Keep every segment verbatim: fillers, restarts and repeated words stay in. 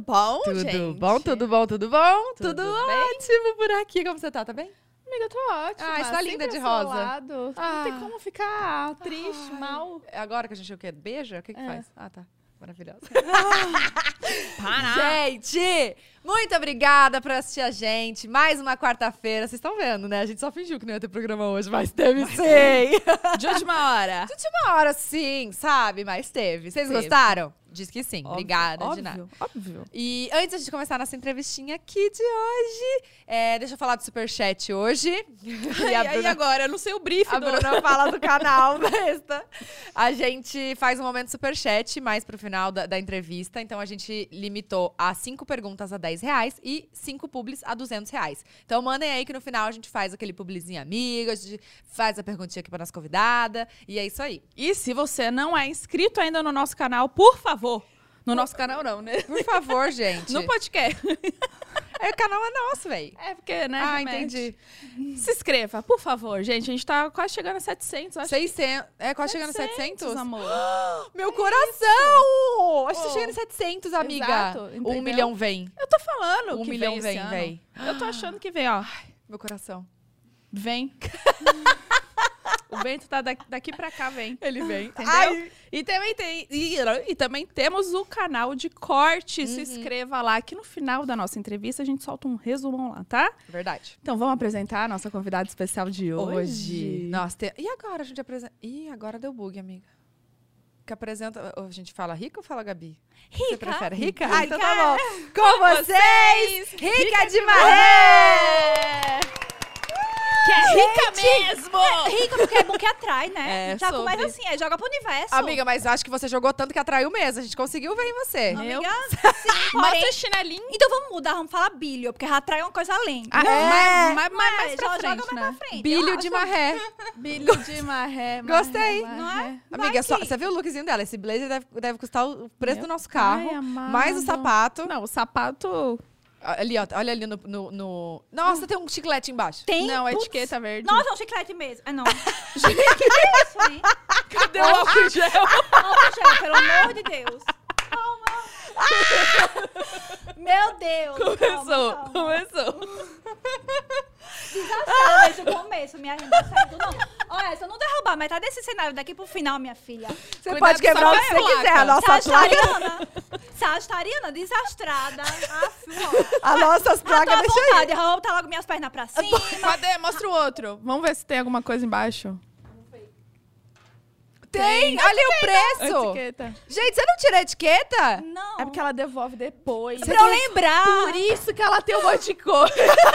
bom, tudo gente? Tudo bom, tudo bom, tudo bom? Tudo, tudo bem? ótimo por aqui. Como você tá? Tá bem? Amiga, tô ótima. Ah, você tá linda sempre de ao seu rosa. lado. Ah. Não tem como ficar triste, Ai. mal. É agora que a gente o quê? Beija? O que que É. faz? Ah, tá. Maravilhosa. Para. Gente, muito obrigada por assistir a gente. Mais uma quarta-feira. Vocês estão vendo, né? A gente só fingiu que não ia ter programa hoje, mas teve sim. De última hora. De última hora, sim, sabe? Mas teve. Vocês Teve. gostaram? Diz que sim. Óbvio, Obrigada, óbvio, de nada. Óbvio. E antes de começar a nossa entrevistinha aqui de hoje, é, deixa eu falar do Superchat hoje. E aí agora? Eu não sei o brief A do... Bruna fala do canal besta. A gente faz um momento Superchat mais pro final da, da entrevista. Então, a gente limitou a cinco perguntas a dez reais e cinco publis a duzentos reais. Então, mandem aí que no final a gente faz aquele publizinho amigo, a gente faz a perguntinha aqui pra nossa convidada. E é isso aí. E se você não é inscrito ainda no nosso canal, por favor. No nosso canal não, né? Por favor, gente. No podcast. É, o canal é nosso, velho. É porque, né? Ah, remete. entendi. Se inscreva, por favor, gente. A gente tá quase chegando a setecentos, acho. seiscentos. É, quase chegando a setecentos, setecentos? amor. Meu coração! Acho que tá Oh. chegando em setecentos, amiga. Exato, Um entendeu? milhão vem. Eu tô falando Um que milhão vem, vem, esse ano. véi. Eu tô achando que vem, ó. Meu coração. Vem. O vento tá daqui, daqui pra cá, vem. Ele vem. Entendeu? Ai. E também tem e, e também temos o canal de corte. Uhum. Se inscreva lá, que no final da nossa entrevista a gente solta um resumão lá, tá? Verdade. Então vamos apresentar a nossa convidada especial de hoje. Hoje. Nossa, tem... e agora a gente apresenta... Ih, agora deu bug, amiga. Que apresenta... A gente fala Rica ou fala Gabi? Rica. Você prefere Rica? Rica. Ah, então tá bom. Com vocês, Rica de Maré! Que é rica mesmo! É rica porque é bom que atrai, né? É, Já sobre. começa assim, é, joga pro universo. Amiga, mas acho que você jogou tanto que atraiu mesmo. A gente conseguiu ver em você. Meu- Amiga, sim, Mostra porém... o chinelinho. Então vamos mudar, vamos falar bilho, porque já atrai uma coisa além. Ah, É. mas, mas, mas mais É, pra joga frente, mais né? pra frente. Bilho eu de acho. maré. Bilho de maré. Gostei. maré, Não é? maré. Amiga, Vai só, que- você viu o lookzinho dela? Esse blazer deve, deve custar o preço Meu do nosso carro. pai amado. Mais o sapato. Não, o sapato... Ali, ó. Olha ali no... no, no- Nossa, tem um chiclete embaixo. Tem? Não, é Putz. etiqueta verde. Nossa, é um chiclete mesmo. Ah, não. Que isso, hein? Cadê o álcool gel? Álcool gel, pelo amor de Deus. Calma. Meu Deus. Começou, calma, calma. começou. Desastrada desde o começo, minha gente. Certo, não. Olha, se eu não derrubar metade desse cenário daqui pro final, minha filha. Você Cuidado pode que quebrar só o que vai você a quiser. A placa. nossa placa... Sagitariana. Sagitariana, desastrada. Aff, ó. As nossas Já tô placas, à deixa aí. vontade. Eu vou botar logo minhas pernas pra cima. Cadê? Mostra o outro. Vamos ver se tem alguma coisa embaixo. Tem! Olha o preço! Etiqueta. Gente, você não tira a etiqueta? Não. É porque ela devolve depois. Pra eu lembrar. Por isso que ela tem um monte de cor.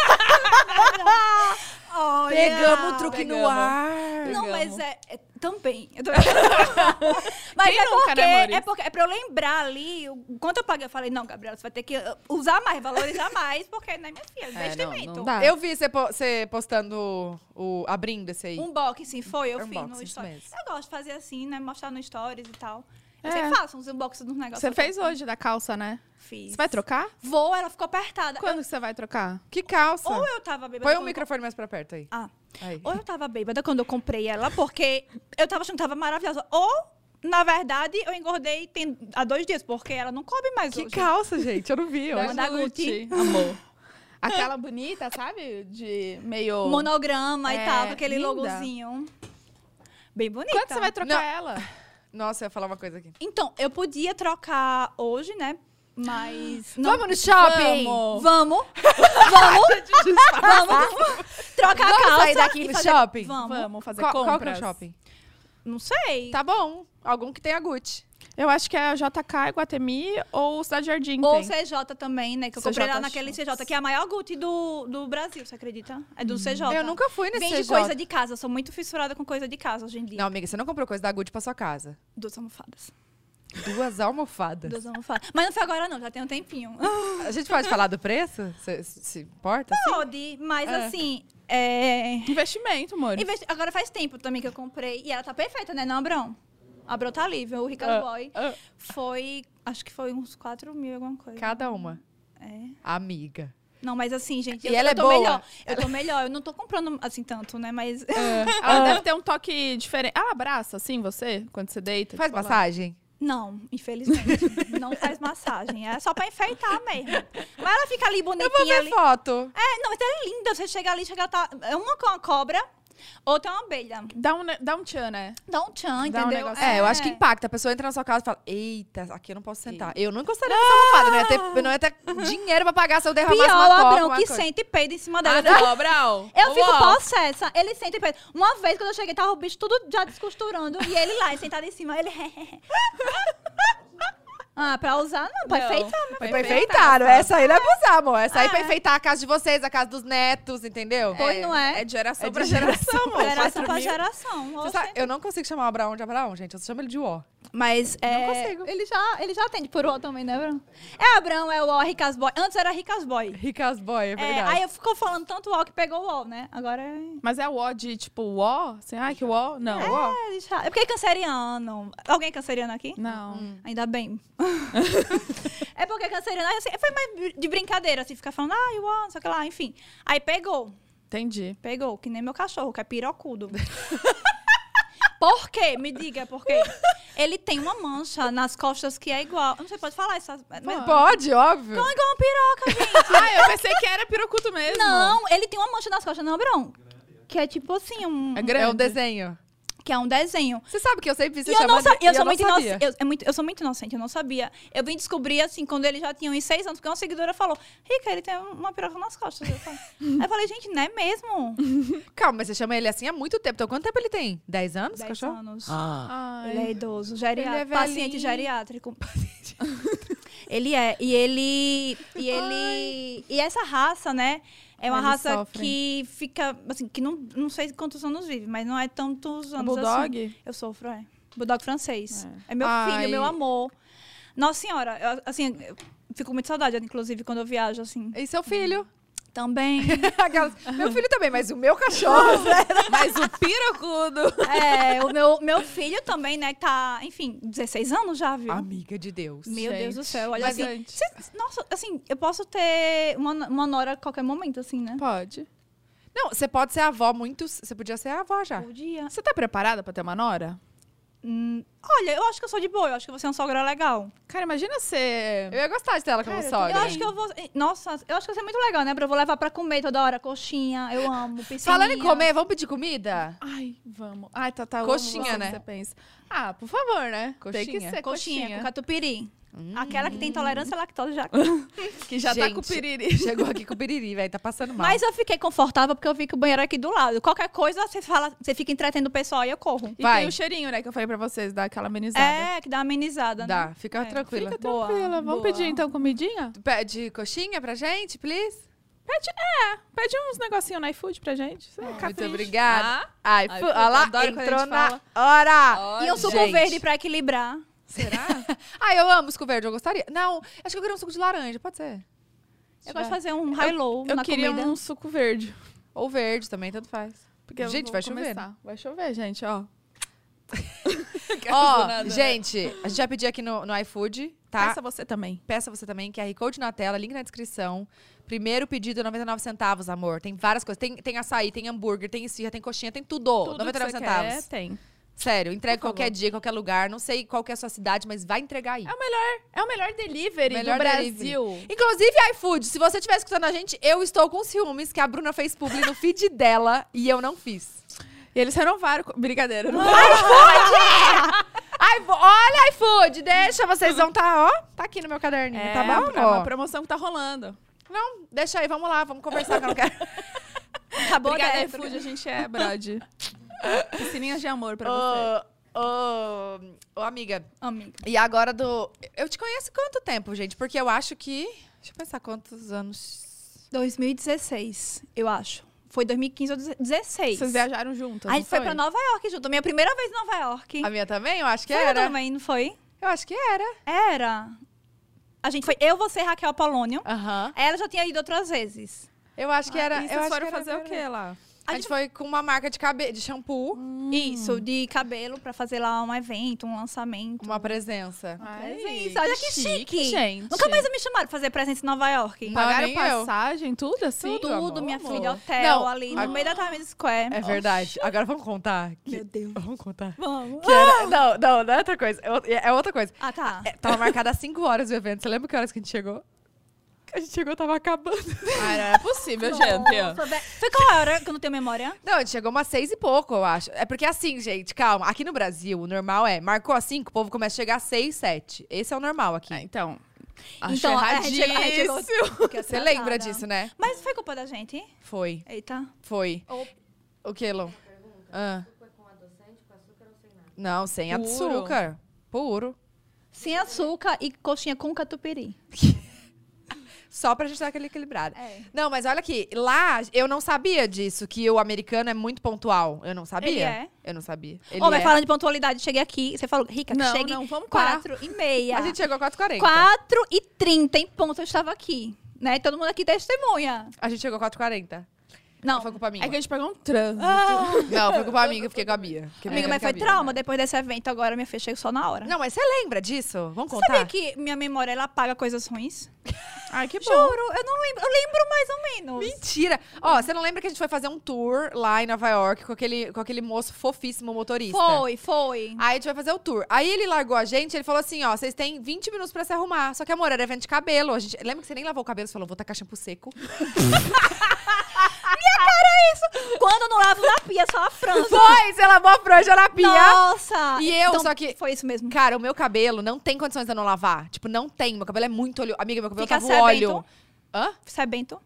Olha. Pegamos o truque no Pegamos. ar. Não, Pegamos. mas é, é também. Eu tô... mas Quem é nunca, porque, né, Maurício? é porque é pra eu lembrar ali o quanto eu paguei. Eu falei, não, Gabriela, você vai ter que uh, usar mais, valorizar mais, porque, né, minha filha, É, não, investimento. não dá. Eu vi você, po- você postando o, abrindo esse aí. Um unboxing, foi, eu Unboxing, fiz no isso stories. mesmo. Eu gosto de fazer assim, né, mostrar no stories e tal. Eu É. sempre faço uns unboxings dos negócios. Você eu fez faço. hoje da calça, né? Fiz. Você vai trocar? Vou, ela ficou apertada. Quando que você vai trocar? Que calça. Eu- ou eu tava bêbada. Põe o quando eu microfone mais pra perto aí. Ah. Aí. Ou eu tava bêbada quando eu comprei ela, porque eu tava achando que tava maravilhosa. Ou, na verdade, eu engordei tem, há dois dias, porque ela não coube mais Que hoje. calça, gente. Eu não vi Da hoje. Da Gucci. Amor. Aquela bonita, sabe? De meio... Monograma É, e tal, com aquele linda. logozinho. Bem bonita. Quando você vai trocar Não. ela? Nossa, eu ia falar uma coisa aqui. Então, eu podia trocar hoje, né? Mas... Vamos no shopping! Vamos! Vamos! Vamos! Vamos! Trocar a Vamos calça sair daqui e no fazer- shopping? Vamos. Vamos fazer Qual, compras. qual que é o shopping? Não sei. Tá bom. Algum que tenha Gucci. Eu acho que é a J K, Iguatemi ou Cidade Jardim Ou tem. C J também, né? Que eu C J comprei lá naquele C J, Shops. que é a maior Gucci do, do Brasil, você acredita? É do C J. Eu nunca fui nesse Vende C J. coisa de casa. Eu sou muito fissurada com coisa de casa hoje em dia. Não, amiga, você não comprou coisa da Gucci pra sua casa. Duas almofadas. Duas almofadas. Duas almofadas. Mas não foi agora, não. Já tem um tempinho. A gente pode falar do preço? Se, se importa? Assim? Pode, mas É. assim... É... Investimento, amor. investi- Agora faz tempo também que eu comprei. E ela tá perfeita, né? Não, Abrão? Abrão tá livre. O Ricardo Ah, Boy ah. foi... Acho que foi uns quatro mil, alguma coisa. Cada uma. É. Amiga. Não, mas assim, gente, E eu, ela eu é tô boa? melhor. Eu tô melhor. Eu não tô comprando assim tanto, né? Mas. Ela deve ter um toque diferente. Ela abraça, assim, você? Quando você deita? Faz tipo, ela- massagem? Não, infelizmente. Não faz massagem. É só pra enfeitar mesmo. Mas ela fica ali Eu vou bonitinha ver ali. foto. É, não, mas ela é linda. Você chega ali, chega tá. É uma com a cobra, outra é uma abelha. Dá um, dá um tchan, né? Dá um tchan, Dá um entendeu? negocinho. É, eu acho que impacta. A pessoa entra na sua casa e fala, eita, aqui eu não posso sentar. Eu não encostaria nessa almofada, não ia ter, eu não ia ter dinheiro pra pagar se eu derramasse Pior, uma o coca. Abrão uma que coisa. sente e peida em cima dela. Ah, não, Abrão. Eu fico Uó. possessa. Ele sente e peida. Uma vez, quando eu cheguei, tava o bicho tudo já descosturando. E ele lá, sentado em cima. Ele... Ah, pra usar não, pra Não. enfeitar. Foi pra enfeitar, não é essa aí não é abusar, amor. Essa aí É. pra enfeitar a casa de vocês, a casa dos netos, entendeu? Pois não é? É de geração É de pra geração, geração, amor. Geração Quatro pra mil. geração. Você Oxe. sabe, eu não consigo chamar o Abraão de Abraão, gente. Eu só chamo ele de Uó. Mas é, consigo. Ele já, ele já atende por O também, né, Abrão? É Abrão, é o O, Ricas Boy. Antes era Ricas Boy. Ricas Boy, é É, verdade. aí eu ficou falando tanto O que pegou o O, né? Agora é. Mas é o ó de, tipo, o ó? Assim, ai, que o ó? Não, o ó? É, ele já- é porque é canceriano. Alguém é canceriano aqui? Não. Ainda bem. É porque canceriano, assim, foi mais de brincadeira, assim, ficar falando, ai, o não sei o que lá, enfim. Aí pegou, Entendi. pegou, que nem meu cachorro, que é pirocudo. Por quê? Me diga, por quê? Ele tem uma mancha nas costas que é igual. Não sei, pode falar isso. Mas Pode, óbvio. não é igual uma piroca, gente. Ah, eu pensei que era pirocuto mesmo. Não, ele tem uma mancha nas costas, não, Brão? Que é tipo assim, um. É grande. É um desenho. Que é um desenho. Você sabe que eu sempre vi você E eu, não chamando... sa- e eu, sou não muito sabia. inocente, eu, é muito, eu sou muito inocente, eu não sabia. Eu vim descobrir, assim, quando ele já tinha uns seis anos, porque uma seguidora falou, Rica, ele tem uma piroca nas costas. Eu falei, aí eu falei, gente, não é mesmo? Calma, mas você chama ele assim há muito tempo. Então, quanto tempo ele tem? Dez anos, Dez cachorro? anos. Ah. Ai. Ele é idoso, Ele geriátrico, é paciente velhinho. geriátrico. Ele é, e ele... E ele... E essa raça, né? É uma Eles raça sofrem. que fica, assim, que não, não sei quantos anos vive, mas não é tantos O anos bulldog? assim. Eu sofro, é. Bulldog francês. É. É, meu Ai. filho, meu amor. Nossa senhora, eu, assim, eu fico muito saudade, inclusive, quando eu viajo, assim. E seu filho? Também. Aquelas- Meu filho também, mas o meu cachorro... Mas o pirocudo. É, o meu, meu filho também, né, que tá, enfim, dezesseis anos já, viu? Amiga de Deus. Meu Deus do gente. céu, olha Mas assim. antes- cê- nossa, assim, eu posso ter uma, uma nora a qualquer momento, assim, né? Pode. Não, você pode ser avó muito... Você podia ser avó já. Por dia. Você tá preparada pra ter uma nora? Hum, olha, eu acho que eu sou de boa, eu acho que você é uma sogra legal. Cara, imagina ser... Eu ia gostar de ter ela como Cara, eu sogra. Eu acho que eu vou. Nossa, eu acho que vai ser muito legal, né? Pra eu vou levar pra comer toda hora coxinha. Eu amo. Piscininha. Falando em comer, vamos pedir comida? Ai, vamos. Ai, tá, tá. Coxinha, amo você né? que Você pensa. Ah, por favor, né? Tem que Coxinha. ser Coxinha, coxinha. com catupiry. Hum. Aquela que tem intolerância à lactose já. Que já tá Gente, com piriri. Chegou aqui com o piriri, velho. Tá passando mal. Mas eu fiquei confortável porque eu vi que o banheiro é aqui do lado. Qualquer coisa, você fala, você fica entretendo o pessoal e eu corro. E Vai. tem o cheirinho, né, que eu falei pra vocês, dá aquela amenizada. É, que dá uma amenizada, né? Dá, fica É. tranquila. Fica Boa, tranquila. Vamos boa. pedir, então, comidinha? Pede coxinha pra gente, please? Pede, é, pede uns negocinhos no iFood pra gente. Você Muito capricha. obrigada. Ah, Ai, Ai, fu- eu olha lá, adoro quando a entrou gente na fala. hora. E um suco Gente. verde pra equilibrar. será? Ai, eu amo suco verde, eu gostaria. Não, acho que eu queria um suco de laranja, pode ser. Eu gosto de fazer um high-low Eu na queria comida. um suco verde. Ou verde também, tanto faz. Porque eu Gente, vou vai chover. começar. Vai chover, gente, ó. Ó, nada, né? gente, a gente vai pedir aqui no, no iFood, tá? Peça você também. Peça você também, Q R Code na tela, link na descrição. Primeiro pedido, noventa e nove centavos, amor. Tem várias coisas. Tem, tem açaí, tem hambúrguer, tem esfirra, tem coxinha, tem tudo. Tudo noventa e nove que você centavos. quer, tem. Sério, entrega Por qualquer favor. dia, qualquer lugar. Não sei qual que é a sua cidade, mas vai entregar aí. É o melhor, é o melhor delivery Melhor do delivery. Brasil. Inclusive, iFood, se você estiver escutando a gente, eu estou com ciúmes que a Bruna fez publi no feed dela e eu não fiz. E eles renovaram. co- Brincadeira. Não Ai, olha, iFood, deixa, vocês vão tá, ó, tá aqui no meu caderninho, é, tá bom, é uma amor? promoção que tá rolando. Não, deixa aí, vamos lá, vamos conversar que eu não quero. Acabou Obrigada, dentro. iFood, a gente é, brode. Piscininhas de amor pra você. Ô, ô, ô, amiga, Amiga. e agora do... Eu te conheço há quanto tempo, gente? Porque eu acho que... Deixa eu pensar quantos anos... dois mil e dezesseis, eu acho. Foi dois mil e quinze ou dezesseis. Vocês viajaram juntas, A gente não foi pra Nova York junto. Minha primeira vez em Nova York. A minha também? Eu acho que Foi a era. também, não foi? Eu acho que era. Era. A gente foi eu, você e Raquel Apolônio. Aham. Ela já tinha ido outras vezes. Eu acho que era. E eu vocês acho foram que era fazer o verdade. quê lá? A gente foi com uma marca de cabelo, de shampoo, Isso, de cabelo pra fazer lá um evento, um lançamento. uma presença. Ai, Presença. Olha que chique. gente. Nunca mais me chamaram pra fazer presença em Nova York. Não, Pagaram nem eu. passagem, tudo assim? Tudo, minha Amor. filha, hotel Não, ali, a- no meio da Times Square. É verdade. Agora vamos contar. que- Meu Deus. Vamos contar. Vamos. Que era- Não, não, não é outra coisa. É outra- É outra coisa. Ah, tá. É, tava marcado às cinco horas o evento. Você lembra que horas que a gente chegou? A gente chegou, tava acabando. Ah, não é possível, gente. Nossa, vé- Foi qual hora que eu não tenho memória? Não, a gente chegou umas seis e pouco, eu acho. É porque assim, gente, calma. Aqui no Brasil, o normal é, marcou às cinco, o povo começa a chegar às seis, sete. Esse é o normal aqui. Ah, então, acho Então, a gente chegou- a gente chegou- erradíssimo. Você lembra disso, né? Mas foi culpa da gente? Foi, Eita. foi. Ou- O que, Lô? Ah. Não, sem Puro. açúcar. Puro. Sem açúcar e coxinha com catupiry. Só pra gente dar aquele equilibrado. É. Não, mas olha aqui, lá eu não sabia disso, que o americano é muito pontual. Eu não sabia. Ele é. Eu não sabia. Ele Ô, mas é. falando de pontualidade, cheguei aqui, você falou, Rica, Não, chegue não, vamos parar. quatro e meia. A gente chegou às quatro e quarenta. quatro e trinta em ponto eu estava aqui. Né? Todo mundo aqui testemunha. A gente chegou às quatro e quarenta. Não, Não foi culpa minha. É que a gente pegou um trânsito. Não, foi culpa minha, eu fiquei com a Bia. Fiquei amiga, brigando mas com a foi Bia. trauma depois desse evento. Agora minha filha chega só na hora. Não, mas você lembra disso? Vamos Você contar? sabia que minha memória, ela apaga coisas ruins? Ai, que bom. Juro, eu não lembro. Eu lembro mais ou menos. Mentira! Ó, você não lembra que a gente foi fazer um tour lá em Nova York com aquele, com aquele moço fofíssimo motorista? Foi, foi. Aí a gente vai fazer o tour. Aí ele largou a gente, ele falou assim, ó, vocês têm vinte minutos pra se arrumar. Só que, amor, era evento de cabelo. A gente, lembra que você nem lavou o cabelo? Você falou, vou tacar shampoo seco. Quando eu não lavo na pia, só a França. Foi! Você lavou a franja na pia. Nossa! E eu, Então, só que- Foi isso mesmo. Cara, o meu cabelo não tem condições de eu não lavar. Tipo, não tem. Meu cabelo é muito óleo. Amiga, meu cabelo Fica tava óleo. sebento? Hã? Sebento?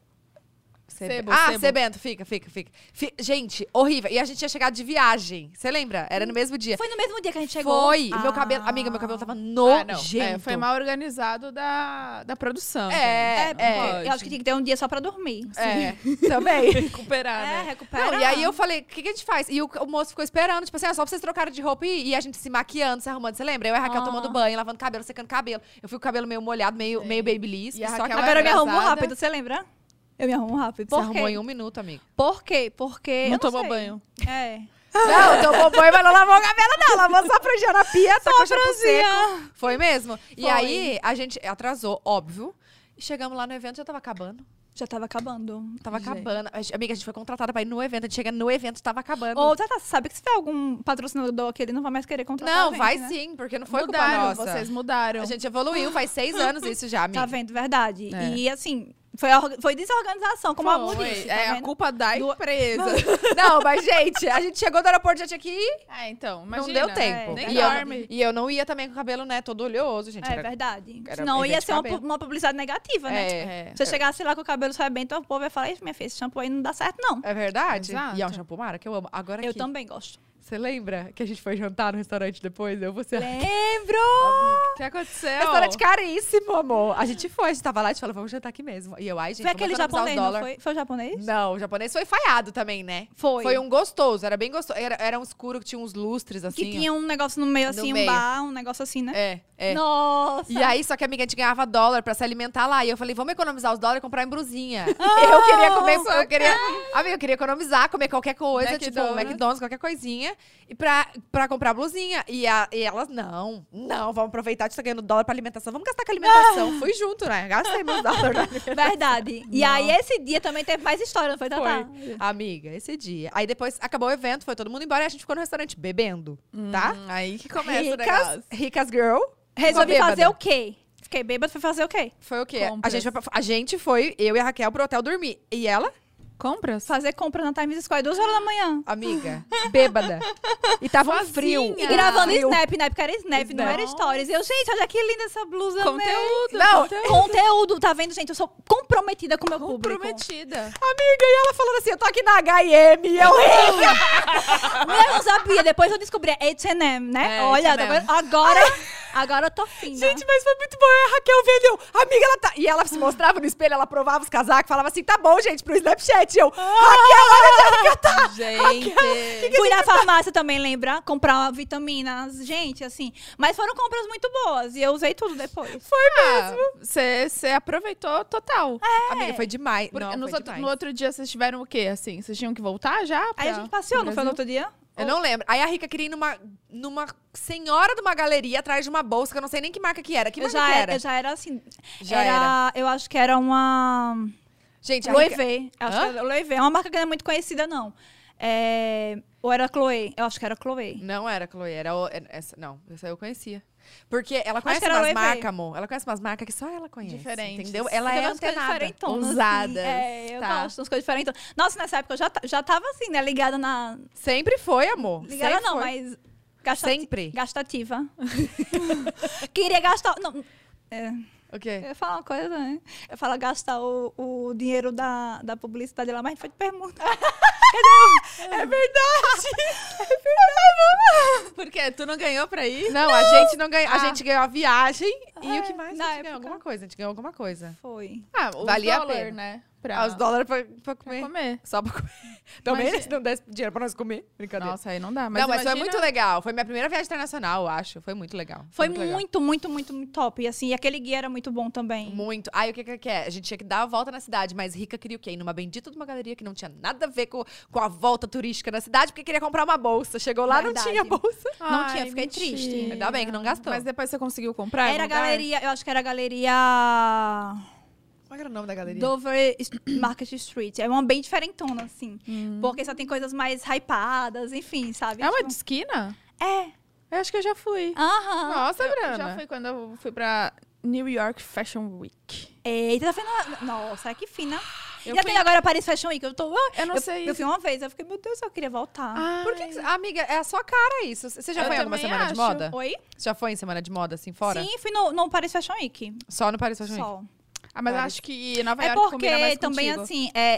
Sebo, ah, sebo. sebento. Fica, fica, fica. Fi- Gente, horrível. E a gente tinha chegado de viagem. Você lembra? Era no mesmo dia. Foi no mesmo dia que a gente chegou? Foi. O meu Ah. cabelo... Amiga, meu cabelo tava Ah, nojento. não. É, foi mal organizado da, da produção. É, gente. é. Não Eu acho que pode. tinha que ter um dia só pra dormir. É, também. recuperar, É, né? recupera. Não, e aí eu falei, o que, que a gente faz? E o, o moço ficou esperando, tipo assim, ah, só pra vocês trocarem de roupa e, e a gente se maquiando, se arrumando. Você lembra? Eu e a Raquel Ah. tomando banho, lavando cabelo, secando cabelo. Eu fui com o cabelo meio molhado, meio, meio babyliss. E a Só que Raquel Agora eu me arrumo atrasada. rápido, você lembra? Eu me arrumo rápido. você Por arrumou quê? em um minuto, amigo. Por quê? Porque. Não eu tomou sei. banho. É. Não, tomou banho, mas não lavou o cabelo, não. Lavou só a franjinha na pia, só a franjinha. seco. Foi mesmo? E Foi. aí, a gente atrasou, óbvio. E chegamos lá no evento, já tava acabando. Já tava acabando. Tava Gente. acabando. A gente- Amiga, a gente foi contratada pra ir no evento. A gente chega no evento, tava acabando. Ou, Tata, sabe que se tiver algum patrocinador que ele não vai mais querer contratar não, a gente, vai né? sim, porque não foi mudaram, culpa nossa. vocês mudaram. A gente evoluiu, faz seis anos isso já, amiga. Tá vendo? Verdade. É. E assim, foi, a orga- foi desorganização, como a Amor Foi. disse. Tá É a vendo? culpa da Do- empresa. Não, mas, gente, a gente chegou do aeroporto, já tinha que ir. É, então, Não imagina. deu tempo. É, Nem e, eu, dorme. e eu não ia também com o cabelo, né, todo oleoso, gente. É era- verdade. era Senão ia evento de ser uma, cabelo. pu- uma publicidade negativa, né? É, É. Se você chegasse lá com o cabelo rebento, o povo ia falar, "Ih, minha filha, esse shampoo aí não dá certo, não. é verdade? Exato. E é um shampoo Mara que eu amo. Agora Eu aqui, também gosto. você lembra que a gente foi jantar no restaurante depois? Eu, você... Lembro! O que aconteceu? Restaurante caríssimo, amor. A gente foi, a gente tava lá e a gente falou, vamos jantar aqui mesmo. E eu, ai, gente, Foi vamos aquele economizar os japonês, não dólar. foi? Foi o japonês? Não, o japonês foi falhado também, né? Foi. Foi um gostoso, era bem gostoso. Era, era um escuro que tinha uns lustres, assim. Que tinha um negócio no meio, No assim, meio. um bar, um negócio assim, né? É, é. Nossa! E aí, só que a amiga, a gente ganhava dólar pra se alimentar lá. E eu falei, vamos economizar os dólares e comprar embruzinha. eu queria comer, eu queria... Amiga, eu queria economizar, comer qualquer coisa, tipo um McDonald's. McDonald's, qualquer coisinha. E pra, pra comprar blusinha. E, a, e elas, não, não, vamos aproveitar de estar ganhando dólar pra alimentação. Vamos gastar com alimentação. Fui junto, né? Gastei meus dólares na alimentação. Verdade. E aí, esse dia também teve mais história, não foi, Tatá? Foi. Amiga, esse dia. Aí depois acabou o evento, foi todo mundo embora e a gente ficou no restaurante bebendo, tá? Hum, aí que começa o Ricas, negócio. ricas girl. Resolvi Ficou fazer bêbada. o quê? Fiquei bêbada, foi fazer o quê? Foi o quê? A Compras. gente, foi, pra- a gente foi, eu e a Raquel, pro hotel dormir. E ela, Compras? Fazer compra na Times Square duas horas da manhã. amiga, bêbada. E tava um Sozinha. frio. E gravando frio. Snap, na época era Snap, não era Nossa. Stories. E eu, gente, olha que linda essa blusa, né? Conteúdo. Não, conteúdo. Conteúdo, tá vendo, gente? Eu sou comprometida com o meu público. Comprometida. Amiga, e ela falando assim, eu tô aqui na H e M, e eu... Mulher, não sabia sabia, depois eu descobri é H and M, né? É, Olha, H and tá M. vendo? agora, agora eu tô fina. Gente, mas foi muito bom. A Raquel vendeu. Amiga, ela tá... E ela se mostrava no espelho, ela provava os casacos, falava assim, tá bom, gente, pro Snapchat. E eu, Raquel, olha onde a Raquel tá. Gente. Fui na farmácia também, lembra? Comprar vitaminas. Gente, assim. Mas foram compras muito boas. E eu usei tudo depois. Você aproveitou total. Amiga, foi demais. Porque Não, nos foi outro- demais. no outro dia vocês tiveram o quê, assim? Vocês tinham que voltar já? Aí a pra- gente passeou, pro não foi no Brasil? outro dia? Eu não lembro. Aí a Rica queria ir numa, numa senhora de uma galeria atrás de uma bolsa, que eu não sei nem que marca que era. Que Eu marca já, que era, era? eu já era assim. Já era, Eu acho que era uma. Gente, a Loewe. Rica... Acho Hã? que era Loewe. É uma marca que não é muito conhecida, não. É... Ou era Chloe? Eu acho que era Chloe. Não era Chloe, era o- era essa. Não, essa eu conhecia. Porque ela conhece que era umas Loewe. marcas, amor. Ela conhece umas marcas que só ela conhece. Diferentes. Entendeu? Ela Eu é gosto de coisas antenada. diferentonas, Ousadas. assim. É, eu Tá. gosto das coisas diferentes. Nossa, nessa época eu já, ta- já tava assim, né? Ligada na. Sempre foi, amor. Ligada Sempre não, foi. mas. Gastati... Sempre. Gastativa. Queria gastar. Não, é, O quê? eu ia falar uma coisa, né? Eu ia falar gastar o, o dinheiro da, da publicidade lá, mas foi de permuta. É verdade. Por quê? Tu não ganhou pra ir? Não, a gente não ganhou. A Ah. gente ganhou a viagem e É, o que mais? na A gente ganhou época. alguma coisa. A gente ganhou alguma coisa. Foi. Ah, o Valia a dólar, pena. né? Pra, Ah, os dólares pra, pra pra comer. comer. Só pra comer. Também Mas- se não desse dinheiro pra nós comer. Brincadeira. Nossa, aí não dá. Mas não, mas foi imagina- muito legal. Foi minha primeira viagem internacional, eu acho. Foi muito legal. Foi legal. muito, muito, muito, muito top. E assim, aquele guia era muito bom também. Muito. Aí o que que que é? A gente tinha que dar a volta na cidade, mas Rica queria o quê? Ir numa bendita de uma galeria que não tinha nada a ver com, com a volta turística na cidade, porque queria comprar uma bolsa. Chegou lá, Verdade. não tinha bolsa. Não Ai, tinha, fiquei mentira. triste. Ainda bem que não gastou. Mas depois você conseguiu comprar? em Era a algum lugar? galeria, eu acho que era a galeria Qual era o nome da galeria? Dover Market Street. É uma bem diferentona, assim. Hum. Porque só tem coisas mais hypadas, enfim, sabe? É uma Tipo, de esquina? É. Eu acho que eu já fui. Aham. Nossa, Eu Brana. já fui quando eu fui pra New York Fashion Week. Eita, tá vendo? Nossa, que fina. Eu Já fui- tem agora Paris Fashion Week. Eu tô. Eu não eu, sei. Eu fui uma vez, eu fiquei, meu Deus, eu queria voltar. Ai. Por que, que... Amiga, é a sua cara isso. Você já Eu foi em alguma também semana de acho. moda? Oi? Você já foi em semana de moda, assim, fora? Sim, fui no, no Paris Fashion Week. Só no Paris Fashion Week? Só. Ah, mas eu Paris. acho que Nova É York combina mais porque também, contigo. assim, é,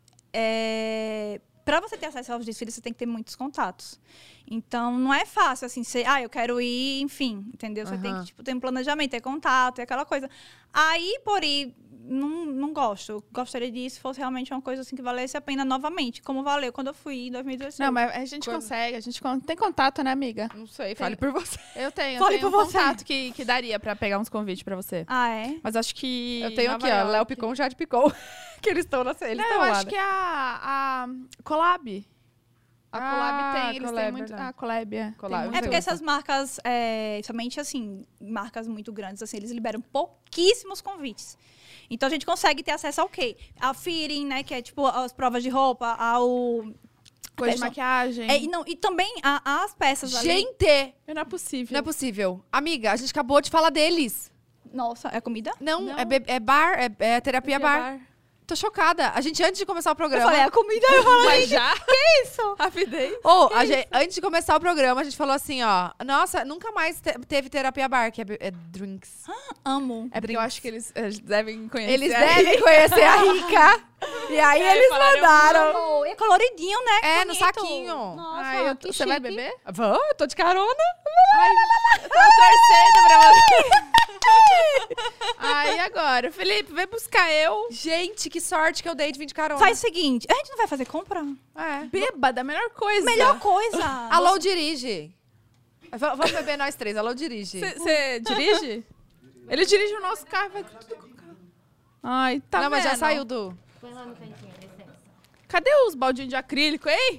é, pra você ter acesso aos desfiles, você tem que ter muitos contatos. Então, não é fácil, assim, você, ah, eu quero ir, enfim, entendeu? Você tem Aham. que, tipo, ter um planejamento, ter contato, ter aquela coisa. Aí, por ir, não, não gosto. Eu gostaria de ir se fosse realmente uma coisa, assim, que valesse a pena novamente, como valeu quando eu fui em dois mil e dezesseis. Não, mas a gente Quando- consegue, a gente con- tem contato, né, amiga? Não sei, fale por você. Eu tenho, eu Fale tenho por um você. contato que, que daria pra pegar uns convites pra você. Ah, é? Mas acho que Eu tenho Nova aqui, ó, York- Léo Picon, Jade Picon. Que eles estão na eles Não, estão eu lá, acho né? que a, a Collab. A Ah, Collab tem, eles Collab, têm muito... verdade. A Collab, é. Collab, Tem eu É muito- porque essas marcas, é, somente assim, marcas muito grandes, assim, eles liberam pouquíssimos convites. Então a gente consegue ter acesso ao quê? A fitting, né? Que é tipo as provas de roupa, ao. Coisa de fashion- maquiagem. É, e, não, e também a- as peças ali. Gente, Não é possível. não é possível. Amiga, a gente acabou de falar deles. Nossa, é comida? Não, Não. É, be- é bar, é, é terapia bar. Tô chocada. A gente, antes de começar o Eu programa... falei, é comida, eu falei, Mas já? que isso? Rapidez. Ô, a gente- antes de começar o programa, a gente falou assim, ó... Nossa, nunca mais te- teve terapia bar, que é, be- é drinks. Amo. É porque eu acho que eles, eles devem conhecer. Eles a devem conhecer a Rica. E aí É, eles falaram, mandaram. Amor, é coloridinho, né? É, no Bonito. saquinho. Nossa, Ai, eu- que você vai chique. beber? Vamos, eu tô de carona. Tô torcendo pra você. Ai, e agora? Felipe, vem buscar eu. Gente, que sorte que eu dei de vir de carona. Faz o seguinte, a gente não vai fazer compra? É. Bêbada, a melhor coisa. Melhor coisa. Alô, dirige. V- vamos beber nós três. Alô, dirige. Você dirige? Ele dirige o nosso carro, vai tudo com o carro. Ai, tá Não, mas já vendo? saiu do... Põe lá no cantinho, licença. Cadê os baldinhos de acrílico, hein?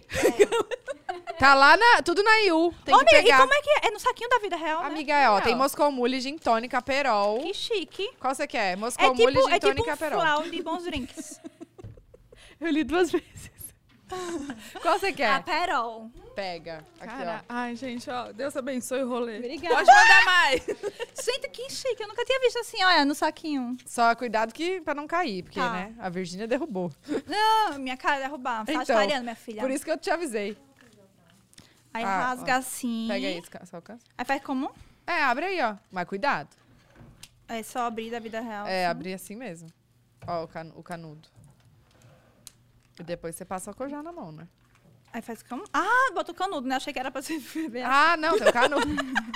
Tá lá, na, tudo na I U. Tem Ô, que amiga, pegar. e como é que é? É no saquinho da vida real, né? Amiga, é, ó, É, tem ó. Moscou Mule, gin tônica, perol. Que chique. Qual você quer? É Moscou tipo, Mule, gin é tipo tônica, um perol. flau de bons drinks. Eu li duas vezes. Qual você quer? A Perol. Pega. Aqui, Cara, ai, gente, ó, Deus abençoe o rolê. Obrigada. Pode mandar mais. Gente, que chique. Eu nunca tinha visto assim, olha, no saquinho. ó. Só cuidado que, pra não cair, porque, Tá. né, a Virgínia derrubou. Não, minha cara é roubar. Então, Sagitariana, minha filha. Por isso que eu te avisei. Aí Ah, rasga ó. assim. Pega aí, esse só alcança. Aí faz como? É, abre aí, ó. Mas cuidado. É só abrir da vida real. É, assim. abrir assim mesmo. Ó, o, can- o canudo. E depois você passa o cojão na mão, né? Aí faz canudo. Ah, bota o canudo, né? Achei que era pra você beber. Ah, não, tem um canudo.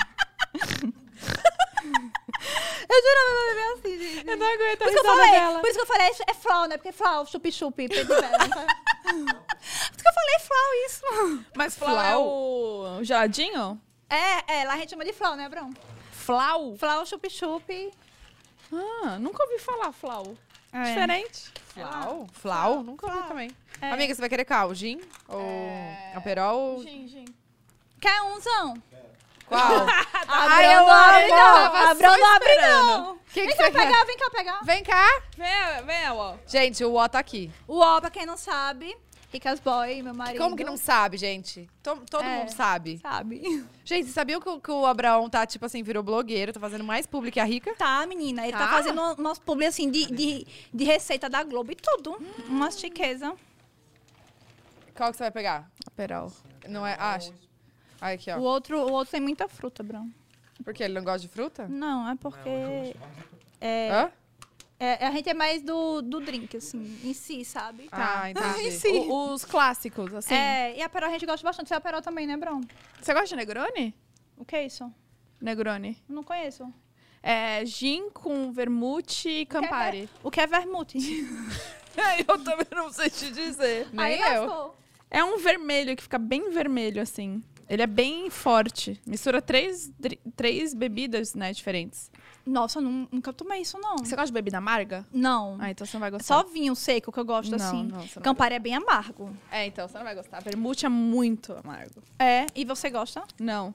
Eu jurava que eu beber assim, gente. Eu não aguento Por a isso que eu risada falei, dela. por isso que eu falei, é flau, né? Porque flau, chupi-chupi, preto e velho. Por isso que eu falei flau, isso. Mas flau é o geladinho? É, é, lá a gente chama de flau, né, Brão? Flau? Flau, chupi-chupi. Ah, nunca ouvi falar flau. É. Diferente. Flau? Flau? Nunca ouvi Flau. também. É. Amiga, você vai querer qual? Gin? Ou É. Aperol? Gin, gin. Quer umzão? Qual? Ai, eu não abre, amo! não. Tava A Brão só não abre, esperando. não. Que Vem que cá você quer? pegar, vem cá pegar. Vem cá. Vem, vem, ó. Gente, o O tá aqui. O ó, pra quem não sabe, Ricas Boy, meu marido. Como que não sabe, gente? To- todo É. mundo sabe. sabe? Gente, vocês sabiam que, o- que o Abraão tá, tipo assim, virou blogueiro, tá fazendo mais publi que a Rica? Tá, menina. Ele tá, Tá? fazendo o nosso publi, assim, de, de, de receita da Globo e tudo. Uma chiqueza. Qual que você vai pegar? Aperol. Não é? Ah, ah, aqui, ó. O outro, o outro tem muita fruta, Brão. Por quê? Ele não gosta de fruta? Não, é porque... É, Hã? é, a gente é mais do, do drink, assim, em si, sabe? Ah, entendi. Sim. O- os clássicos, assim. É, e a Perol a gente gosta bastante. Você é a Perol também, né, Brão? Você gosta de Negroni? O que é isso? Negroni. Não conheço. É gin com vermute e Campari. O que é vermute? Eu também não sei te dizer. Nem Aí eu. lascou. É um vermelho que fica bem vermelho, assim. Ele é bem forte. Mistura três, dri- três bebidas, né, diferentes. Nossa, eu nu- nunca tomei isso, não. Você gosta de bebida amarga? Não. Ah, então você não vai gostar. Só vinho seco que eu gosto, Não, assim. não, você não Campari é bem amargo. É, então você não vai gostar. Vermute é muito amargo. É, e você gosta? Não.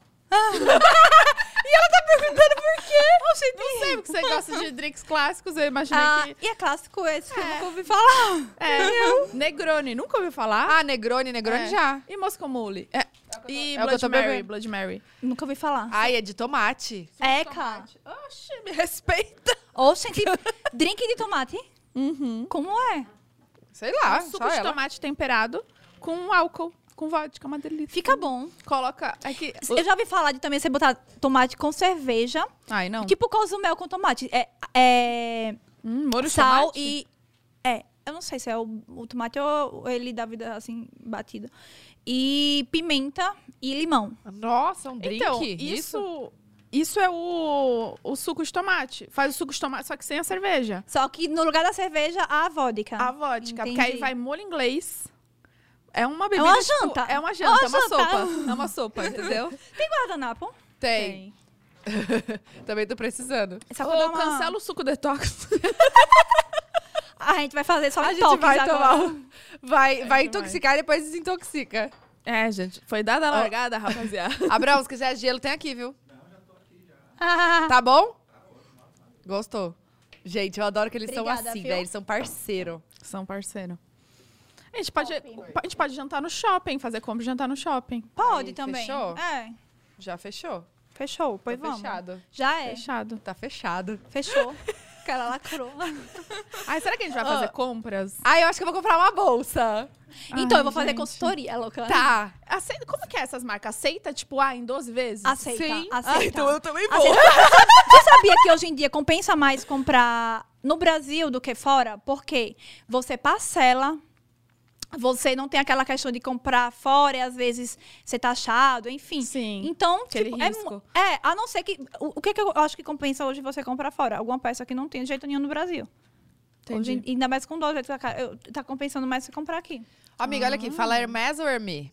Perguntando por quê? Oxi, Não sei, porque você gosta de drinks clássicos, eu imaginei Ah, que... e é clássico esse que eu nunca ouvi falar. É, Negroni. Nunca ouviu falar? Ah, Negroni, Negroni É. já. E Moscomule? É. E É o que eu Blood tô Mary, bebendo. Blood Mary. Nunca ouvi falar. Ai, é de tomate. é, cara. Oxe, me respeita. Oxe, tipo, drink de tomate? Uhum. Como é? Sei lá, Suco só de ela. tomate temperado com álcool, com vodka, uma delícia. Fica bom. Coloca aqui... Eu já ouvi falar de também você botar tomate com cerveja. Ai, não. Tipo cozumel com tomate. É, é Hum, molho de sal tomate? e... É, eu não sei se é o, o tomate ou ele da vida, assim, batida. E pimenta e limão. Nossa, um drink? Então, isso... Isso é o, o suco de tomate. Faz o suco de tomate, só que sem a cerveja. Só que no lugar da cerveja, a vodka. A vodka. Porque aí Entendi. vai molho inglês. É uma bebida... uma tipo, janta. É uma janta, é É uma uma janta. sopa. É uma sopa, entendeu? Tem guardanapo? Tem. Também tô precisando. Só Ô, pra dar uma... cancela o suco detox. A gente vai fazer só A em gente toques vai agora. tomar. um- Vai, vai vai. intoxicar e depois desintoxica. É, gente. Foi dada a largada, rapaziada. Abraão, se quiser gelo, tem aqui, viu? Ah, Tá bom? Gostou? Gente, eu adoro que eles Obrigada, são assim, viu? velho. Eles são parceiro. São parceiro. A gente, pode, a gente pode jantar no shopping, fazer compra e jantar no shopping. pode Aí, também. fechou? É, Já fechou? fechou. Pois Tá vamos. fechado. Já é. Fechado. Tá fechado. Fechou. O cara lacrou. Ai, será que a gente vai fazer compras? Ah, eu acho que eu vou comprar uma bolsa. Então, Ai, eu vou fazer gente. consultoria, louca. Tá. Aceita, como que é essas marcas? Aceita, tipo, ah, em doze vezes? Aceita, Sim. aceita. Ah, então eu também vou. Aceita. Você sabia que hoje em dia compensa mais comprar no Brasil do que fora? Porque você parcela, você não tem aquela questão de comprar fora e às vezes ser taxado, enfim. Sim. Então, Aquele tipo, é, risco. mu- é, a não ser que... O, o que, que eu acho que compensa hoje você comprar fora? Alguma peça que não tem de jeito nenhum no Brasil. Entendi. Hoje, ainda mais com dólar, tá, ca- eu- tá compensando mais você comprar aqui. Amiga, olha aqui. Ah. Fala Hermès ou Hermès?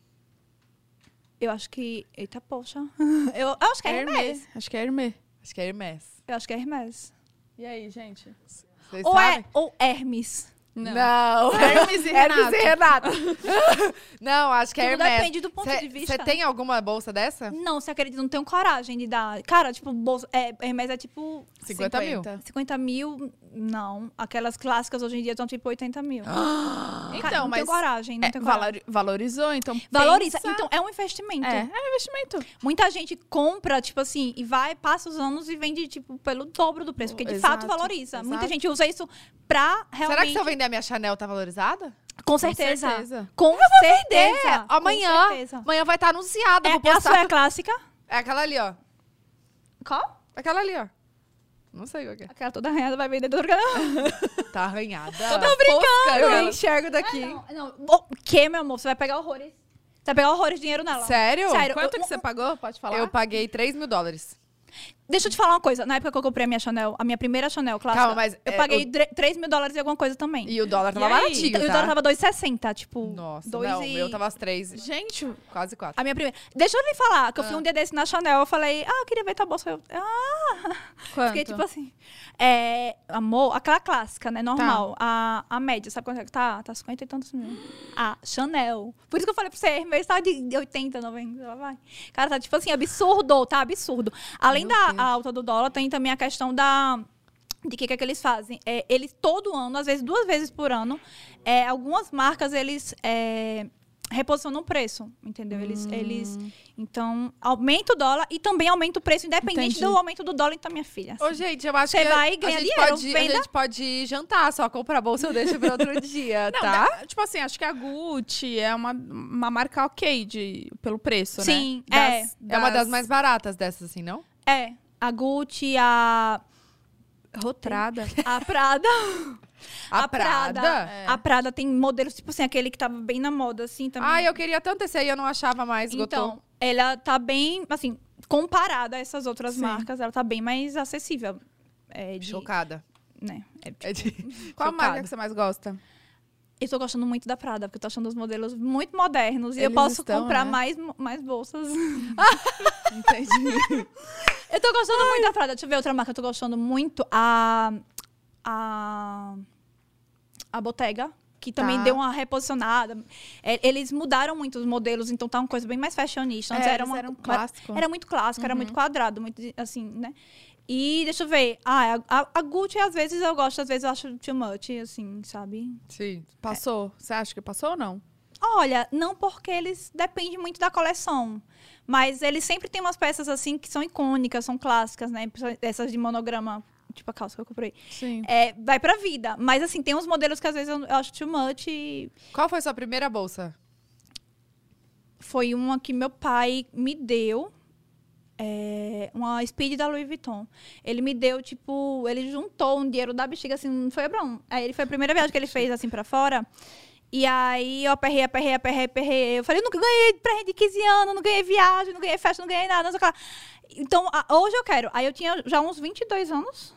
Eu acho que... Eita, poxa. Eu, eu acho que é Hermès. Acho que é Hermès. Acho que é Hermès. Eu acho que é Hermès. E aí, gente? Vocês Ou, sabem? é, ou Hermes. Não. Hermes e Hermes Renato. e Renato. Não, acho que é Tudo Hermès. depende do ponto de vista. Você tem alguma bolsa dessa? Não, você acredita, não tenho coragem de dar. Cara, tipo, bolsa, é, Hermès é tipo cinquenta mil. cinquenta mil, não. Aquelas clássicas hoje em dia estão tipo oitenta mil. Cara, Então, não mas tenho coragem, não é, tenho coragem. valori- valorizou, então Valoriza. pensa- Então, é um investimento. É, é um investimento. Muita gente compra, tipo assim, e vai, passa os anos e vende, tipo, pelo dobro do preço. Porque, de Exato, fato, valoriza. exato. Muita gente usa isso pra realmente... Será que se eu vender a minha Chanel tá valorizada? Com certeza. certeza. Com certeza. É, amanhã. Com certeza. Amanhã vai estar anunciada. É, vou é a postar. sua clássica? É aquela ali, ó. Qual? Aquela ali, ó. Não sei qual que é. Aquela toda arranhada vai vender tudo. Não, Tá arranhada. tô brincando. Eu nem enxergo daqui. não, não. O que, meu amor? Você vai pegar horrores. vai pegar horrores de dinheiro nela. Sério? Sério. Quanto eu- que você pagou? Pode falar? Eu paguei três mil dólares. Deixa eu te falar uma coisa. Na época que eu comprei a minha Chanel, a minha primeira Chanel clássica, Calma, mas, eu é, paguei o- três mil dólares e alguma coisa também. E o dólar tava E aí? baratinho, Então, tá? e o dólar tava dois e sessenta, tipo... Nossa, dois não, o e... meu tava às três, Gente, quase quatro. A minha primeira... Deixa eu lhe falar, que eu fui Ah. um dia desse na Chanel, eu falei, ah, eu queria ver tua bolsa. Eu, ah, quanto? fiquei tipo assim, é, amor, aquela clássica, né, normal, a, a média, sabe quanto é que tá? Tá cinquenta e tantos mil. A Chanel. Por isso que eu falei pra você, meu tá de oitenta, noventa, ela vai. Cara, tá tipo assim, absurdo, tá absurdo. Além Meu da Deus. alta do dólar, tem também a questão da... De que que é que eles fazem? É, eles, todo ano, às vezes duas vezes por ano, é, algumas marcas, eles... É, reposicionam o preço, entendeu? Eles, eles, então, aumenta o dólar e também aumenta o preço, independente Entendi. do aumento do dólar, então, minha filha. Ô, gente, eu acho Você que vai a, e ganha a, gente dinheiro, pode, a venda. gente pode jantar, só comprar a bolsa eu deixo pra outro dia, Não, tá? dá- tipo assim, acho que a Gucci é uma, uma marca ok de, pelo preço, Sim, né? É uma das mais baratas dessas, assim, não? É, a Gucci, a... Prada. A Prada. A Prada? É. A Prada tem modelos, tipo assim, aquele que tava bem na moda, assim, também. Ai, eu queria tanto esse aí, eu não achava mais, esgotou. Então, ela tá bem, assim, comparada a essas outras Sim. marcas, ela tá bem mais acessível. É, de, Chocada. né? É, É de... Qual Chocada. marca que você mais gosta? eu tô gostando muito da Prada, porque eu tô achando os modelos muito modernos. E eu Eles posso estão, comprar né? mais, mais bolsas. Entendi. Eu tô gostando muito da Prada. Deixa eu ver outra marca que eu tô gostando muito. A... A... A Bottega. Que também Tá. deu uma reposicionada. É, eles mudaram muito os modelos, então tá uma coisa bem mais fashionista. Antes É, era, eles uma, eram clássico. era muito clássico, era muito quadrado, muito assim, né? E deixa eu ver. Ah, a, a Gucci, às vezes eu gosto, às vezes eu acho too much, assim, sabe? Sim. Passou? Você acha que passou ou não? Olha, não porque eles dependem muito da coleção. Mas eles sempre têm umas peças assim que são icônicas, são clássicas, né? Essas de monograma, tipo a calça que eu comprei. Sim. É, vai pra vida. Mas assim, tem uns modelos que às vezes eu, eu acho too much. E Qual foi sua primeira bolsa? foi uma que meu pai me deu. É, uma Speed da Louis Vuitton. Ele me deu, tipo, ele juntou um dinheiro da bexiga, assim, não foi bom. Aí ele foi a primeira viagem que ele fez, assim, pra fora. E aí eu aperrei, aperrei, aperrei, aperrei. Eu falei, eu nunca ganhei presente de quinze anos, não ganhei viagem, não ganhei festa, não ganhei nada, não sei o que lá. Então, a- hoje eu quero. Aí eu tinha já uns vinte e dois anos.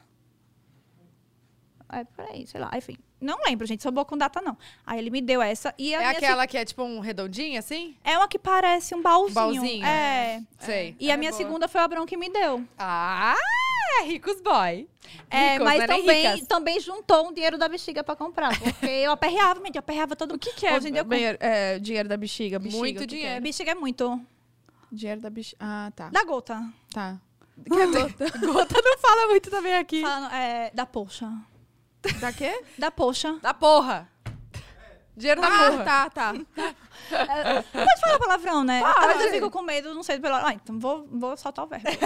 É, peraí, sei lá, enfim. Não lembro, gente, sou boa com data, não. Aí ele me deu essa. E a É minha aquela que é tipo um redondinho, assim? se- É uma que parece um baúzinho. Baúzinho? É. Sei. E a É minha boa. segunda foi o Abrão que me deu. Ah, é ricos boy. É, Ricos, mas não é nem também, ricas. também juntou um dinheiro da bexiga pra comprar. Porque eu aperreava, gente, eu aperreava todo O que, que é, Hoje em dia eu banheiro- é, dinheiro da bexiga? bexiga Muito o que que dinheiro. é? Bexiga é muito. Dinheiro da bexiga. Ah, tá. Da gota. Tá. Gota não fala muito também aqui. Falando, é, da poxa. Da quê? Da poxa. Da porra. Dinheiro da Ah, porra. tá, tá. É, pode falar palavrão, né? Pode. Às vezes eu fico com medo, não sei pelo. Ah, então vou, vou soltar o verbo.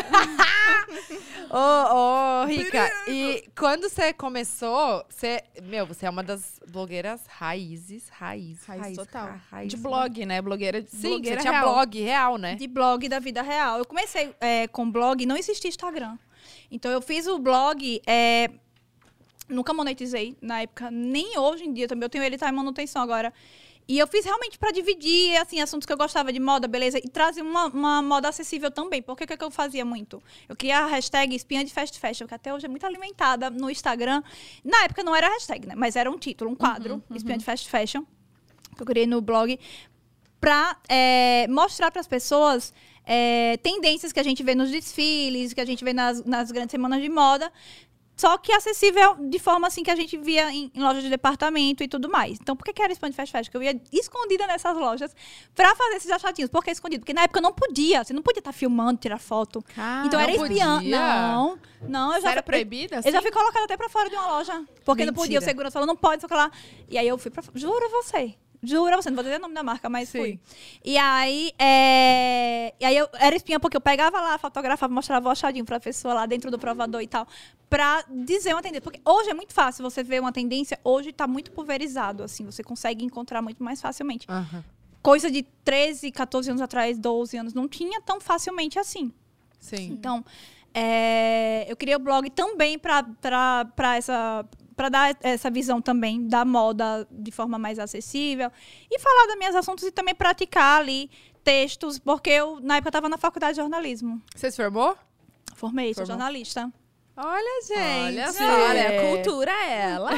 Ô, ô, Rica, e quando você começou, você... Meu, você é uma das blogueiras raízes, raiz, Raiz, raiz total. ra- raiz, De né? blog, né? Blogueira, Sim, blogueira você tinha real. blog real, né? De blog da vida real. Eu comecei é, com blog, não existia Instagram. Então eu fiz o blog. É, nunca monetizei na época, nem hoje em dia também. Eu tenho ele tá em manutenção agora. E eu fiz realmente para dividir, assim, assuntos que eu gostava de moda, beleza? E trazer uma, uma moda acessível também. Porque o que, que eu fazia muito? Eu criei a hashtag espinha de fast fashion, que até hoje é muito alimentada no Instagram. Na época não era hashtag, né? Mas era um título, um quadro, espinha de fast fashion, que eu criei no blog, para é, mostrar para as pessoas é, tendências que a gente vê nos desfiles, que a gente vê nas, nas grandes semanas de moda, só que acessível de forma assim que a gente via em, em lojas de departamento e tudo mais. Então, por que, que era Spam de Fast Fashion? Porque eu ia escondida nessas lojas para fazer esses achatinhos. Por que escondido? Porque na época eu não podia. Você não podia estar filmando, tirar foto. Ah, então não era espiã. podia? Não, não. Eu já, era proibida? eu, eu já fui colocada até para fora de uma loja. Porque não podia. O Mentira. segurança falou, não pode, sei lá. E aí eu fui pra fora. Juro a você. Juro a você, não vou dizer o nome da marca, mas Sim. fui. E aí, é... e aí eu era espinha porque eu pegava lá, fotografava, mostrava o achadinho pra pessoa lá dentro do provador e tal, pra dizer uma tendência. Porque hoje é muito fácil você ver uma tendência, hoje tá muito pulverizado, assim, você consegue encontrar muito mais facilmente. Aham. Coisa de treze, quatorze anos atrás, doze anos, não tinha tão facilmente assim. Sim. Então, é, eu criei o blog também para essa para dar essa visão também da moda de forma mais acessível e falar dos meus assuntos e também praticar ali textos, porque eu, na época, estava na faculdade de jornalismo. Você se formou? Formei, sou Formou. jornalista. Olha, gente. Olha só, olha, cultura ela.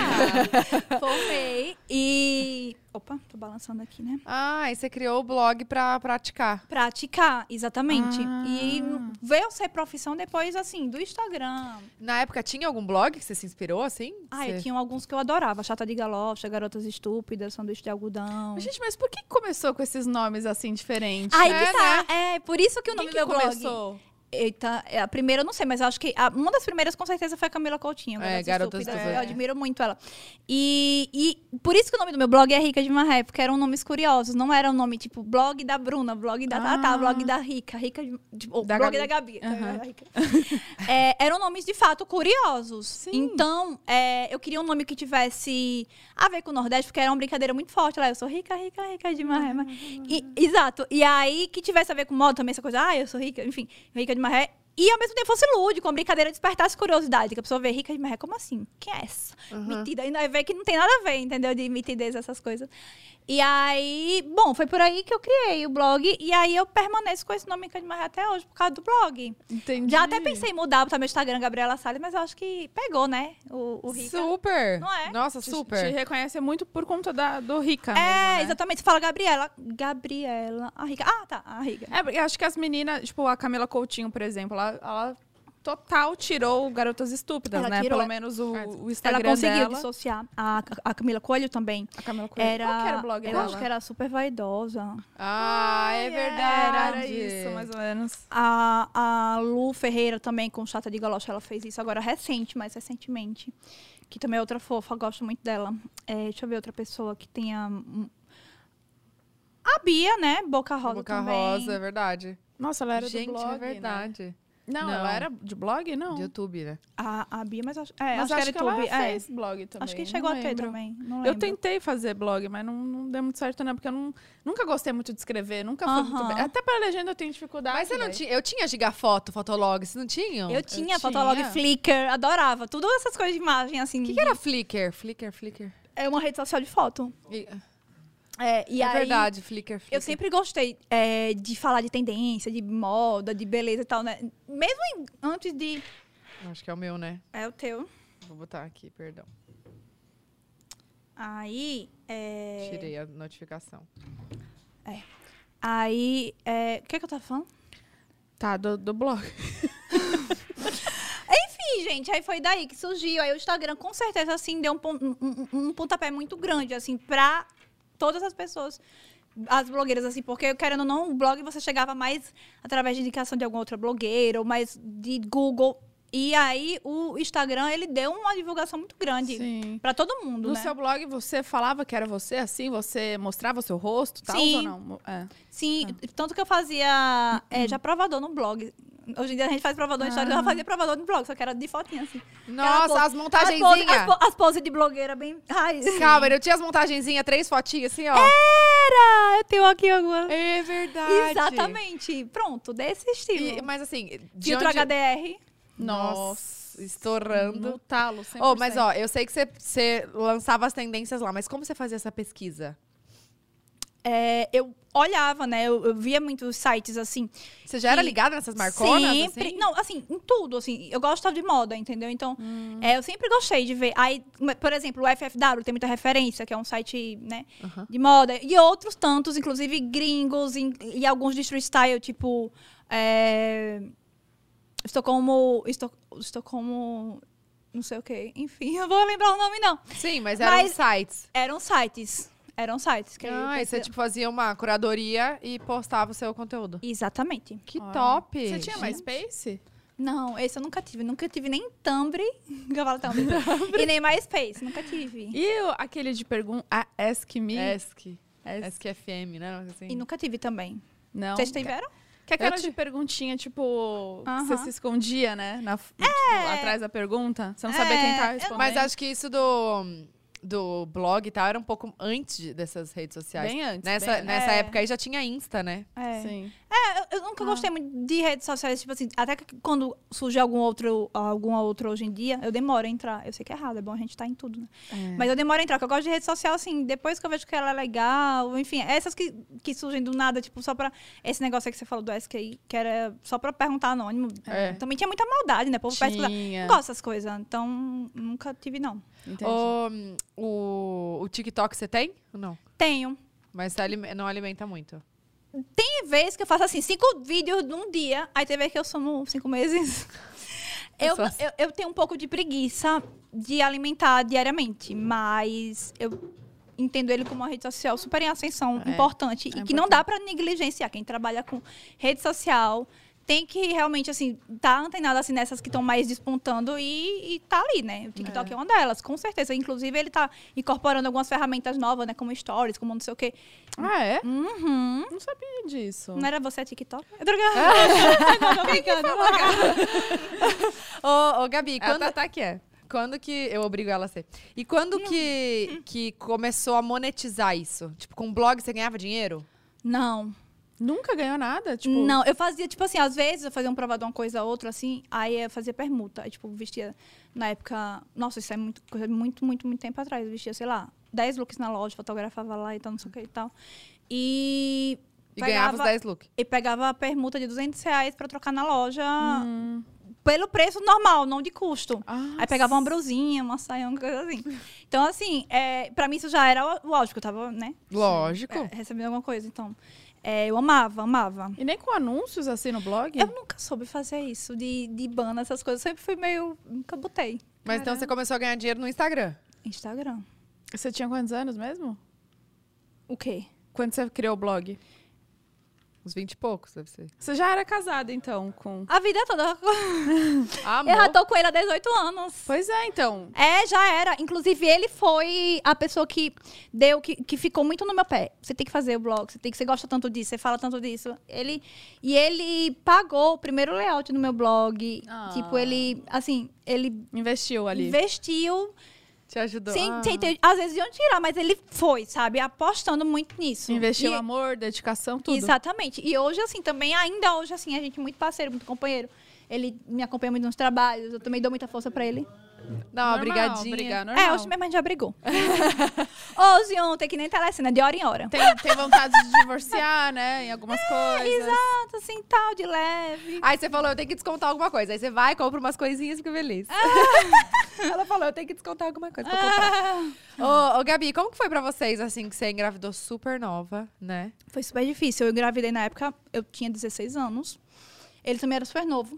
Formei e... Opa, tô balançando aqui, né? Ah, e você criou o blog pra praticar. Praticar, exatamente. Ah. E veio ser profissão depois, assim, do Instagram. Na época, tinha algum blog que você se inspirou, assim? Ah, Você- eu tinha alguns que eu adorava. Chata de galocha, Garotas Estúpidas, Sanduíche de Algodão. Gente, mas por que começou com esses nomes assim diferentes? Aí É, que tá. É, por isso que o Quem nome que do meu blog... começou? Eita, é, a primeira eu não sei, mas eu acho que a- uma das primeiras com certeza foi a Camila Coutinho. É, Garotas Estúpidas. Estúpidas. Eu admiro muito ela. E, e por isso que o nome do meu blog é Rica de Marré, porque eram nomes curiosos. Não era um nome tipo blog da Bruna, blog da Tata, Ah. blog da Rica, Rica de- tipo, ou Da blog Gabi. da Gabi. Aham. da Rica. É, eram nomes de fato curiosos. Sim. Então, é, eu queria um nome que tivesse a ver com o Nordeste, porque era uma brincadeira muito forte lá. Eu sou rica, rica, rica de Marré. Mas... E- exato. E aí, que tivesse a ver com moda também, essa coisa, ah, eu sou rica, enfim, rica de Marré. E ao mesmo tempo fosse lúdico, uma brincadeira despertasse curiosidade. Que a pessoa vê rica de Marré, como assim? Quem é essa? Metida. E aí vê que não tem nada a ver, entendeu? De mitidez, essas coisas. E aí, bom, foi por aí que eu criei o blog. E aí eu permaneço com esse nome Rica de Marré até hoje, por causa do blog. Entendi. Já até pensei em mudar para meu Instagram, Gabriela Salles, mas eu acho que pegou, né? O, o Rica. Super. Não é? Nossa, Te- super. Te reconhece muito por conta da, do Rica É, mesmo, né? exatamente. Você fala Gabriela. Gabriela. A Rica. Ah, tá. A Rica. É, porque eu acho que as meninas, tipo, a Camila Coutinho, por exemplo, ela, ela total tirou o Garotas Estúpidas, Ela né? tirou, Pelo é. menos o, É. o Ela Instagram conseguiu dela. dissociar. A, a Camila Coelho também. A Camila Coutinho. Era, Qual que era o blog eu dela? acho que era super vaidosa. Ah, é Ai, verdade. Era isso, mais ou menos. A, a Lu Ferreira também, com Chata de Galocha, ela fez isso agora recente, mais recentemente. Que também é outra fofa, eu gosto muito dela. É, deixa eu ver outra pessoa que tenha... um- A Bia, né? Boca Rosa Boca também. Rosa, é verdade. Nossa, ela era Gente, do blog, é verdade. né? Não, Não. ela era de blog? Não. De YouTube, né? A, a Bia, mas acho, é, Mas acho, que era YouTube. ela é. fez blog também. Acho que não chegou a ter lembro. também. Não Eu lembro. tentei fazer blog, mas não, não deu muito certo, não, porque eu não, nunca gostei muito de escrever, nunca foi muito Aham. bem. Até pra legenda eu tenho dificuldade. Mas você não véi. tinha... Eu tinha Gigafoto, Fotolog, vocês não tinham? Eu tinha Eu Fotolog, tinha. Flickr, adorava. Tudo essas coisas de imagem, assim. O que, que era Flickr? Flickr, Flickr. É uma rede social de foto. E- É, e é aí, verdade, Flickr, Flickr. eu sempre gostei é, de falar de tendência, de moda, de beleza e tal, né? Mesmo em- antes de... Acho que é o meu, né? É o teu. Vou botar aqui, perdão. Aí... É... Tirei a notificação. Aí... é, o que é que eu tava falando? Tá, do, do blog. Enfim, gente, aí foi daí que surgiu. Aí o Instagram, com certeza, assim, deu um, pon- um, um- um pontapé muito grande, assim, pra todas as pessoas, as blogueiras, assim, porque, querendo ou não, o blog você chegava mais através de indicação de alguma outra blogueira, ou mais de Google. E aí o Instagram, ele deu uma divulgação muito grande Sim. pra todo mundo, No né? seu blog, você falava que era você, assim? Você mostrava o seu rosto, tal, Sim. ou não? É. Sim, tanto que eu fazia é, já provador no blog. Hoje em dia a gente faz provador no Instagram, eu já fazia provador no blog, só que era de fotinha, assim. Nossa, pose- as As poses montagenzinhas. as po- as poses de blogueira bem raiz. Calma, eu tinha as montagenzinhas, três fotinhas assim, ó. Era! Eu tenho aqui agora. É verdade. Exatamente. Pronto, desse estilo. E- mas assim, de Filtro onde... H D R. Nossa, estourando. No talo, cem por cento. Oh, mas ó, eu sei que você, você lançava as tendências lá, mas como você fazia essa pesquisa? É, eu olhava, né? Eu, eu via muitos sites assim. Você já era E ligada nessas marconas? Sempre. assim? Não, assim, em tudo, assim. Eu gosto de moda, entendeu? Então, Hum. é, eu sempre gostei de ver. Aí, por exemplo, o F F W tem muita referência, que é um site, né, Aham. de moda. E outros tantos, inclusive gringos e, e alguns de street style, tipo. É, Estocolmo. Esto, Estocolmo. Não sei o quê. Enfim, eu vou lembrar o nome, não. Sim, mas eram Mas- sites. Eram sites. Eram sites. Que Ah, e você que- tipo, fazia uma curadoria e postava o seu conteúdo. Exatamente. Que Olha. top! Você tinha MySpace? Não, esse eu nunca tive. Nunca tive nem Tumblr. que eu falo Tumblr. E nem MySpace. Nunca tive. E o- aquele de pergunta, a Ask Me? Esc. Ask- Esc F M, né? Assim. E nunca tive também. Não. Vocês tiveram? Que aquela Eu de perguntinha, tipo, Aham. você se escondia, né? Na, tipo, atrás da pergunta. Você não sabia É, quem tava eu- respondendo. Mas acho que isso do, do blog e tal era um pouco antes de- dessas redes sociais. Bem antes. Nessa, bem antes. nessa É. época aí já tinha Insta, né? É. Sim. É, eu, eu nunca ah. gostei muito de redes sociais, tipo assim, até que quando surge algum outro, alguma outra hoje em dia, eu demoro a entrar. Eu sei que é errado, é bom a gente estar em tudo, né? É. Mas eu demoro a entrar, porque eu gosto de rede social, assim, depois que eu vejo que ela é legal, enfim, essas que, que surgem do nada, tipo, só pra... Esse negócio aí que você falou do S Q I, que era só pra perguntar anônimo. É. Também tinha muita maldade, né? O povo pesquisar. Não gosto dessas coisas, então nunca tive, não. O, o, o TikTok você tem ou não? Tenho. Mas você não alimenta muito? Tem vezes que eu faço assim, cinco vídeos num dia, aí tem vezes que eu somo cinco meses. eu, eu, eu tenho um pouco de preguiça de alimentar diariamente, mas eu entendo ele como uma rede social super em ascensão, é, importante, é e que importante. Não dá pra negligenciar. Quem trabalha com rede social tem que realmente, assim, tá antenado assim, nessas que estão mais despontando e, e tá ali, né? O TikTok é. é uma delas, com certeza. Inclusive, ele tá incorporando algumas ferramentas novas, né? Como stories, como não sei o quê. Ah, é? Uhum. Não sabia disso. Não era você a TikTok? Eu tô ah. não, brincando. Ô, ô, Gabi, quando... A Tatá que é. Quando que... Eu obrigo ela a ser. E quando que, que começou a monetizar isso? Tipo, com blog você ganhava dinheiro? Não. Nunca ganhou nada? Tipo... Não, eu fazia, tipo assim, às vezes eu fazia um provado de uma coisa ou outra, assim, aí eu fazia permuta. Aí, tipo, vestia, na época... Nossa, isso é muito, coisa muito, muito, muito tempo atrás. Eu vestia, sei lá, dez looks na loja, fotografava lá e tal, não sei o que e tal. E... E pegava, ganhava os dez looks? E pegava a permuta de duzentos reais pra trocar na loja... Hum. Pelo preço normal, não de custo. Ah, aí pegava uma brusinha, uma saia, uma coisa assim. Então, assim, é, pra mim isso já era lógico, eu tava, né? Lógico. É, recebendo alguma coisa, então... É, eu amava, amava. E nem com anúncios, assim, no blog? Eu nunca soube fazer isso, de, de banner, essas coisas. Eu sempre fui meio... Nunca botei. Mas Caramba. Então você começou a ganhar dinheiro no Instagram? Instagram. Você tinha quantos anos mesmo? O quê? Quando você criou o blog? Uns vinte e poucos, deve ser. Você já era casada, então, com... A vida toda. Amor. Eu já tô com ele há dezoito anos. Pois é, então. É, já era. Inclusive, ele foi a pessoa que deu, que, que ficou muito no meu pé. Você tem que fazer o blog, você tem que, você gosta tanto disso, você fala tanto disso. Ele, e ele pagou o primeiro layout no meu blog. Ah. Tipo, ele, assim, ele... Investiu ali. Investiu... Te ajudou. Sem, ah. sem ter, às vezes, de onde tirar, mas ele foi, sabe? Apostando muito nisso. Investiu e, amor, dedicação, tudo. Exatamente. E hoje, assim, também, ainda hoje, assim, a gente é muito parceiro, muito companheiro. Ele me acompanha muito nos trabalhos, eu também dou muita força pra ele. Não, uma brigadinha. Brigar, é, hoje mesmo a gente já brigou. Hoje, ontem, que nem telecena, de hora em hora. Tem, tem vontade de divorciar, né? Em algumas é, coisas. Exato, assim, tal, de leve. Aí você falou, eu tenho que descontar alguma coisa. Aí você vai, compra umas coisinhas e fica feliz. Ah. Ela falou, eu tenho que descontar alguma coisa pra comprar. Ah. Ô, ô, Gabi, como que foi pra vocês, assim, que você engravidou super nova, né? Foi super difícil. Eu engravidei na época, eu tinha dezesseis anos. Ele também era super novo.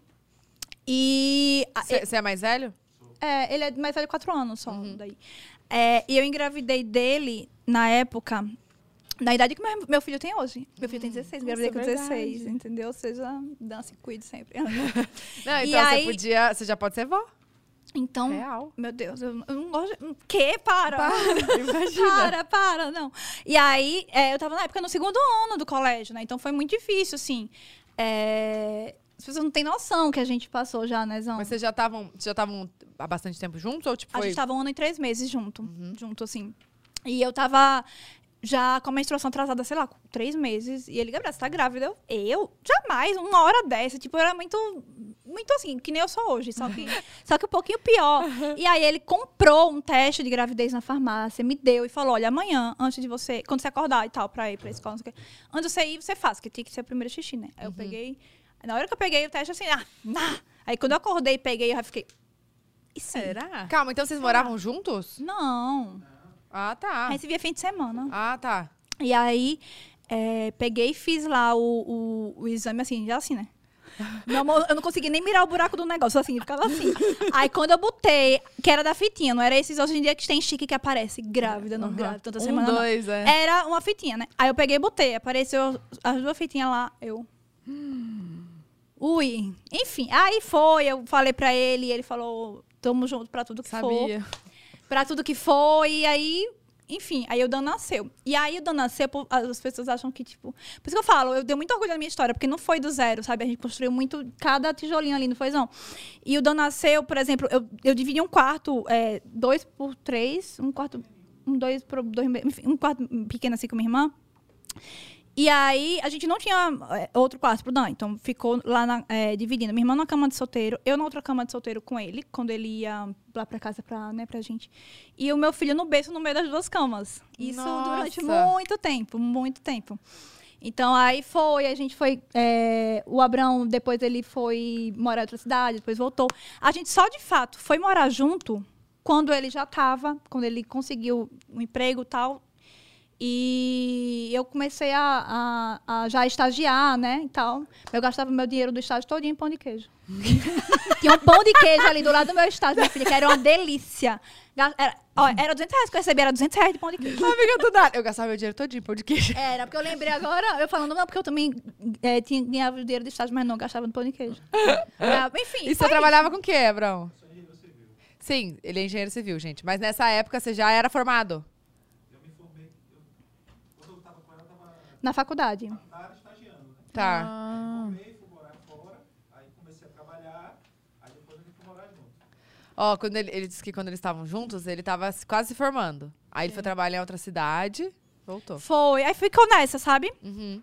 E... Você é mais velho? É, ele é mais velho quatro anos só. Uhum. Daí. É, e eu engravidei dele na época, na idade que meu, meu filho tem hoje. Meu filho tem dezesseis, engravidei com dezesseis, entendeu? Ou seja, dança e cuide sempre. Não, então e você aí, podia. Você já pode ser vó. Então, Real. Meu Deus, eu, eu não gosto. O quê? Para! Para, imagina. Para, para, não. E aí, é, eu tava na época no segundo ano do colégio, né? Então foi muito difícil, assim. É... As pessoas não têm noção que a gente passou já, né, Zão? Mas vocês já estavam já estavam há bastante tempo juntos? Ou, tipo, foi... A gente tava um ano e três meses junto. Uhum. Junto, assim. E eu tava já com a menstruação atrasada, sei lá, com três meses. E ele, Gabriela, você tá grávida? Eu, eu? Jamais, uma hora dessa. Tipo, eu era muito, muito assim, que nem eu sou hoje. Só que, só que um pouquinho pior. E aí ele comprou um teste de gravidez na farmácia, me deu e falou, olha, amanhã, antes de você, quando você acordar e tal, pra ir pra escola, não sei o quê, antes de você ir, você faz, que tinha que ser a primeira xixi, né? Aí eu Uhum. peguei... Na hora que eu peguei o teste, assim, ah, nah. Aí quando eu acordei e peguei, eu já fiquei... E sim? Será? Calma, então vocês moravam juntos? Não. Ah, tá. A gente se via fim de semana. Ah, tá. E aí, é, peguei e fiz lá o, o, o exame, assim, já assim, né? Meu amor, eu não consegui nem mirar o buraco do negócio, assim, ficava assim. Aí quando eu botei, que era da fitinha, não era esses hoje em dia que tem chique que aparece grávida, não Uhum. grávida, tanta Um, semana, não. dois, é. Era uma fitinha, né? Aí eu peguei e botei, apareceu as duas fitinhas lá, eu... Ui, enfim, aí foi, eu falei pra ele, ele falou, tamo junto pra tudo que Sabia. for. Pra tudo que for, e aí, enfim, aí o Dan nasceu. E aí o Dan nasceu, as pessoas acham que, tipo... Por isso que eu falo, eu dei muito orgulho da minha história, porque não foi do zero, sabe? A gente construiu muito, cada tijolinho ali, não foi, não? E o Dan nasceu, por exemplo, eu, eu dividi um quarto, é, dois por três, um quarto, um dois por dois, enfim, um quarto pequeno assim com minha irmã. E aí, a gente não tinha é, outro quarto pro Dan. Então, ficou lá na, é, dividindo. Minha irmã na cama de solteiro, eu na outra cama de solteiro com ele, quando ele ia lá pra casa pra, né, pra gente. E o meu filho no berço, no meio das duas camas. Isso Nossa. durante muito tempo, muito tempo. Então, aí foi, a gente foi... É, o Abrão, depois ele foi morar em outra cidade, depois voltou. A gente só, de fato, foi morar junto quando ele já tava, quando ele conseguiu um emprego e tal. E eu comecei a, a, a já estagiar, né, e tal. Eu gastava meu dinheiro do estágio todinho em pão de queijo. Tinha um pão de queijo ali do lado do meu estágio, minha filha, que era uma delícia. Era, ó, era duzentos reais que eu recebia, era duzentos reais de pão de queijo. Amiga do nada. Eu gastava meu dinheiro todinho em pão de queijo. Era, porque eu lembrei agora, eu falando, não, porque eu também é, tinha, ganhava o dinheiro do estágio, mas não gastava no pão de queijo. É, enfim. E você trabalhava com o quê, Abrão? Sim, ele é engenheiro civil, gente. Mas nessa época você já era formado? Na faculdade. Tava estagiando, né? Tá. Ah. Formei, fui morar fora, aí comecei a trabalhar, aí depois a gente foi morar junto. Ó, quando ele, ele disse que quando eles estavam juntos, ele tava se- quase se formando. Aí ele foi trabalhar em outra cidade, voltou. Foi, aí ficou nessa, sabe? Uhum.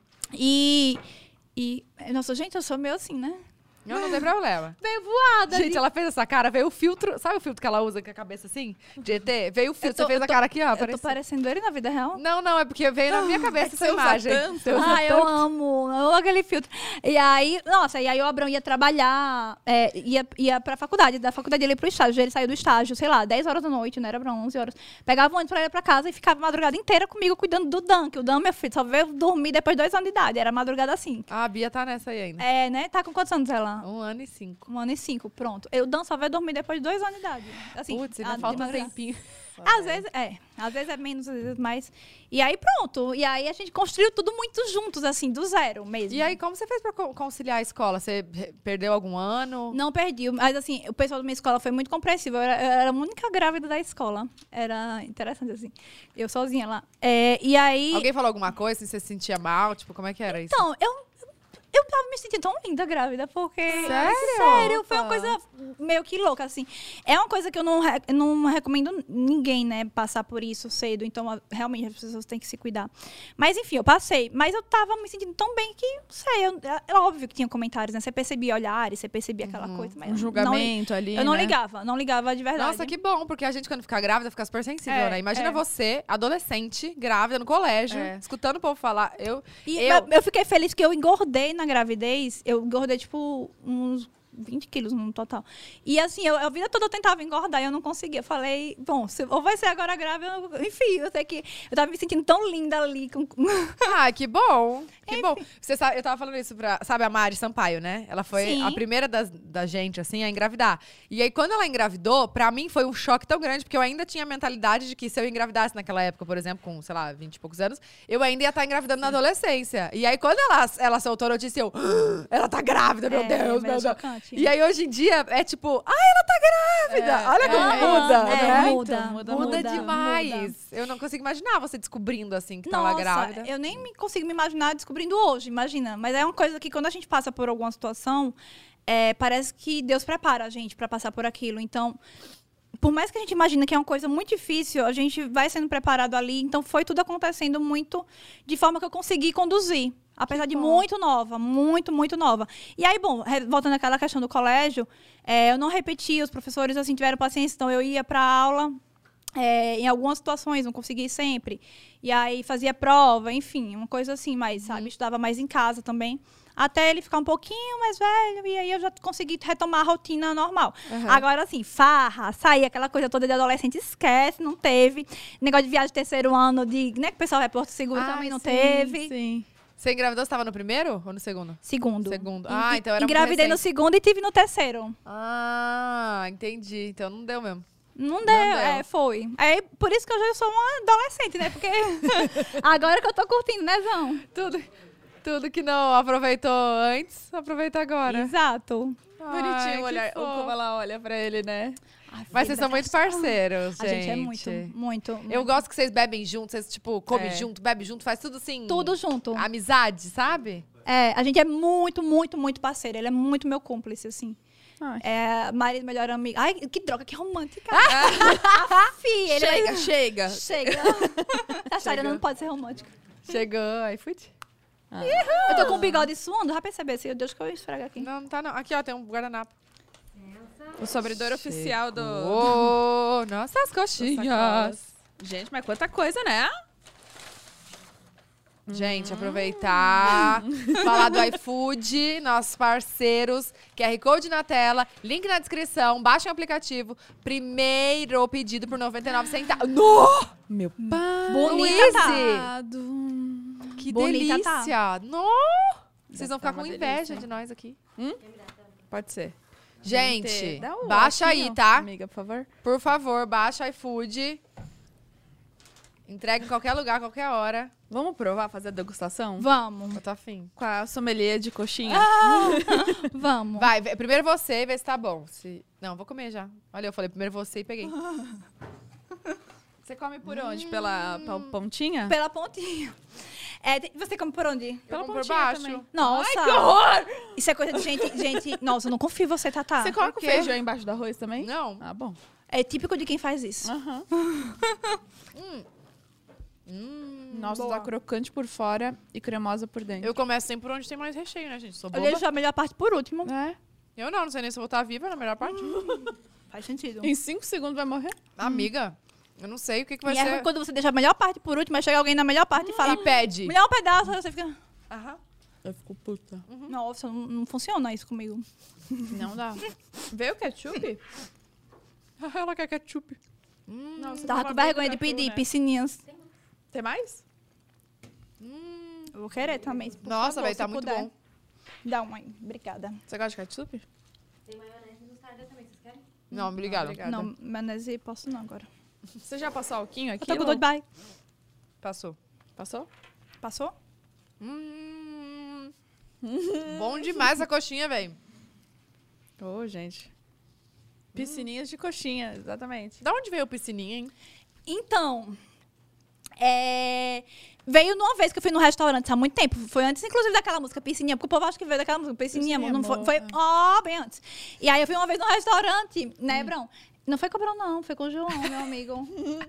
E, e... Nossa, gente, eu sou meio assim, né? Não, não tem problema. Veio voada. Gente, de- ela fez essa cara, veio o filtro. Sabe o filtro que ela usa com a cabeça assim? De E T? Veio o filtro. Eu tô- Você fez eu a tô- cara aqui, ó. Eu tô parecia- parecendo ele na vida real. Não, não, é porque veio na minha cabeça essa você usa imagem. tanto. Você usa Ah, eu tanto. amo, eu amo aquele filtro. E aí, nossa, e aí o Abrão ia trabalhar, é, ia, ia pra faculdade, da faculdade ele ia pro estágio, ele saiu do estágio, sei lá, dez horas da noite, não era Abrão, onze horas. Pegava o ônibus pra ir pra casa e ficava a madrugada inteira comigo cuidando do Dan, que o Dan, meu filho, só veio dormir depois de dois anos de idade, era madrugada assim. Ah, a Bia tá nessa aí ainda. É, né, tá com quantos anos ela? Um ano e cinco. Um ano e cinco, pronto. Eu, o Dan só veio dormir depois de dois anos de idade. Assim, Putz, a- ainda de falta um madrugada. tempinho. Às vezes, é. Às vezes é menos, às vezes mais. E aí, pronto. E aí, a gente construiu tudo muito juntos, assim, do zero mesmo. E aí, como você fez pra co- conciliar a escola? Você re- perdeu algum ano? Não perdi. Mas, assim, o pessoal da minha escola foi muito compreensível. Eu era, eu era a única grávida da escola. Era interessante, assim. Eu sozinha lá. É, e aí... Alguém falou alguma coisa, assim, você se sentia mal? Tipo, como é que era isso? Então, eu... Eu tava me sentindo tão linda grávida, porque... Sério? Sério, foi uma Opa. coisa meio que louca, assim. É uma coisa que eu não, re- não recomendo ninguém, né, passar por isso cedo. Então, a- realmente, as pessoas têm que se cuidar. Mas, enfim, eu passei. Mas eu tava me sentindo tão bem que, não sei, eu- é óbvio que tinha comentários, né? Você percebia olhares, você percebia aquela coisa. Mas Um não- julgamento ali, Eu não né? ligava, não ligava de verdade. Nossa, que bom, porque a gente, quando fica grávida, fica super sensível, É, né? Imagina é. você, adolescente, grávida, no colégio, É. escutando o povo falar. Eu, E eu, eu... eu fiquei feliz que eu engordei na gravidez. Eu engordei, tipo, uns vinte quilos no total. E assim, eu, a vida toda eu tentava engordar e eu não conseguia. Eu falei, bom, se, ou vai ser agora grávida, ou- enfim, eu sei que eu tava me sentindo tão linda ali. Com... Ah, que bom. Que bom. Você sabe, eu tava falando isso pra. Sabe a Mari Sampaio, né? Ela foi Sim. a primeira das, da gente, assim, a engravidar. E aí, quando ela engravidou, pra mim foi um choque tão grande, porque eu ainda tinha a mentalidade de que se eu engravidasse naquela época, por exemplo, com, sei lá, vinte e poucos anos, eu ainda ia estar engravidando na adolescência. E aí, quando ela, ela soltou a notícia, eu. "Ah, ela tá grávida, meu É, Deus, mas meu é Deus. chocante. E aí, hoje em dia, é tipo, ah, ela tá grávida. É, Olha como é, muda, é, né? muda, Muda, Muda, muda, demais. muda. Eu não consigo imaginar você descobrindo, assim, que tava Nossa, grávida. eu nem me consigo me imaginar descobrindo hoje, imagina. Mas é uma coisa que quando a gente passa por alguma situação, é, parece que Deus prepara a gente pra passar por aquilo. Então, por mais que a gente imagine que é uma coisa muito difícil, a gente vai sendo preparado ali. Então, foi tudo acontecendo muito de forma que eu consegui conduzir. Apesar de muito nova, muito, muito nova. E aí, bom, re- voltando àquela questão do colégio, é, eu não repeti, os professores, assim, tiveram paciência. Então, eu ia pra aula, é, em algumas situações, não consegui sempre. E aí, fazia prova, enfim, uma coisa assim, mas, sabe, estudava mais em casa também. Até ele ficar um pouquinho mais velho, e aí eu já consegui retomar a rotina normal. Agora, assim, farra, sair, aquela coisa toda de adolescente, esquece, não teve. Negócio de viagem de terceiro ano, de, né, que o pessoal vai Porto Seguro Ai, também não sim, teve. Sim. Você engravidou, você tava no primeiro ou no segundo? Segundo. Segundo. E- Ah, e- então era muito Engravidei no recente. segundo e tive no terceiro. Ah, entendi. Então não deu mesmo. Não deu, deu. é, foi. Aí, por isso que eu já sou uma adolescente, né? Porque agora que eu tô curtindo, né, Zão? Tudo, tudo que não aproveitou antes, aproveita agora. Exato. Ai, Bonitinho que o olhar, fofo. como ela olha pra ele, né? Ai, Mas filho vocês da são muito cachaça. parceiros, gente. A gente é muito, muito. Eu muito. gosto que vocês bebem juntos, vocês, tipo, comem É. junto, bebem junto, faz tudo assim. Tudo junto. Amizade, sabe? É, a gente é muito, muito, muito parceiro. Ele é muito meu cúmplice, assim. Ai. É, marido, melhor amigo. Ai, que droga, que romântica. Aff, ele Chega, chega. Chega. Essa história não pode ser romântica. Chegou, aí fui. Ah. Eu tô com o bigode suando, já percebeu? Assim, Deus que eu esfrego aqui. Não, não tá não. Aqui, ó, tem um guardanapo. O sobredor oficial do... Oh, nossas das coxinhas. sacolas. Gente, mas quanta coisa, né? Gente, aproveitar, falar do iFood, nossos parceiros, Q R Code na tela, link na descrição, baixem o aplicativo. Primeiro pedido por noventa e nove centavos. No! Meu pai. Bonita tá. Luizzi. Que Bonita delícia! No! Vocês vão tá ficar com uma inveja delícia. de nós aqui. Pode ser. Gente, Dá um baixa latinho, aí, tá? Amiga, por favor. Por favor, baixa o iFood. Entrega em qualquer lugar, qualquer hora. Vamos provar, fazer a degustação? Vamos. Eu tô afim. Com a sommelier de coxinha. Vamos. Vai, vê- primeiro você e vê se tá bom. Se... Não, vou comer já. Olha, eu falei primeiro você e peguei. Você come por onde? Pela, pela pontinha? Pela pontinha. É, tem- você come por onde? Eu Pela como por pontinha baixo. também. Nossa. Ai, que horror! Isso é coisa de gente, gente... Nossa, eu não confio em você, Tatá. Você coloca por o quê? feijão embaixo do arroz também? Não. Ah, bom. É típico de quem faz isso. Aham. Hum, Nossa, boa. tá crocante por fora e cremosa por dentro. eu começo sempre por onde tem mais recheio, né, gente? Sou Eu boba. deixo a melhor parte por último. É. Eu não, não sei nem se eu vou estar viva na melhor parte. Faz sentido. Em cinco segundos vai morrer? Amiga, eu não sei o que, que vai E é ser. ruim quando você deixa a melhor parte por último, aí chega alguém na melhor parte e fala... E pede. Me dá um pedaço, aí você fica... Aham. Eu fico puta. Nossa, não, não funciona isso comigo. Não dá. Veio o ketchup? Ela quer ketchup. Nossa, Tava com vergonha de pedir piscininhas. Tem mais? Eu vou querer também. por Nossa, favor, velho, se tá muito puder. bom. Dá uma aí. Obrigada. Você gosta de ketchup? Não, obrigada. Obrigada. Não, maionese posso não agora. Você já passou alquinho aqui? Eu tô com ou- dor de barriga. Passou. Passou? Passou? Hum. Bom demais a coxinha, velho. Ô, gente. Piscininhas de coxinha, exatamente. Da onde veio o piscininha, hein? Então, é... veio numa vez que eu fui no restaurante há muito tempo. Foi antes, inclusive, daquela música Piscininha, porque o povo acha que veio daquela música Piscininha, Piscininha, não foi, amor. foi É. ó, bem antes. E aí eu fui uma vez no restaurante, né, Hum. Brão? Não foi com o Brão, não, foi com o João, meu amigo.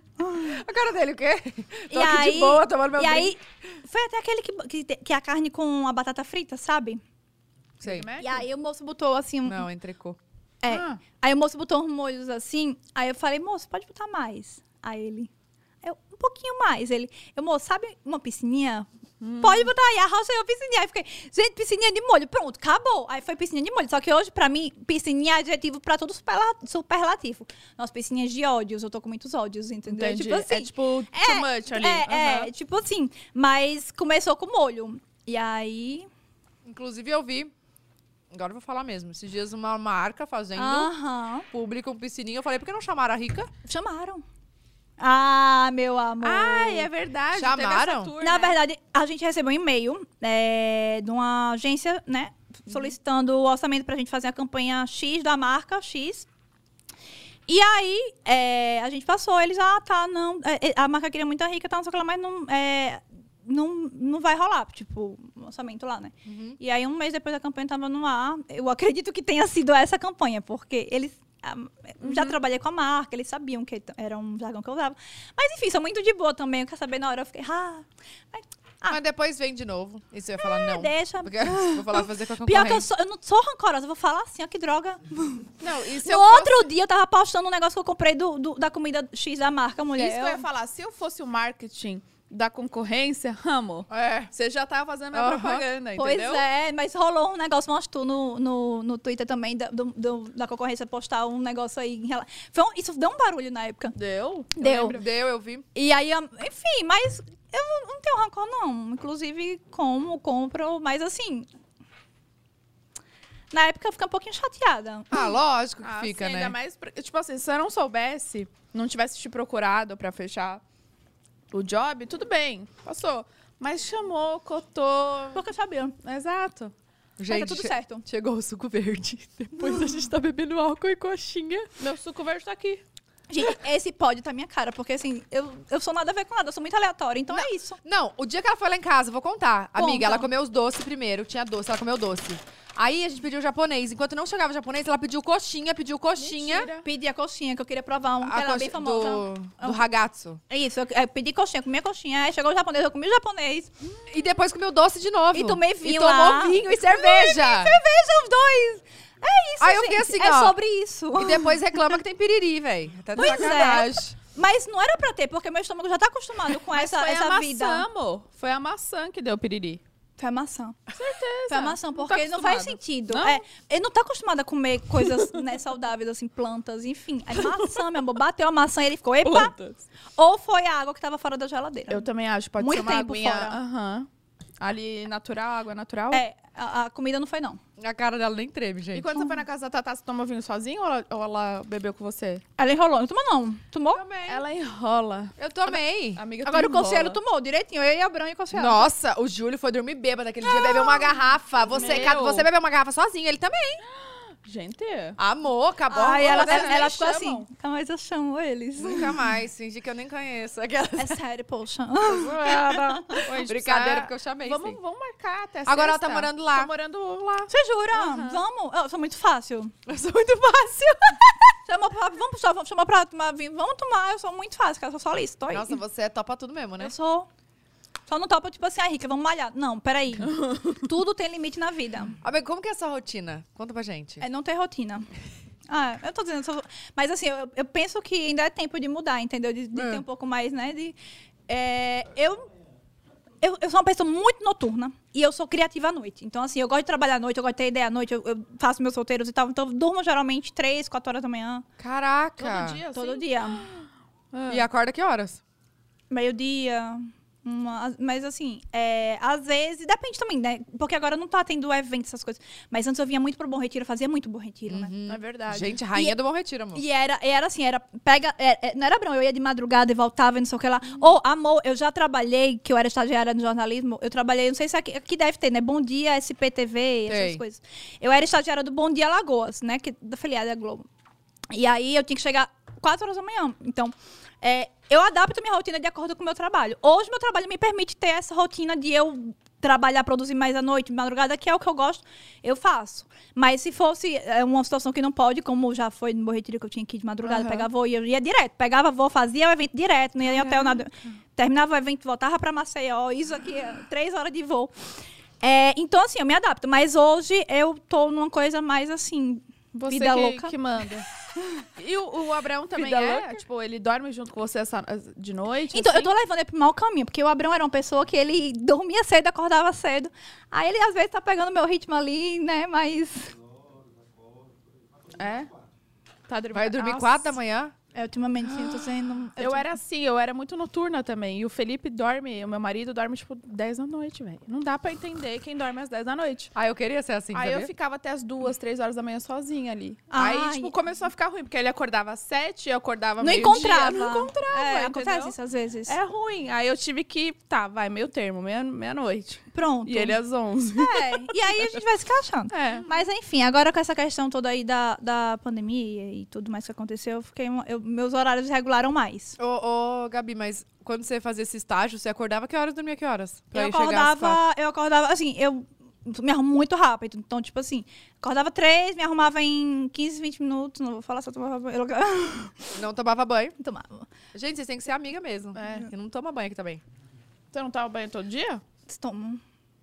A cara dele, o quê? Tô e aqui aí, de boa, tomando meu E drink. aí, foi até aquele que, que, te- que é a carne com a batata frita, sabe? Sei. E aí o moço botou assim... um- Não, entrecô. É. Ah. Aí o moço botou uns molhos assim. Aí eu falei, moço, pode botar mais. Aí ele, eu, um pouquinho mais. Ele, eu, moço, sabe uma piscininha? Pode botar aí, arrocha aí a piscininha. Aí eu fiquei, gente, piscininha de molho. Pronto, acabou. Aí foi piscininha de molho. Só que hoje, pra mim, piscininha é adjetivo pra tudo superla- superlativo. Nossa, piscininhas de ódios. Eu tô com muitos ódios, entendeu? Entendi. Tipo assim. É tipo too much ali. É, é, Aham. tipo assim. Mas começou com molho. E aí... Inclusive, eu vi... Agora eu vou falar mesmo. Esses dias, uma marca fazendo Aham. público um piscininho. Eu falei, por que não chamaram a Rica? Chamaram. Ah, meu amor. Ai, é verdade. teve essa Chamaram? tour, Na né? verdade, a gente recebeu um e-mail é, de uma agência, né? Solicitando o orçamento pra gente fazer a campanha X da marca X. E aí, é, a gente passou, eles, ah, tá, não. é, é, a marca queria muito a Rica, tá, não sei o que lá, mas não, é, não, não vai rolar, tipo, o orçamento lá, né? E aí, um mês depois da campanha tava no ar. Eu acredito que tenha sido essa campanha, porque eles. ah, Já trabalhei com a marca, eles sabiam que t- era um jargão que eu usava. Mas enfim, sou muito de boa também. Eu quero saber na hora, eu fiquei, ah, mas, ah, Mas depois vem de novo. E você vai falar, não. deixa. Porque vou falar fazer com a Pior concorrente. que eu, sou, eu não sou rancorosa, eu vou falar assim, ó, que droga. Não, e se No eu fosse- outro dia eu tava postando um negócio que eu comprei do, do- da comida X da marca, mulher. Isso que eu ia Eu- falar. Se eu fosse o marketing da concorrência, ramo, É. você já tava fazendo a minha Aham. propaganda, Pois entendeu? é, mas rolou um negócio, mostrou no, no, no Twitter também, da, do- do- da concorrência postar um negócio aí. Em rela- Foi um- isso deu um barulho na época. Deu? Eu Deu. lembro. Deu, eu vi. E aí, a- enfim, mas eu não- não tenho rancor, não. Inclusive, como, compro, mas assim. Na época eu fiquei um pouquinho chateada. Ah, lógico que Ah, fica, sim, né? ainda mais... pra- Tipo assim, se eu não soubesse, não tivesse te procurado pra fechar o job, tudo bem, passou. Mas chamou, cotou... Porque eu sabia. Exato. Gente, tá tudo che- certo. chegou o suco verde. Depois a gente tá bebendo álcool e coxinha. Meu suco verde tá aqui. Gente, esse pódio tá minha cara, porque assim, eu, eu sou nada a ver com nada, eu sou muito aleatória, então é isso. Não, o dia que ela foi lá em casa, eu vou contar. Conta. Amiga, ela comeu os doces primeiro. Tinha doce, ela comeu doce. Aí a gente pediu japonês. Enquanto não chegava japonês, ela pediu coxinha, pediu coxinha. Mentira. Pedi a coxinha, que eu queria provar um, que A era bem coxinha famosa. do, do ragazzo. É isso, eu, eu pedi coxinha, comi a coxinha, aí chegou o japonês, eu comi o japonês. E depois comeu doce de novo. E tomei vinho E tomou lá. vinho e cerveja. Cerveja, os dois! É isso, Aí eu gente. fiquei assim, é ó. sobre isso. E depois reclama que tem piriri, velho. Tá de Pois é. sacanagem. Mas não era pra ter, porque meu estômago já tá acostumado com Mas essa, foi essa a vida. maçã, amor. Foi a maçã que deu piriri. Foi a maçã. Certeza. Foi a maçã, Não porque tá não faz acostumada. sentido. Não? É, ele não tá acostumado a comer coisas né, saudáveis, assim, plantas, enfim. Aí maçã, meu amor, bateu a maçã e ele ficou, epa! Plantas. Ou foi a água que tava fora da geladeira. Eu também acho. Pode Muito ser uma tempo aguinha. fora. Aham. Ali, natural, água natural. É, a, a comida não foi, não. A cara dela nem treme, gente. E quando você foi na casa da Tatá, você tomou vinho sozinho ou ela, ou ela bebeu com você? Ela enrolou, não tomou, não. Tomou? Tomei. Ela enrola. Eu tomei. Amiga, tu Agora o enrola. Conselho tomou direitinho. Eu e a Bran e o Conselho. Nossa, o Júlio foi dormir bêbado aquele dia, bebeu uma garrafa. Você, Meu. cada- você bebeu uma garrafa sozinho, ele também. Gente. Amor, acabou. Aí a ela, roda, ela, né? ela ficou chamam. assim. Nunca mais eu chamo eles. Nunca mais, fingi que eu nem conheço. Aquela É sério, poxa. Oi, gente, brincadeira, precisa- porque eu chamei, Vamos, sim. vamos marcar até Agora ela sexta. tá morando lá. Tá morando lá. Você jura? Vamos? Eu sou muito fácil. Eu sou muito fácil. Chama pra, vamos, só, vamos chamar pra tomar vinho. Vamos tomar, eu sou muito fácil, cara. Eu sou só lista. Tô aí. Nossa, você é topa tudo mesmo, né? Eu sou. Só não topa, tipo assim, ai, Rica, vamos malhar. Não, peraí. Tudo tem limite na vida. Amigo, como que é a sua rotina? Conta pra gente. É não ter rotina. Ah, eu tô dizendo. eu sou- Mas assim, eu, eu penso que ainda é tempo de mudar, entendeu? De, de É. ter um pouco mais, né? De, é, eu, eu. Eu sou uma pessoa muito noturna e eu sou criativa à noite. Então, assim, eu gosto de trabalhar à noite, eu gosto de ter ideia à noite, eu, eu faço meus roteiros e tal. Então, eu durmo geralmente três, quatro horas da manhã. Caraca. Todo dia, assim? Todo dia. E acorda que horas? Meio-dia. Uma, mas assim, é, às vezes, depende também, né? Porque agora não tá tendo evento, essas coisas. Mas antes eu vinha muito pro Bom Retiro, eu fazia muito Bom Retiro, né? É verdade. Gente, rainha E- do Bom Retiro, amor. E era, era assim, era. Pega, é, é, não era brão, eu ia de madrugada e voltava e não sei o que lá. Ou, amor, eu já trabalhei, que eu era estagiária no jornalismo, eu trabalhei, não sei se aqui, aqui deve ter, né? Bom Dia, S P T V, essas Tem. coisas. Eu era estagiária do Bom Dia Lagoas, né? Que, da filiada da Globo. E aí eu tinha que chegar quatro horas da manhã. Então, é, eu adapto minha rotina de acordo com o meu trabalho. Hoje, meu trabalho me permite ter essa rotina de eu trabalhar, produzir mais à noite, madrugada, que é o que eu gosto, eu faço. Mas se fosse é, uma situação que não pode, como já foi no Bom Retiro, que eu tinha que ir de madrugada, Aham. pegar voo, e eu ia direto. Pegava voo, fazia o evento direto, não ia em hotel, nada. Terminava o evento, voltava pra Maceió, isso aqui, é três horas de voo. É, então, assim, eu me adapto. Mas hoje eu tô numa coisa mais assim, Você vida que, louca. que manda. E o, o Abraão também Vida é? louca. Tipo, ele dorme junto com você essa, de noite? Então, assim? eu tô levando ele pro mau caminho, porque o Abrão era uma pessoa que ele dormia cedo, acordava cedo. Aí ele, às vezes, tá pegando meu ritmo ali, né? Mas. É? Tá dormindo. Vai dormir Nossa. quatro da manhã? É, ultimamente, sim, eu tô sendo. Eu tô- era assim, eu era muito noturna também. E o Felipe dorme, o meu marido dorme, tipo, dez da noite, velho. Não dá pra entender quem dorme às dez da noite. Ah, eu queria ser assim, Aí sabia? eu ficava até as duas, três horas da manhã sozinha ali. Ai. Aí, tipo, começou a ficar ruim, porque ele acordava às sete, eu acordava Não meio-dia. encontrava. Não encontrava, É, entendeu? acontece isso às vezes. É ruim. Aí eu tive que, tá, vai, meio termo, meia- meia-noite. Pronto. E ele às onze. É, e aí a gente vai se encaixando. É. Mas enfim, agora com essa questão toda aí da, da pandemia e tudo mais que aconteceu, eu fiquei, uma- eu- meus horários regularam mais. Ô, ô, Gabi, mas quando você fazia esse estágio, você acordava que horas e dormia que horas? Pra Eu ir chegar às quatro? acordava, eu acordava, assim, eu me arrumo muito rápido. Então, tipo assim, acordava três, me arrumava em quinze, vinte minutos. Não vou falar se eu tomava banho. Eu Não tomava banho. tomava. Gente, vocês têm que ser amiga mesmo. É. Eu não toma banho aqui também. Você não toma banho todo dia? Tomo.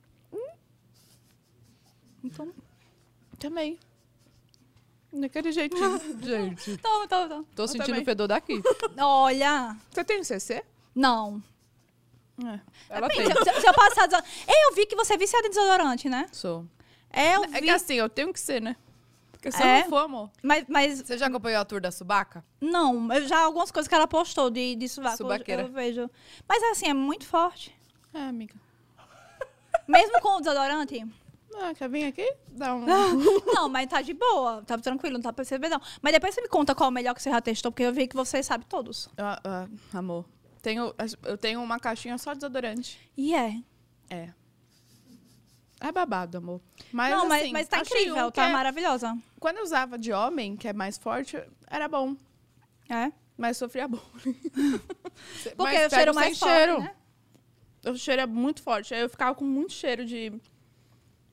Então, Também. Daquele jeitinho. Gente, tomo, tomo, tomo. tô sentindo também. o fedor daqui. Olha, Você tem C C? não. É. Ela Depende, tem. Se, eu- se eu passar desodorante... Ei, eu vi que você é viciada em desodorante, né? Sou. É, eu É vi. que assim, eu tenho que ser, né? Porque se É? eu não for, amor... Mas, mas Você já acompanhou a tour da Subaca? não, eu já algumas coisas que ela postou de, de sovaco, eu, Subaqueira. eu vejo. Mas assim, é muito forte. É, amiga. Mesmo com o desodorante. Ah, quer vir aqui? Dá um... Não, mas tá de boa, tá tranquilo, não tá percebendo não. Mas depois você me conta qual é o melhor que você já testou, porque eu vi que você sabe todos. Ah, ah, amor, tenho, eu tenho uma caixinha só de desodorante. E é. É. É babado, amor. Mas, não, mas, assim, mas tá achei incrível, um que tá é- maravilhosa. Quando eu usava de homem, que é mais forte, era bom. É. Mas sofria bullying. Porque Mas o pega cheiro um mais sem forte, cheiro. né? O cheiro é muito forte. Aí eu ficava com muito cheiro de...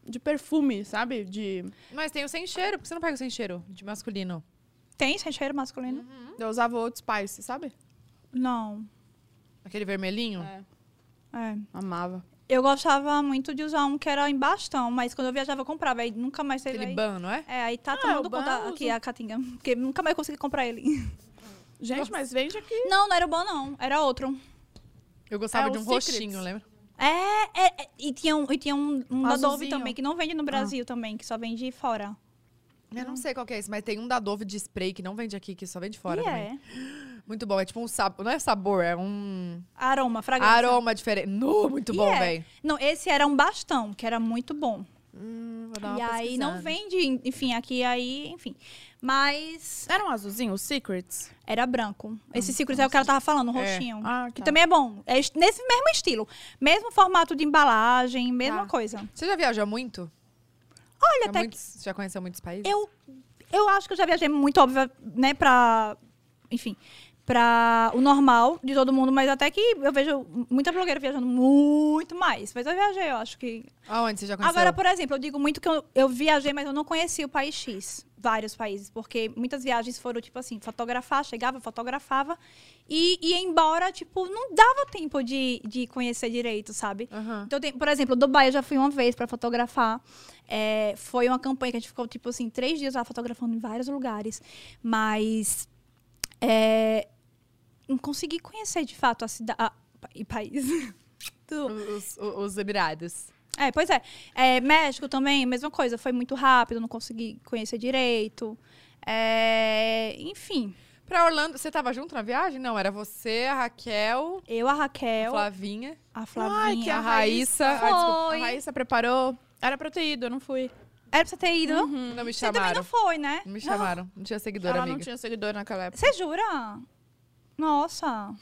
de perfume, sabe? De... Mas tem o sem cheiro. Por que você não pega o sem cheiro de masculino? Tem sem cheiro masculino? Uhum. Eu usava Old Spice, sabe? Não. Aquele vermelhinho? É. É. Amava. Eu gostava muito de usar um que era em bastão, mas quando eu viajava eu comprava, aí nunca mais teve. Aquele Aí... ban, não é? É, aí tá Ah, tomando o ban conta eu aqui uso. a Caatinga, porque nunca mais consegui comprar ele. Gente, mas vende aqui. Não, não era o bom não, era outro. Eu gostava É, de o um Secrets. roxinho, lembra? É, é, é, e tinha um, e tinha um, um da Dove Azulzinho. também, que não vende no Brasil também, que só vende fora. Eu não sei qual que é esse, mas tem um da Dove de spray que não vende aqui, que só vende fora e também. é. Muito bom. É tipo um sabor. Não é sabor, é um Aroma, fragrância. aroma diferente. No, muito E bom, é. velho. Não, esse era um bastão, que era muito bom. Hum, vou dar E uma aí não pesquisada. vende, enfim, aqui aí, enfim. Mas Era um azulzinho, o Secrets? era branco. Esse Secrets é o que ela tava falando, o É. roxinho. Ah, Que tá. também é bom. É est- nesse mesmo estilo. Mesmo formato de embalagem, mesma Tá. coisa. Você já viajou muito? Olha, Já, até muitos- já conheceu muitos países? Eu, eu acho que eu já viajei muito, óbvio, né, pra... Enfim, pra o normal de todo mundo, mas até que eu vejo muita blogueira viajando muito mais. Mas eu viajei, eu acho que... Aonde você já conheceu? Agora, por exemplo, eu digo muito que eu, eu viajei, mas eu não conheci o país X. Vários países, porque muitas viagens foram, tipo assim, fotografar, chegava, fotografava e ia embora, tipo, não dava tempo de, de conhecer direito, sabe? Aham. Então, tem, por exemplo, Dubai eu já fui uma vez pra fotografar. É, foi uma campanha que a gente ficou, tipo assim, três dias lá fotografando em vários lugares. Mas é, não consegui conhecer, de fato, a cidade e país. Tudo. Os, os- os Emirados. É, pois é. É, México também, mesma coisa. Foi muito rápido, não consegui conhecer direito. É, enfim, Pra Orlando, você tava junto na viagem? Não, era você, a Raquel, eu, a a Raquel, Flavinha. a Ai, Flavinha. que a Raíssa. Ah, desculpa. Foi. A Raíssa preparou. Era pra eu ter ido, eu não fui. Era pra você ter ido? Não me Você também chamaram. não foi, né? Não me chamaram. Não tinha seguidora, Ela amiga. não tinha seguidor naquela época. Você jura? Nossa.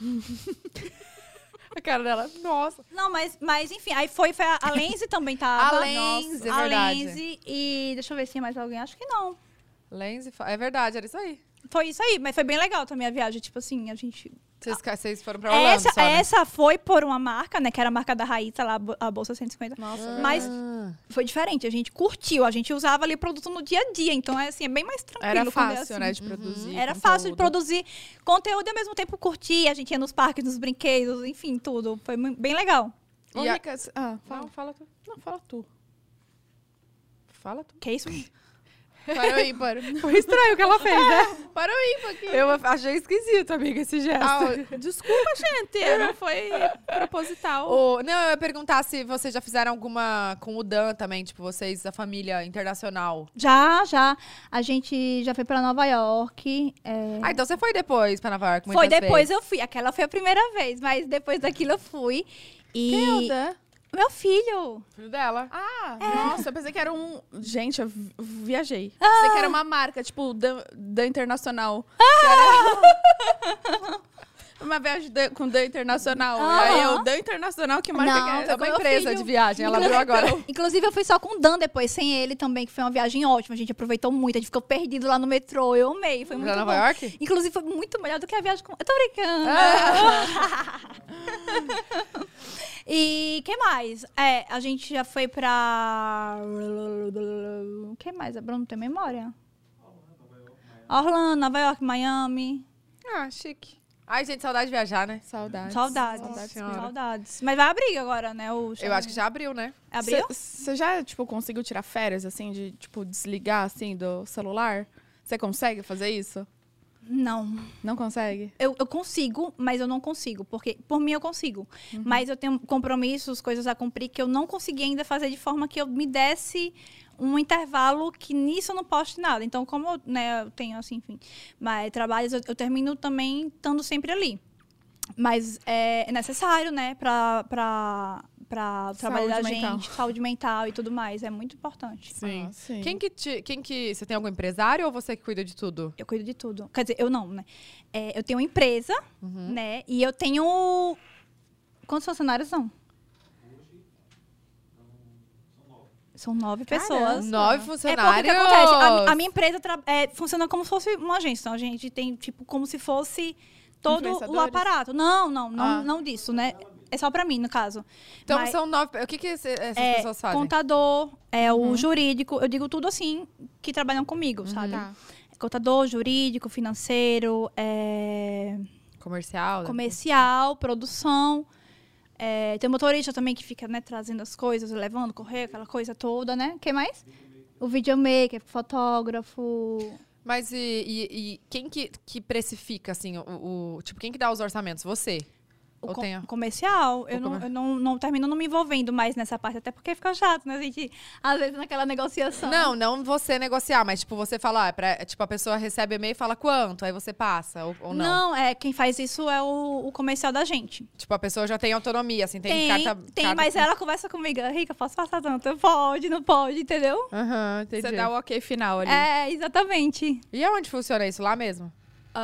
A cara dela, nossa. Não, mas, mas enfim, aí foi, foi a, a Lenzi também tava. A Lenzi, é a verdade. Lenzi e deixa eu ver se tinha mais alguém. Acho que não. Lenzi, fa- é verdade, era isso aí. Foi isso aí, mas foi bem legal também a viagem. Tipo assim, a gente. Vocês, ca- vocês foram pra Orlando Essa, só, né? essa foi por uma marca, né? Que era a marca da Raíssa lá, a bo- a Bolsa cento e cinquenta. Nossa, Mas Ah. foi diferente, a gente curtiu, a gente usava ali produto no dia a dia, então é assim, é bem mais tranquilo. era quando é fácil, assim. né, de produzir. Era fácil de conteúdo. produzir conteúdo e ao mesmo tempo curtir, a gente ia nos parques, nos brinquedos, enfim, tudo. Foi mu- bem legal. E a- Única... Ah, fala. Não, fala tu. Não, fala tu. Fala tu. Que isso? Para o ímpar. Foi estranho o que ela fez, né? Para o ímpar aqui. Eu achei esquisito, amiga, esse gesto. Ah, desculpa, gente. Não foi proposital. Ô, não, eu ia perguntar se vocês já fizeram alguma com o Dan também, tipo, vocês, a família internacional. Já, já. A gente já foi pra Nova York. é, Ah, então você foi depois pra Nova York, Foi muitas depois vezes. eu fui. Aquela foi a primeira vez, mas depois daquilo eu fui. E. Quem é o Dan? Meu filho. Filho dela. Ah, É. nossa, eu pensei que era um... Gente, eu vi- viajei. Ah. Pensei que era uma marca, tipo, Dan, Dan Internacional. Ah. Que era... uma viagem Dan- com Dan Internacional. Aham. Aí eu, Dan Internacional, que marca Não, que é É essa? uma meu empresa filho. de viagem, ela abriu agora. Inclusive, eu fui só com o Dan depois, sem ele também, que foi uma viagem ótima. A gente aproveitou muito, a gente ficou perdido lá no metrô. Eu amei, foi muito Pra Nova bom. York? Inclusive, foi muito melhor do que a viagem com... Eu tô brincando. E que mais? É, a gente já foi pra... O que mais? A Bruna não tem memória? Orlando, Nova York, Miami. Ah, chique. Ai, gente, saudade de viajar, né? Saudades. Saudades. Saudades, Saudades. senhora. Mas vai abrir agora, né? O Eu acho que já abriu, né? Abriu? Você já, tipo, conseguiu tirar férias, assim, de, tipo, desligar, assim, do celular? Você consegue fazer isso? Não. Não consegue? Eu, eu consigo, mas eu não consigo. Porque, por mim, eu consigo. Mas eu tenho compromissos, coisas a cumprir que eu não consegui ainda fazer de forma que eu me desse um intervalo que nisso eu não poste nada. Então, como eu, né, eu tenho, assim, enfim, mas trabalhos, eu, eu termino também estando sempre ali. Mas é, é necessário, né, para para o trabalho da Saúde mental. gente, saúde mental e tudo mais. É muito importante. Sim. Ah, sim. Quem que te, quem que... Você tem algum empresário ou você que cuida de tudo? Eu cuido de tudo. Quer dizer, eu não, né? É, eu tenho uma empresa, né? E eu tenho... Quantos funcionários são? São nove pessoas. Nove É porque o funcionários. que acontece? A, a minha empresa tra- é, funciona como se fosse uma agência. Então, a gente tem, tipo, como se fosse todo o Influenciadores? aparato. Não, não, não, Ah. não disso, né? é só pra mim, no caso. Então Mas- são nove... O que, que esse- essas é, pessoas fazem? contador, é Uhum. o jurídico, eu digo tudo assim, que trabalham comigo, sabe? Tá. Contador, jurídico, financeiro, é, Comercial? né? comercial, produção. É, tem o motorista também que fica, né, trazendo as coisas, levando, correio, aquela coisa toda, né? Quem mais? O videomaker, fotógrafo. Mas e, e- e quem que, que precifica, assim, o, o- Tipo, quem que dá os orçamentos? Você? O Ou com- tem a- comercial, eu, O não, comer- eu não, não termino não me envolvendo mais nessa parte, até porque fica chato, né? A gente, às vezes, naquela negociação. Não, não você negociar, mas tipo, você fala, ah, é pra- é, tipo, a pessoa recebe e-mail e fala quanto, aí você passa, ou, ou não. Não, é, quem faz isso é o, o comercial da gente. Tipo, a pessoa já tem autonomia, assim, tem, Tem, carta... tem, carta- mas ela conversa comigo, Rica, posso passar tanto? Pode, não pode, entendeu? Aham, entendi. Você dá o ok final ali. É, exatamente. E aonde funciona isso? Lá mesmo?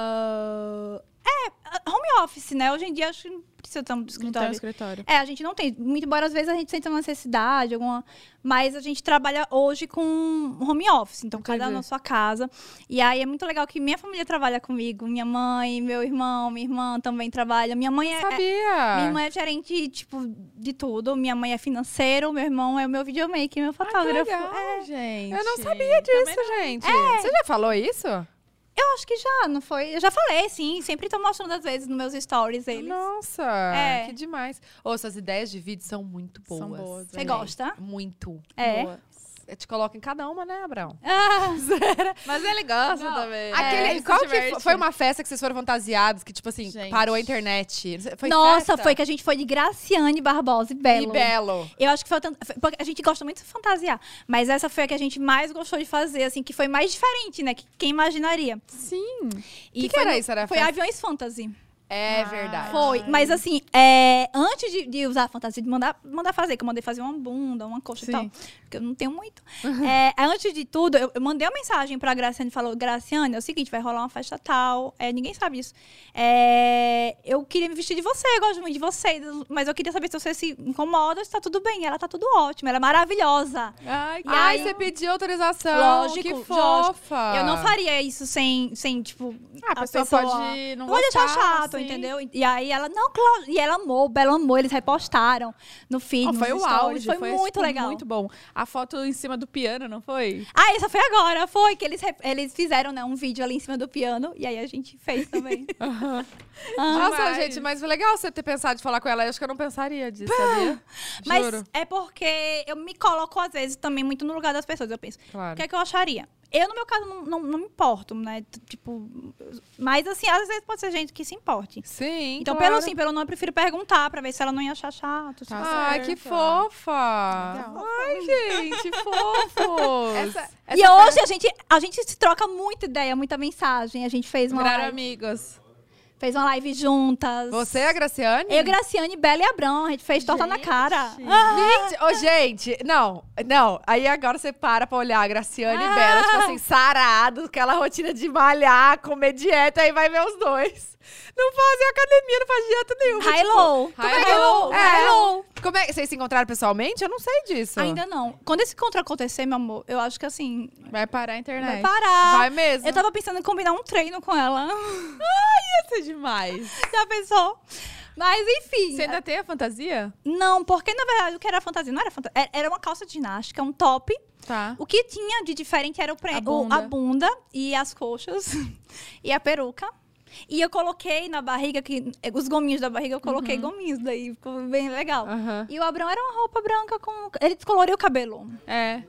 Ah, é, home office, né? Hoje em dia, acho que não precisa tanto do Não tem um escritório. escritório. É, a gente não tem. Muito embora às vezes a gente sente uma necessidade, alguma. Mas a gente trabalha hoje com home office. Então, cada um Entendi. na sua casa. E aí é muito legal que minha família trabalha comigo. Minha mãe, meu irmão, minha irmã também trabalha. Minha mãe é. é- Sabia! minha irmã é gerente, tipo, de tudo. Minha mãe é financeiro, meu irmão é o meu videomaker, meu fotógrafo. legal, É, gente. Eu não sabia disso, Também não. gente. Você já falou isso? eu acho que já, não foi? Eu já falei, sim. Sempre tô mostrando, às vezes, nos meus stories eles. Nossa, É. que demais. Ô, suas ideias de vídeo são muito boas. São boas, Você gosta? Muito. É. Boa. Eu te coloco em cada uma, né, Abraão? Ah, Mas ele gosta Não. também. Aquele, ele se qual que diverte. fo- foi uma festa que vocês foram fantasiados, que, tipo assim, Gente. parou a internet? Foi nossa, festa? foi que a gente foi de Graciane Barbosa e Belo. E Belo. Eu acho que foi, tanto- foi- porque a gente gosta muito de fantasiar, mas essa foi a que a gente mais gostou de fazer, assim, que foi mais diferente, né? Que quem imaginaria? Sim. E Que que foi era no- isso? Era foi festa? Aviões Fantasy. É Ah. verdade. Foi, mas assim, é, antes de, de usar a fantasia, de mandar, mandar fazer, que eu mandei fazer uma bunda, uma coxa Sim. e tal, porque eu não tenho muito. É, antes de tudo, eu, eu mandei uma mensagem pra Graciane e falou, Graciane, é o seguinte, vai rolar uma festa tal, é, ninguém sabe isso. É, eu queria me vestir de você, eu gosto muito de você, mas eu queria saber se você se incomoda, se tá tudo bem. Ela tá tudo ótimo, ela é maravilhosa. Ai, que Ai, aí- você pediu autorização. Lógico, que lógico. fofa. Eu não faria isso sem, sem tipo, Ah, a pessoa, pode não pode gostar. achar chato, assim. entendeu? E aí ela, não, claro. E ela amou, o Belo amou, eles repostaram no feed, Oh, foi nos o stories. auge. Foi, muito tipo, legal. Muito bom. A foto em cima do piano, não foi? Ah, essa foi agora, foi que eles, re- eles fizeram, né, um vídeo ali em cima do piano, e aí a gente fez também. Ah, Nossa, Demais. gente, mas foi legal você ter pensado de falar com ela. Eu acho que eu não pensaria disso, sabia? mas Juro. é porque eu me coloco, às vezes, também muito no lugar das pessoas. Eu penso, Claro. o que é que eu acharia? Eu, no meu caso, não, não, não me importo, né? T- Tipo, mas assim, às vezes pode ser gente que se importe. Sim, Então, claro. pelo sim, pelo não, eu prefiro perguntar pra ver se ela não ia achar chato. Tá sabe? Ai, que certo. fofa. Legal. Ai, gente, fofos. Essa, E essa hoje a gente, a gente se troca muita ideia, muita mensagem. A gente fez uma, viraram live, amigos. fez uma live juntas. Você é a Graciane? Eu, Graciane, Bela e Abrão. A gente fez torta na Gente. cara. Ah, Gente, ô, gente, não, não. Aí agora você para pra olhar a Graciane Ah. e Bela, tipo assim, sarado, aquela rotina de malhar, comer dieta, aí vai ver os dois. Não fazem academia, não faz dieta nenhuma. high tipo, low. como é High que eu- low, é, high low. Como é que vocês se encontraram pessoalmente? Eu não sei disso. Ainda não. Quando esse encontro acontecer, meu amor, eu acho que assim, Vai parar a internet. vai parar. Vai mesmo. Eu tava pensando em combinar um treino com ela. Ia ser demais. Já pensou? Mas, enfim. Você ainda tem a fantasia? Não, porque na verdade o que era fantasia? Não era fantasia. Era uma calça de ginástica, um top. Tá. O que tinha de diferente era o pre... A o- bunda. a bunda e as coxas e a peruca. E eu coloquei na barriga, que, os gominhos da barriga, eu coloquei Uhum. gominhos, daí ficou bem legal. Aham. E o Abrão era uma roupa branca com. Ele descoloriu o cabelo. É.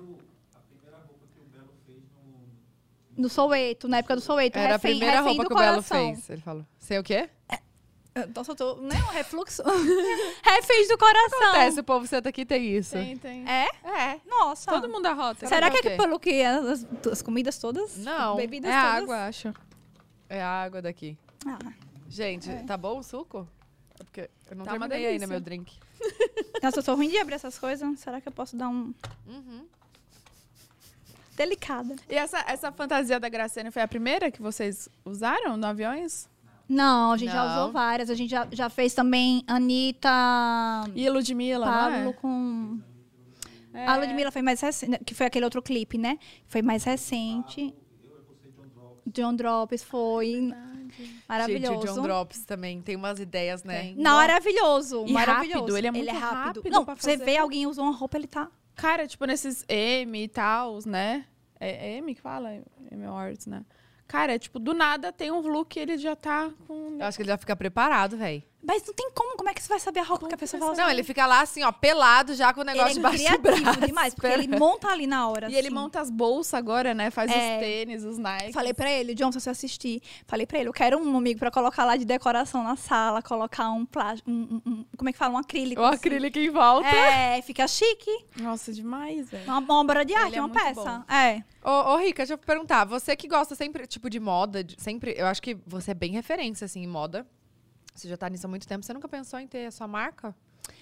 No Soueto, na época do Soueto. Era a refém, primeira refém roupa do que o Belo coração. fez. Ele falou. Sei o quê? Nossa, eu tô. Não é um refluxo? Refém do coração. Acontece, o povo senta aqui e tem isso. Tem, tem. É? É. Nossa. Todo mundo arrota. Será que que é é o quê? pelo que as, as comidas todas? Não, Bebidas É todas? água, acho. É a água daqui. Ah. Gente, tá bom o suco? É porque eu não Tá uma terminei ainda delícia. meu drink. Nossa, eu sou ruim de abrir essas coisas. Será que eu posso dar um. Uhum. Delicada. E essa, essa fantasia da Graciane foi a primeira que vocês usaram no Aviões? Não, a gente já Não. usou várias. A gente já, já fez também Anitta, E Ludmilla, não Pablo é? com. É. A Ludmilla foi mais recente, que foi aquele outro clipe, né? Foi mais recente. John Drops foi. Maravilhoso. Gente, o John Drops também tem umas ideias, né? Tem. Não, maravilhoso. E maravilhoso. rápido, ele é muito rápido Não, pra você fazer. vê alguém usou uma roupa, ele tá... Cara, tipo, nesses M e tal, né? É, é M que fala? M Awards, né? Cara, tipo, do nada tem um look e ele já tá com... Eu acho que ele já fica preparado, velho. Mas não tem como, como é que você vai saber a roupa Como que a que pessoa vai vai usar? Não, ele fica lá assim, ó, pelado já com o negócio Ele é debaixo do criativo braço. demais, porque ele monta ali na hora, E ele assim. monta as bolsas agora, né? Faz É. os tênis, os Nike. Falei pra ele, John, se você assistir, falei pra ele, eu quero um amigo pra colocar lá de decoração na sala, colocar um plástico, um, um, um- como é que fala? Um acrílico. O assim. acrílico em volta. É, fica chique. Nossa, demais, velho. Uma, uma obra de Ele arte, é uma muito peça. É. Ô, ô, Rica, deixa eu perguntar. Você que gosta sempre, tipo, de moda, de- sempre... Eu acho que você é bem referência, assim, em moda. Você já tá nisso há muito tempo. Você nunca pensou em ter a sua marca?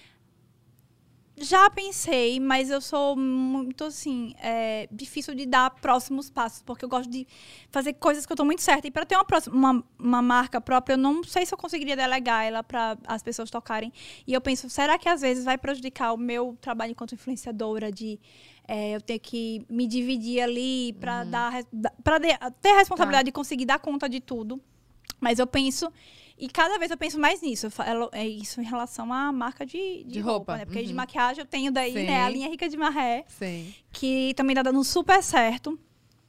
Já pensei, mas eu sou muito, assim, é, difícil de dar próximos passos, porque eu gosto de fazer coisas que eu tô muito certa. E para ter uma, próxima, uma, uma marca própria, eu não sei se eu conseguiria delegar ela para as pessoas tocarem. E eu penso, será que às vezes vai prejudicar o meu trabalho enquanto influenciadora de é, eu ter que me dividir ali para dar, para ter a responsabilidade de conseguir dar conta de tudo? Mas eu penso... E cada vez eu penso mais nisso. Eu falo- É isso em relação à marca de, de, De roupa, roupa, né? Porque de uhum. maquiagem eu tenho daí, Sim. né? A linha Rica de Marré, Sim. que também tá dando super certo.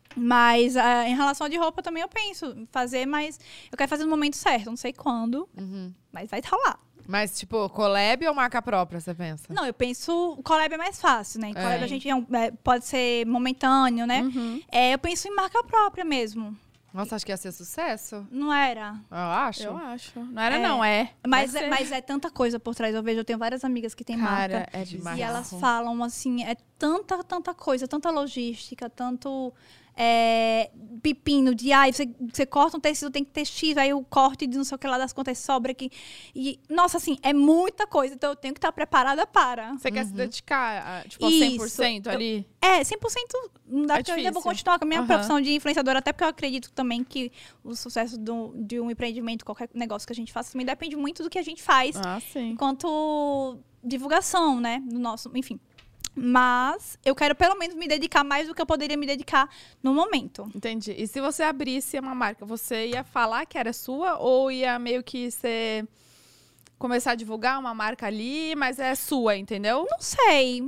Mas ah, em relação a de roupa também eu penso em fazer, mas eu quero fazer no momento certo. Não sei quando, Uhum. mas vai rolar. Mas, tipo, collab ou marca própria, você pensa? Não, eu penso... O collab é mais fácil, né? Em collab É. a gente é um- é, pode ser momentâneo, né? Uhum. É, eu penso em marca própria mesmo. Nossa, acho que ia ser sucesso. Não era? Eu acho. Eu acho. Não era, É. não, é. Mas Vai é, ser. mas é tanta coisa por trás. Eu vejo, eu tenho várias amigas que têm marca. Cara, é demais. E bizarro. elas falam assim, é tanta, tanta coisa, tanta logística, tanto é, pepino de, ai, você, você corta um tecido, tem que ter X, aí o corte de não sei o que lá das contas sobra aqui. E, nossa, assim, é muita coisa, então eu tenho que estar preparada para. Você quer se dedicar, a, tipo, a Isso. cem por cento Eu- ali? É, cem por cento não dá, É porque eu ainda vou difícil. continuar com a minha Aham. profissão de influenciadora, até porque eu acredito também que o sucesso do, de um empreendimento, qualquer negócio que a gente faça, também depende muito do que a gente faz. Ah, sim. Enquanto divulgação, né? Do nosso, enfim. Mas eu quero pelo menos me dedicar mais do que eu poderia me dedicar no momento. Entendi. E se você abrisse uma marca, você ia falar que era sua ou ia meio que ser começar a divulgar uma marca ali, mas é sua, entendeu? Não sei.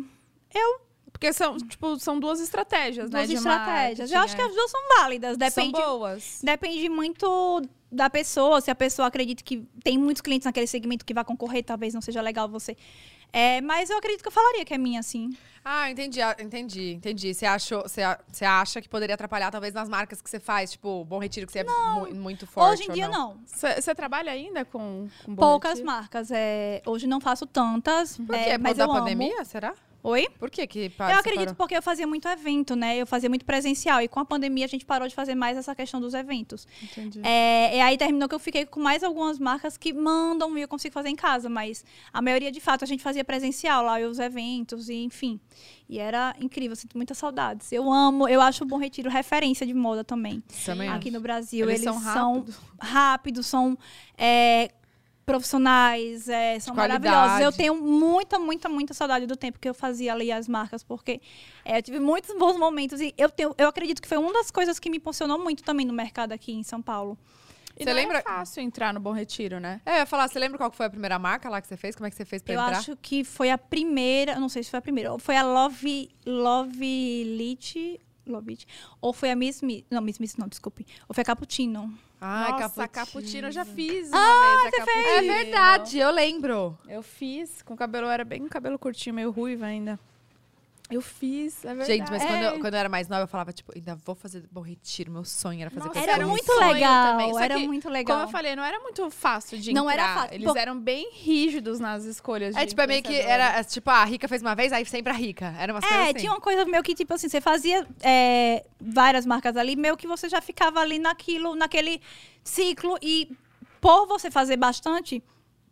Porque são, tipo, são duas estratégias, Duas né? de estratégias. marketing, Eu acho que é. as duas são válidas. Depende, São boas. depende muito da pessoa. Se a pessoa acredita que tem muitos clientes naquele segmento que vai concorrer, talvez não seja legal você. É, mas eu acredito que eu falaria que é minha, sim. Ah, entendi, ah, entendi, entendi. Você achou, você, a- você acha que poderia atrapalhar, talvez, nas marcas que você faz, tipo, Bom Retiro, que você é mu- muito forte. Hoje em ou dia, não. não. Você trabalha ainda com, com Bom Poucas Retiro? marcas. É, hoje não faço tantas. Por é, quê? Por mas da eu amo. pandemia, será? Oi? Por que que Eu pa- você acredito parou? porque eu fazia muito evento, né? Eu fazia muito presencial. E com a pandemia a gente parou de fazer mais essa questão dos eventos. Entendi. É, e aí terminou que eu fiquei com mais algumas marcas que mandam e eu consigo fazer em casa. Mas a maioria, de fato, a gente fazia presencial lá, e os eventos, e enfim. E era incrível, eu sinto muitas saudades. Eu amo, eu acho o Bom Retiro referência de moda também. Também Aqui acho. no Brasil. Eles Eles, são são rápidos. rápidos, são é, profissionais, é, são qualidade. maravilhosos. Eu tenho muita, muita, muita saudade do tempo que eu fazia ali as marcas, porque é, eu tive muitos bons momentos e eu, tenho, eu acredito que foi uma das coisas que me impulsionou muito também no mercado aqui em São Paulo. E Você não lembra- é fácil entrar no Bom Retiro, né? É, eu ia falar, você lembra qual que foi a primeira marca lá que você fez? Como é que você fez pra Eu entrar? acho que foi a primeira, eu não sei se foi a primeira, ou foi a Love, Love Lit, Love It, ou foi a Miss Smith, não, Miss Smith não, desculpe, ou foi a Cappuccino. Ai, Nossa, cappuccino. a cappuccino eu já fiz uma vez. A cappuccino. É verdade, eu lembro. Eu fiz, com o cabelo, era bem cabelo curtinho, meio ruivo ainda. Eu fiz, é verdade. Gente, mas quando, É. eu, quando eu era mais nova, eu falava, tipo, ainda vou fazer Bom Retiro. Meu sonho era fazer Nossa, coisa Era era um muito sonho legal, também, só era que, muito legal. Como eu falei, não era muito fácil de Não entrar. era fácil, Eles por- eram bem rígidos nas escolhas de É, tipo, é meio que influenciadores. era, é, tipo, a Rica fez uma vez, aí sempre a Rica. Era umas coisas É, assim. tinha uma coisa meio que, tipo assim, você fazia é, várias marcas ali, meio que você já ficava ali naquilo, naquele ciclo. E por você fazer bastante,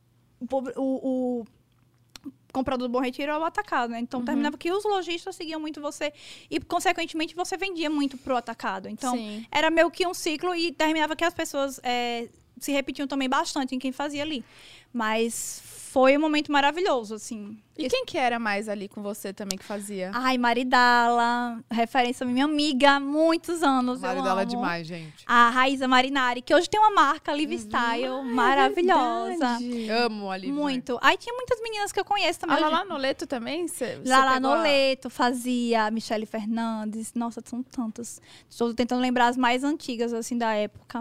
o, o, o comprador do Bom Retiro era o atacado, né? Então, terminava que os lojistas seguiam muito você e, consequentemente, você vendia muito pro atacado. Então, Sim. era meio que um ciclo e terminava que as pessoas é, se repetiam também bastante em quem fazia ali. Mas foi um momento maravilhoso, assim. E quem que era mais ali com você também que fazia? Ai, Maridala, referência minha amiga há muitos anos. eu Maridala é amo. demais, gente. A Raíza Marinari, que hoje tem uma marca Live Style maravilhosa. Verdade. Amo a Liv. Muito. Aí tinha muitas meninas que eu conheço também. A hoje. Lala Noleto também? Cê, cê Lala pegou a- Noleto fazia, Michele Fernandes. Nossa, são tantas. Estou tentando lembrar as mais antigas, assim, da época.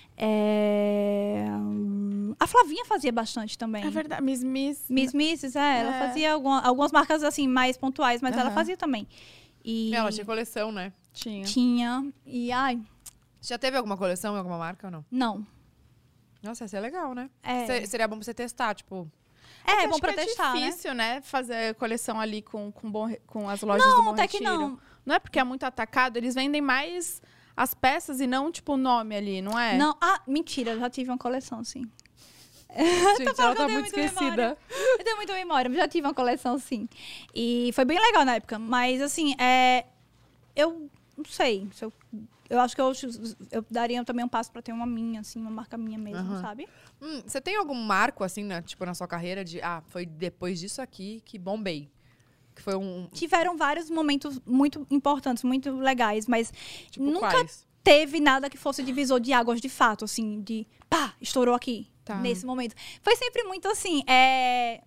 É... A Flavinha fazia bastante também. É verdade. Miss Miss. Miss Misses, é, ela É. fazia alguma- algumas marcas, assim, mais pontuais, mas ela Aham. fazia também. E Ela tinha coleção, né? Tinha. tinha. E, ai, Já teve alguma coleção em alguma marca ou não? não. Nossa, ia ser legal, né? É, Se- Seria bom pra você testar, tipo... é Eu bom acho pra que testar, É né? difícil, né? Fazer coleção ali com, com, bom, Re- com as lojas do Não, Bom até que Retiro. não. Não é porque é muito atacado, eles vendem mais as peças e não, tipo, o nome ali, não é? Não, ah, mentira, eu já tive uma coleção, sim. Gente, ela falando tá que eu muito tenho muita esquecida. Eu tenho muita memória, mas já tive uma coleção, sim. E foi bem legal na época. Mas, assim, é... eu não sei. Se eu, eu acho que eu, eu daria também um passo pra ter uma minha, assim, uma marca minha mesmo, Aham. sabe? Hum, você tem algum marco, assim, né, tipo, na sua carreira de... Ah, foi depois disso aqui que bombei. Que foi um... Tiveram vários momentos muito importantes, muito legais, mas Tipo, nunca quais? teve nada que fosse divisor de águas de fato, assim, de pá, estourou aqui, Tá. nesse momento. Foi sempre muito assim, é...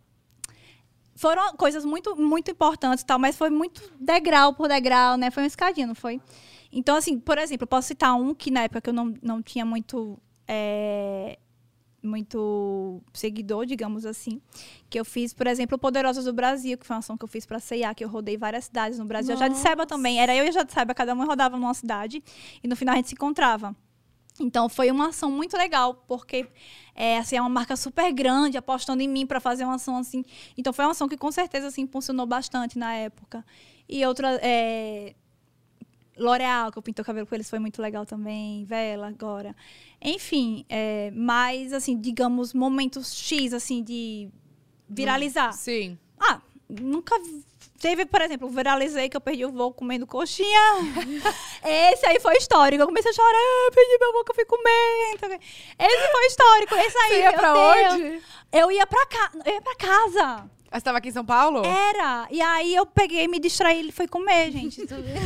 foram coisas muito, muito importantes e tal, mas foi muito degrau por degrau, né? Foi uma escadinha, não foi? Então, assim, por exemplo, eu posso citar um que na época que eu não, não tinha muito... é, muito seguidor, digamos assim, que eu fiz, por exemplo, o Poderosas do Brasil, que foi uma ação que eu fiz pra C e A, que eu rodei várias cidades no Brasil. A Jadiceba também, era eu e a Jadiceba, cada um rodava numa cidade, e no final a gente se encontrava. Então, foi uma ação muito legal, porque é, assim, é uma marca super grande, apostando em mim para fazer uma ação assim. Então, foi uma ação que, com certeza, assim, impulsionou bastante na época. E outra... É, L'Oréal, que eu pintou o cabelo com eles, foi muito legal também. Vela, agora. Enfim, é, mas, assim, digamos, momentos X, assim, de viralizar. Sim. Ah, nunca teve, por exemplo, viralizei que eu perdi o voo comendo coxinha. Esse aí foi histórico. Eu comecei a chorar, ah, perdi meu voo que eu fui comer. Esse foi histórico. Esse aí, Você ia meu pra Deus. onde? Eu ia pra, ca... eu ia pra casa. Ah, você tava aqui em São Paulo? Era. E aí eu peguei, me distraí e fui comer, gente.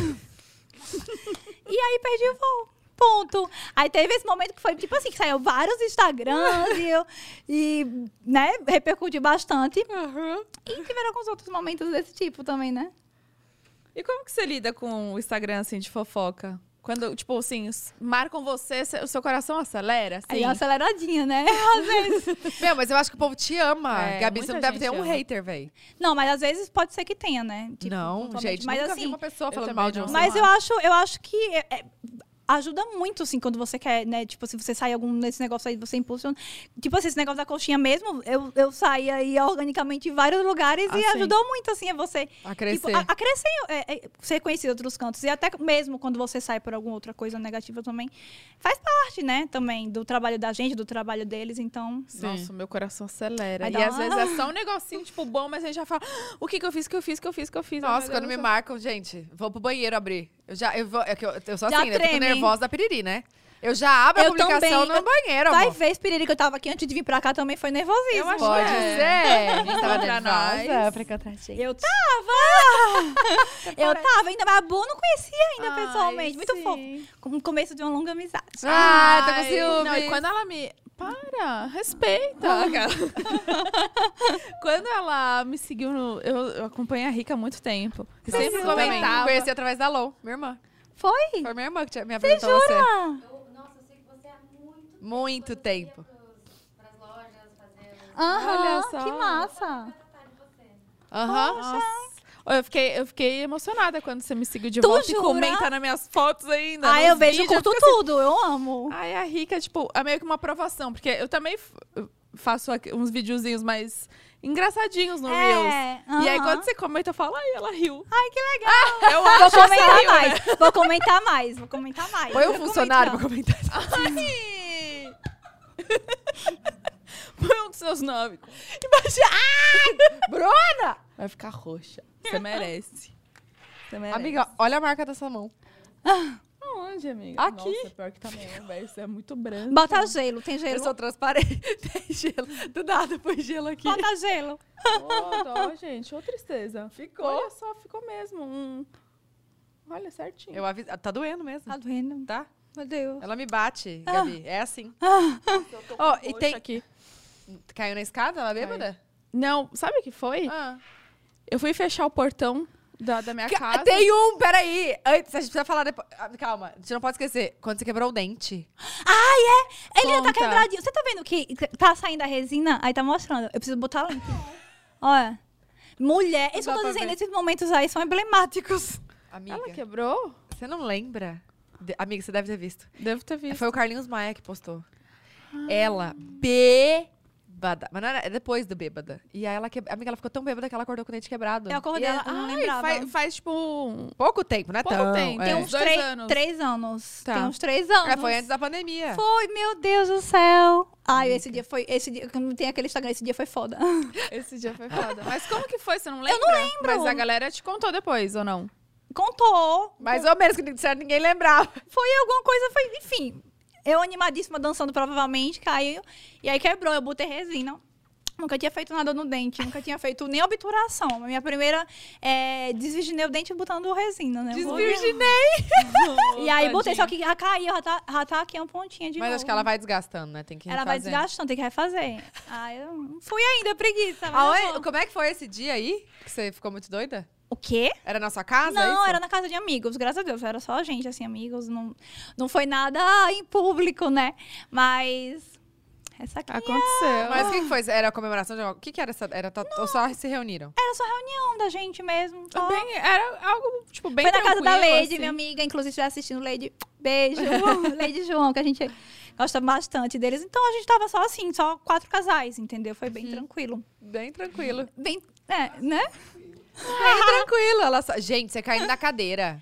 E aí perdi o voo. Ponto. Aí teve esse momento que foi tipo assim, que saiu vários Instagrams e eu, e, né, repercutiu bastante. Aham. E tiveram alguns outros momentos desse tipo também, né? E como que você lida com o Instagram, assim, de fofoca? Quando, tipo, assim, s- marcam você, cê- o seu coração acelera, assim? Aí é uma aceleradinha, né? Às vezes. Meu, mas eu acho que o povo te ama. É, Gabi, você muita não deve gente ter um ama. hater, velho. Não, mas às vezes pode ser que tenha, né? Tipo, Não, pontualmente. gente, mas nunca assim, vi uma pessoa eu falando também mal de não. você. mas eu acho, eu acho que é- é- ajuda muito, assim, quando você quer, né? Tipo, se você sai algum nesse negócio aí, você impulsiona. Tipo assim, esse negócio da coxinha mesmo, eu, eu saí aí organicamente em vários lugares Ah, e sim. ajudou muito, assim, a você A crescer. Tipo, a, a crescer, é, é, ser conhecido em outros cantos. E até mesmo quando você sai por alguma outra coisa negativa também, faz parte, né, também, do trabalho da gente, do trabalho deles, então... Nossa, meu coração acelera. Aí E dá às uma- vezes é só um negocinho, tipo, bom, mas a gente já fala, "Ah, o que que eu fiz, que eu fiz, que eu fiz, que eu fiz. Nossa, Ai, meu quando Deus me do céu. marcam, gente, vou pro banheiro abrir. Eu já, eu, vou, é que eu, eu sou Já assim, né? Eu fico treme. nervosa da piriri, né? Eu já abro a Eu publicação também. no banheiro, Vai amor. ver, esse piriri que eu tava aqui antes de vir pra cá também foi nervosismo. Eu acho Pode que é. ser. Vem Tava contra nervosa nós. pra encontrar gente. Eu tava! eu tava, ainda, mas a Bu não conhecia ainda Ai, pessoalmente. Muito sim. fofo. Com o começo de uma longa amizade. Ah, tô com Ai, ciúme. Não, e quando ela me... Para, respeita. Aquela. Quando ela me seguiu no... Eu, eu acompanho a Rica há muito tempo. E Nossa, sempre eu também comentava. conheci através da Lou, minha irmã. Foi? Foi minha irmã que tinha- me apresentou você. Jura? Eu, nossa, eu sei que você há muito Muito quando você tempo. ia pras lojas fazer. Aham, Olha só. que massa. Tratar de você. Aham. Nossa. Ô, Eu fiquei, eu fiquei emocionada quando você me seguiu de Tu volta jura? e comenta nas minhas fotos ainda. Ah, nos eu vejo, vídeos, curto eu fico assim, tudo, eu amo. Ai, a Rica, tipo, é meio que uma aprovação. Porque eu também f- eu faço aqui uns videozinhos mais engraçadinhos no Reels. É, E aí, aham. quando você comenta, eu falo, ai, ela riu. Ai, que legal. Eu Vou acho que comentar você riu, né? mais, vou comentar mais, vou comentar mais. Põe um Eu funcionário pra comentando. comentar. Ai. Põe um dos seus nomes. Bruna! Vai ficar roxa. Você merece. Você merece. Amiga, olha a marca dessa mão. Aonde, amiga? Aqui. Nossa, pior que tá mesmo, velho. Isso é muito branco. Bota gelo, tem Eu gelo? sou transparente. Tem gelo. Do nada, põe gelo aqui. Bota gelo. Ô, dó, gente. Ô, tristeza. Ficou. Olha só, ficou mesmo. Um... Olha, certinho. Eu aviso. Tá doendo mesmo, Tá doendo. tá? Meu Deus. Ela me bate, Ah. Gabi. É assim. Eu tô com Ó, e roxo tem- aqui. Caiu na escada, ela bêbada? Não, sabe o que foi? Ah. Eu fui fechar o portão da, da minha Ca- casa. Tem um, peraí. Antes, a gente precisa falar depois. Ah, calma, a gente não pode esquecer. Quando você quebrou o dente. Ele já tá Conta. quebradinho. Você tá vendo que tá saindo a resina? Aí tá mostrando. Eu preciso botar link. Olha. Mulher. Isso que eu tô Dá pra dizendo, ver. esses momentos aí são emblemáticos. Amiga, Ela quebrou? você não lembra? De- Amiga, você deve ter visto. Devo ter visto. Foi o Carlinhos Maia que postou. Ela, bêbada. Mas não era, é depois do bêbada. E aí ela, que... amiga, ela ficou tão bêbada que ela acordou com o dente quebrado. Eu acordei, E ela- eu não Ai, lembrava. Faz, faz, tipo um... Pouco tempo, não é Pouco tão. tempo, é. Tem é. uns Dois três anos. três anos. Tá. Tem uns três anos. É, foi antes da pandemia. Foi, meu Deus do céu. Ai, esse dia foi. Esse dia, não tem aquele Instagram, esse dia foi foda. Esse dia foi foda. Mas como que foi? Você não lembra? não lembro. Mas a galera te contou depois, ou não? Contou. Mais ou menos, que não disseram, ninguém lembrava. Foi alguma coisa, foi. Enfim. Eu animadíssima dançando, provavelmente, caiu. E aí quebrou, eu botei resina. Nunca tinha feito nada no dente, nunca tinha feito nem obturação. A minha primeira é, desvirginei o dente botando resina, né? Desvirginei. E aí botei, só que já caiu, já tá, já tá aqui uma pontinha de Mas novo. acho que ela vai desgastando, né? Tem que Ela vai refazer. desgastando, tem que refazer. Ah, eu não fui ainda, preguiça. mas eu Aonde- vou. como é que foi esse dia aí? Que você ficou muito doida? O quê? Era na sua casa? Não, isso? era na casa de amigos, graças a Deus. Era só a gente, assim, amigos. Não, não foi nada em público, né? Mas. Essa aqui Aconteceu. Mas o que, que foi? Era a comemoração de algo? O que, que era essa? Era to- ou só se reuniram? era só reunião da gente mesmo. Só. Bem, era algo, tipo, bem Foi na casa da tranquilo, Lady, assim. minha amiga. Inclusive, estiver assistindo Lady. Beijo. Lady João, que a gente gosta bastante deles. Então, a gente tava só assim, só quatro casais, entendeu? Foi bem tranquilo. Bem tranquilo. Bem, é, né? Bem tranquilo. Ela só... Gente, você caindo na cadeira.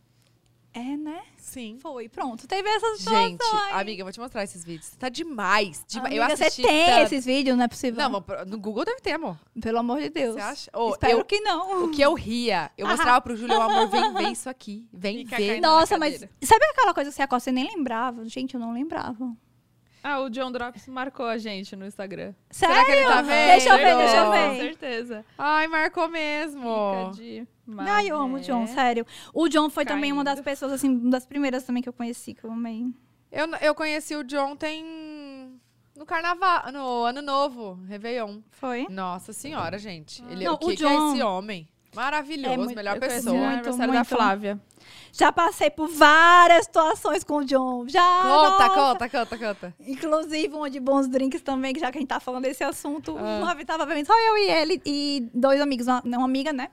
É, né? Sim. Foi, pronto. Teve essas situações. Gente, amiga, eu vou te mostrar esses vídeos. Tá demais. Dema- eu Amiga, você assisti tem tanto. esses vídeos, não é possível? Não, mas no Google deve ter, amor. Pelo amor de Deus. Você acha? Ô, Espero eu- que não. O que eu ria, eu Ah. mostrava pro Júlio, amor, vem ver isso aqui. Vem Fica ver. caindo na Nossa, mas cadeira. sabe aquela coisa que você acosta e nem lembrava? Gente, eu não lembrava. Ah, o John Drops marcou a gente no Instagram. Sério? Será que ele tá vendo? Deixa eu ver, deixa eu Com ver. certeza. Ai, marcou mesmo. Fica de Ai, eu amo o John, maré. sério. O John foi também uma das Caindo. pessoas, assim, uma das primeiras também que eu conheci, que eu amei. Eu, eu conheci o John tem... No carnaval, no ano novo, Réveillon. Foi? Nossa senhora, gente. Ele, Não, o que, o que é John- esse homem? Maravilhoso, É muito- melhor Eu conheci pessoa. no Muito, aniversário da muito. Flávia. Já passei por várias situações com o John. Já. Conta, nossa. conta, conta, conta. Inclusive, uma de bons drinks também, que já que a gente tá falando desse assunto. Ah. Uma vez tava bebendo só eu e ele e dois amigos, uma, uma amiga, né?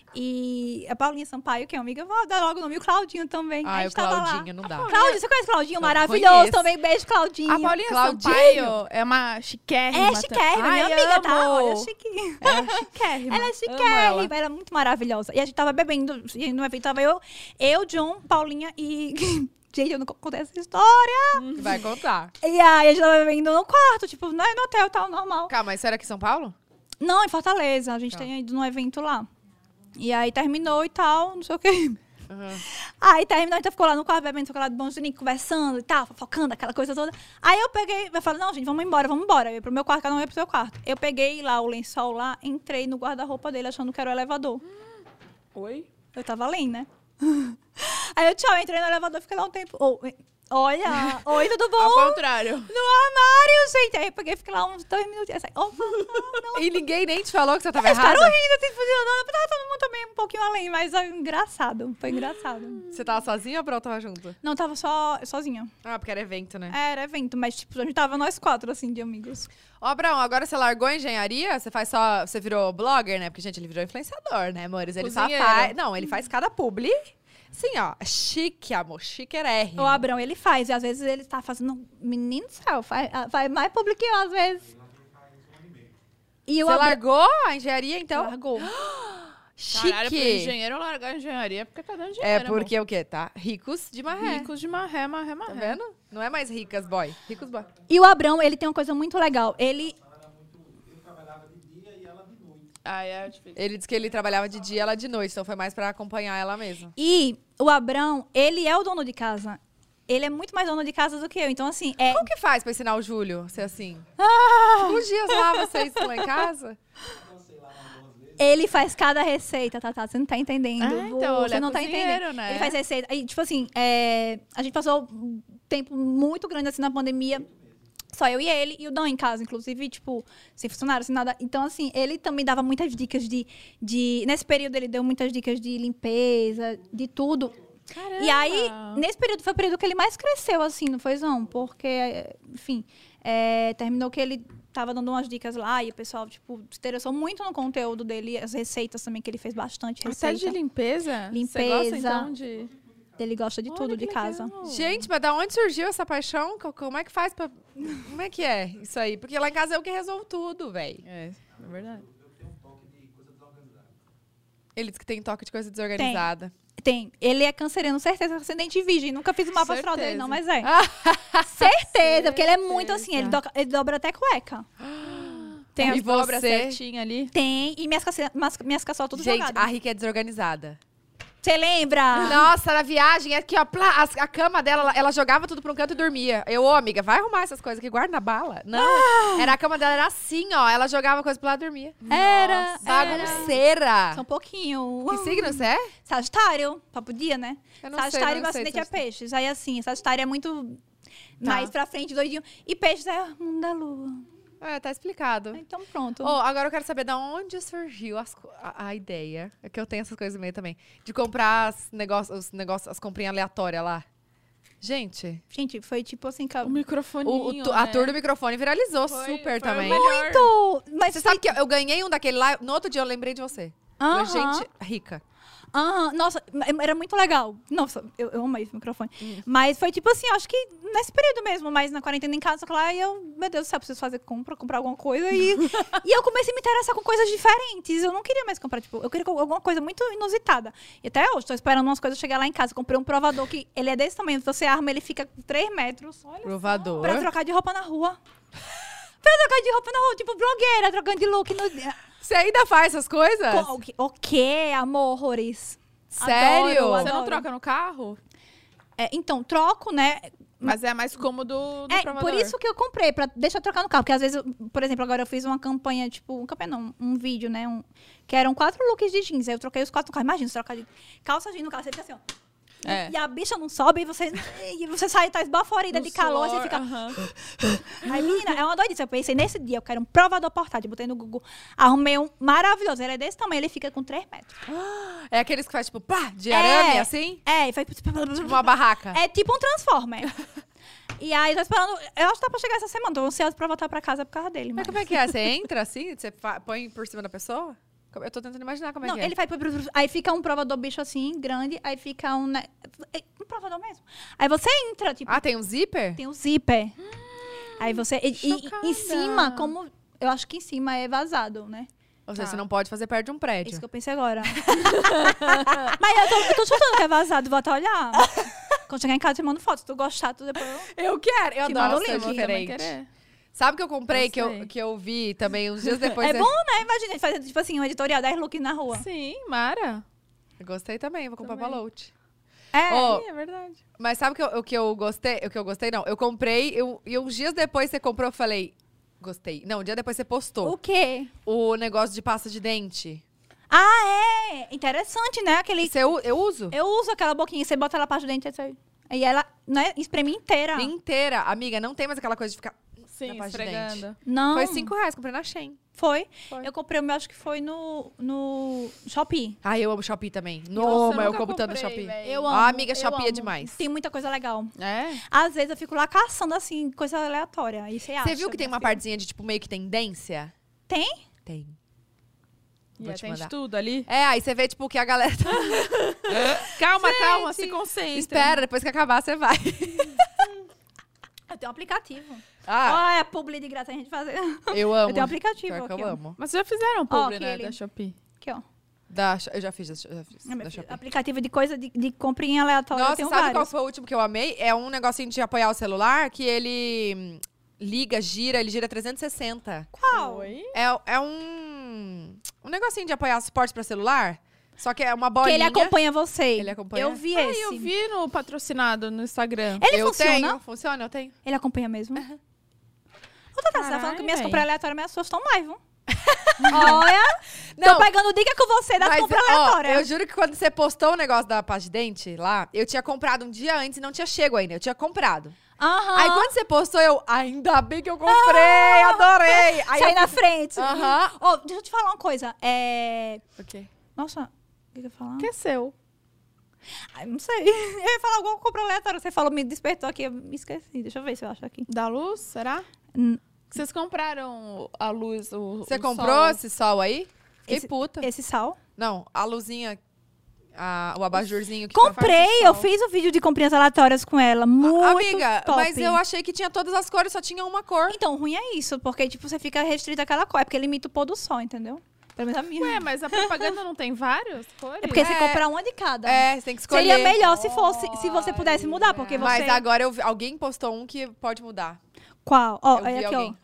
E a Paulinha Sampaio, que é uma amiga, vou dar logo o nome, e o Claudinho também. a Ai, o gente tava lá. Claudinho, não dá. Claudinho, você conhece o Claudinho? Eu Maravilhoso conheço. também. Beijo, Claudinho. A Paulinha Claudinho. Sampaio é uma chiquérrima. É chiquérrima, minha Ai, amiga, tá? amo. Olha, chique. Ela é chiquérrima. Ela é Amo chiquérrima, ela. ela é muito maravilhosa. E a gente tava bebendo, e no evento tava eu, eu, John, Paulinha e... Gente, eu não contei essa história. Vai contar. E aí, a gente tava bebendo no quarto, tipo, não é no hotel, tal, normal. Calma, mas isso era aqui em São Paulo? Não, em Fortaleza, a gente Tá. tem ido num evento lá. E aí, terminou e tal, não sei o quê. Uhum. Aí terminou, então ficou lá no quarto bebendo chocolate bom, Juninho, conversando e tal, fofocando, aquela coisa toda. Aí eu peguei, eu falei, não, gente, vamos embora, vamos embora. Eu ia pro meu quarto, cada um ia pro seu quarto. Eu peguei lá o lençol lá, entrei no guarda-roupa dele achando que era o elevador. Oi? Eu tava além, né? Aí eu, tchau, entrei no elevador, fiquei lá um tempo. Oh, olha, oi, tudo bom? Ao contrário. No armário, gente. Aí eu peguei, fiquei lá uns dois minutos. Aí, saí, opa, não, não. E ninguém nem te falou que você tava Eles ficaram errada? rindo, assim, funcionando. Tava todo mundo também um pouquinho além, mas é engraçado. Foi engraçado. Você tava sozinha ou a Brau tava junto? Não, tava só sozinha. Ah, porque era evento, né? Era evento, mas tipo, a gente tava nós quatro, assim, de amigos. Ó, Abraão, agora você largou a engenharia? Você faz só. Você virou blogger, né? Porque, gente, ele virou influenciador, né, amores? Ele só Cozinheiro. faz. Não, ele faz cada publi. Sim, ó. Chique, amor. Chiquerérrimo. O Abrão, ele faz, e às vezes ele tá fazendo. Menino do céu, faz, faz mais público que eu, às vezes. E o Você Abrão largou a engenharia, então? largou. Caralho, pro Chique. engenheiro largar a engenharia é porque tá dando dinheiro, É amor. porque o quê? Tá? Ricos de marré. Ricos de marré, marré, marré. Tá vendo? Não é mais ricas, boy. Ricos, boy. E o Abrão, ele tem uma coisa muito legal. Ele. Ele trabalhava de dia e ela de noite. Ah, é difícil. Ele disse que ele trabalhava de dia, ela de noite. Então foi mais pra acompanhar ela mesmo. E o Abrão, ele é o dono de casa. Ele é muito mais dono de casa do que eu. Então, assim, é... Como que faz pra ensinar o Júlio a ser assim? Ah! Uns dias lá, vocês lá em casa? Ele faz cada receita, Tatá. Você não tá entendendo. Ah, então, Você ele é não tá cozinheiro, entendendo. né? Ele faz receita. Aí, tipo assim, é, a gente passou um tempo muito grande assim na pandemia. Só eu e ele, e o Dan em casa, inclusive, tipo, sem funcionário, sem nada. Então, assim, ele também dava muitas dicas de, de... Nesse período, ele deu muitas dicas de limpeza, de tudo. Caramba. E aí, nesse período, foi o período que ele mais cresceu, assim, não foi, não? Porque, enfim, é, terminou que ele tava dando umas dicas lá e o pessoal, tipo, se interessou muito no conteúdo dele, as receitas também, que ele fez bastante receita. Até de limpeza? Você Limpeza. gosta, então, de... Ele gosta de Olha, tudo que de casa. legal. Gente, mas da onde surgiu essa paixão? Co- Como é que faz pra... Como é que é isso aí? Porque lá em casa eu que resolvo tudo, velho. É, é verdade. Ele diz que tem toque de coisa desorganizada. Tem. Ele é canceriano, certeza, ascendente virgem. Nunca fiz o mapa astral dele, não, mas é. Ah, Certeza, porque ele é muito assim, ele, do- ele dobra até cueca. Tem E as dobras você? certinho ali. Tem, e minhas, cace- mas- minhas caçolas tudo Gente, jogadas. a Rica é desorganizada. Você lembra? Nossa, na viagem, aqui, ó, plá, as- a, cama dela, ela, ela jogava tudo pra um canto e dormia. Eu, ô, amiga, vai arrumar essas coisas aqui, guarda na bala. Não, era a cama dela, era assim, ó, ela jogava coisa pra lá e dormia. Era, era. Bagunceira. Só um pouquinho. Que signo você é? Sagitário, papo dia, né? Eu não sei, Sagitário não e sei ascendente é Sagitário. peixes. Aí assim, Sagitário é muito mais pra frente, doidinho. E peixes é o mundo da lua. É, tá explicado. Então pronto. Ô, agora eu quero saber de onde surgiu as co- a, a ideia, é que eu tenho essas coisas meio também, de comprar as negócios, os negócios, as comprinhas aleatórias lá. Gente, Gente, foi tipo assim... que O eu- microfoninho, o, o tu- a né? tour do microfone viralizou Foi- super foi também. o melhor. Muito! Mas Você sabe que eu, eu ganhei um daquele lá, no outro dia eu lembrei de você. Aham. Falei, gente rica. Aham, nossa, era muito legal. Nossa, eu, eu amei esse microfone. Mas foi tipo assim, acho que nesse período mesmo, mas na quarentena em casa, lá, e eu, meu Deus do céu, preciso fazer compra, comprar alguma coisa. E, e eu comecei a me interessar com coisas diferentes. Eu não queria mais comprar, tipo, eu queria alguma coisa muito inusitada. E até hoje, tô esperando umas coisas chegar lá em casa. Comprei um provador que ele é desse tamanho, você arma, ele fica com três metros. Provador. Pra trocar de roupa na rua. Pra trocar de roupa na rua, tipo, blogueira, trocando de look no. Você ainda faz essas coisas? O que- O quê, amor, horrores? Sério? Adoro, Você não adoro. troca no carro? É, então, troco, né? Mas é mais cômodo do É, provador. por isso que eu comprei, pra deixar eu trocar no carro. Porque às vezes, eu- por exemplo, agora eu fiz uma campanha, tipo, um campanha não, um vídeo, né? Um, que eram quatro looks de jeans. Aí eu troquei os quatro no carro. Imagina, você trocar de calça jeans no carro, você fica assim, ó. É. E a bicha não sobe e você, e você sai, tá esbaforida No de calor, suor, você fica. aham. Aí, menina, é uma doidice. Eu pensei, nesse dia, eu quero um provador portátil. Botei no Google, arrumei um maravilhoso. Ele é desse tamanho, ele fica com três metros. É aqueles que faz tipo, pá, de arame, É. assim? É, e foi. Tipo uma barraca. É tipo um Transformer. E aí, tô esperando. Eu acho que tá pra chegar essa semana. Tô ansiosa pra voltar pra casa por causa dele. Mas Mas... como é que é? Você entra assim, você fa- põe por cima da pessoa? Eu tô tentando imaginar como é Não, que é. ele faz. Aí fica um provador bicho assim, grande. Aí fica um. né, Um provador mesmo. Aí você entra, tipo, Ah, tem um zíper? tem um zíper. Aí você. E, e- chocada. em cima, como. Eu acho que em cima é vazado, né? Ou seja, Tá. você não pode fazer perto de um prédio. Isso que eu pensei agora. Mas eu tô, eu tô chutando que é vazado, vou até olhar. Quando chegar em casa, eu te mando foto. Se tu gostar, tu depois. eu- Eu quero, eu Te adoro mando o ser link. Também diferente. querer. Sabe o que eu comprei, que eu, Gostei. que eu vi também uns dias depois? É bom, né? Imagina, fazer, tipo assim, um editorial dez looks na rua. Sim, Mara. Eu gostei também, vou comprar Também. pra Lout. É. Ó, Sim, é verdade. Mas sabe o que eu, o que eu gostei? O que eu gostei, não. Eu comprei, eu, e uns dias depois você comprou, eu falei, gostei. Não, um dia depois você postou O quê? o negócio de pasta de dente. Ah, é! Interessante, né? Aquele. Você, u- eu uso? Eu uso aquela boquinha, você bota ela pra dentro assim, e ela, né, espreme inteira. Inteira. Amiga, não tem mais aquela coisa de ficar Sim, na pasta de dente. esfregando. Não. Foi cinco reais, comprei na Shein. Foi. Foi. Eu comprei o meu, acho que foi no, no Shopee. Ah, eu amo Shopee também. Nossa, Não, eu mas eu nunca compro tanto no comprei, Shopee. véi. Eu Ah, amo. amiga, eu Shopee é amo. demais. Tem muita coisa legal. É? Às vezes eu fico lá caçando, assim, coisa aleatória. Aí você acha. Você viu que tem uma minha filha. partezinha de, tipo, meio que tendência? Tem? Tem. E Vou te atende mandar. tudo ali. É, aí você vê, tipo, que a galera tá... Calma, calma, se concentra. Espera, depois que acabar, você vai. Eu tenho um aplicativo. Ah, Olha, publi de graça a gente fazer. eu amo. Eu tenho um aplicativo Pior que aqui, eu ó. amo. Mas vocês já fizeram publi, Ó, né, aquele. da Shopee? Aqui, ó. Da, eu já fiz, eu já fiz. É, minha Da filha, Shopee. aplicativo de coisa de, de comprinha aleatória. eu Nossa, tenho sabe qual vários. foi o último que eu amei? É um negocinho de apoiar o celular que ele hum, liga, gira, ele gira trezentos e sessenta. Qual? Oi? É, é um, um negocinho de apoiar suporte pra celular. Só que é uma Que bolinha. ele acompanha você. Ele acompanha? Eu vi Ah, esse. eu vi no patrocinado no Instagram. Ele eu funciona? tenho. Funciona, eu tenho. Ele acompanha mesmo? Ô, Tata, você tá falando Caralho, que minhas véi. compras aleatórias me assustam mais, viu? Olha, Não, tô pegando dica com você das mas, compras ó, aleatórias. eu juro que quando você postou o negócio da pasta de dente lá, eu tinha comprado um dia antes e não tinha chego ainda. Eu tinha comprado. Aham. Aí quando você postou, eu, ainda bem que eu comprei, adorei. Aí Sai eu na frente. Aham. Ô, deixa eu te falar uma coisa. É... Ok. Nossa, o que eu ia falar? Que é seu. Ai, não sei. Eu ia falar alguma compra aleatória. Você falou, me despertou aqui, eu me esqueci. Deixa eu ver se eu acho aqui. Da luz, será? Hum, Vocês compraram a luz, o Você o comprou sol? esse sol aí? Fiquei Esse- puta. Esse sal. Não, a luzinha, a- o abajurzinho que Comprei, faz o eu sol. fiz o vídeo de comprinhas aleatórias com ela. Muito Amiga, top. mas eu achei que tinha todas as cores, só tinha uma cor. Então, ruim é isso, porque, tipo, você fica restrito àquela cor. É porque limita o pôr do sol, entendeu? Pelo menos a minha. Ué, mas a propaganda não tem várias cores? É porque você É. compra uma de cada. É, você tem que escolher. Seria melhor se fosse, se você pudesse mudar, porque você... Mas agora eu vi- alguém postou um que pode mudar. Qual? Ó, Eu aí vi aqui, alguém.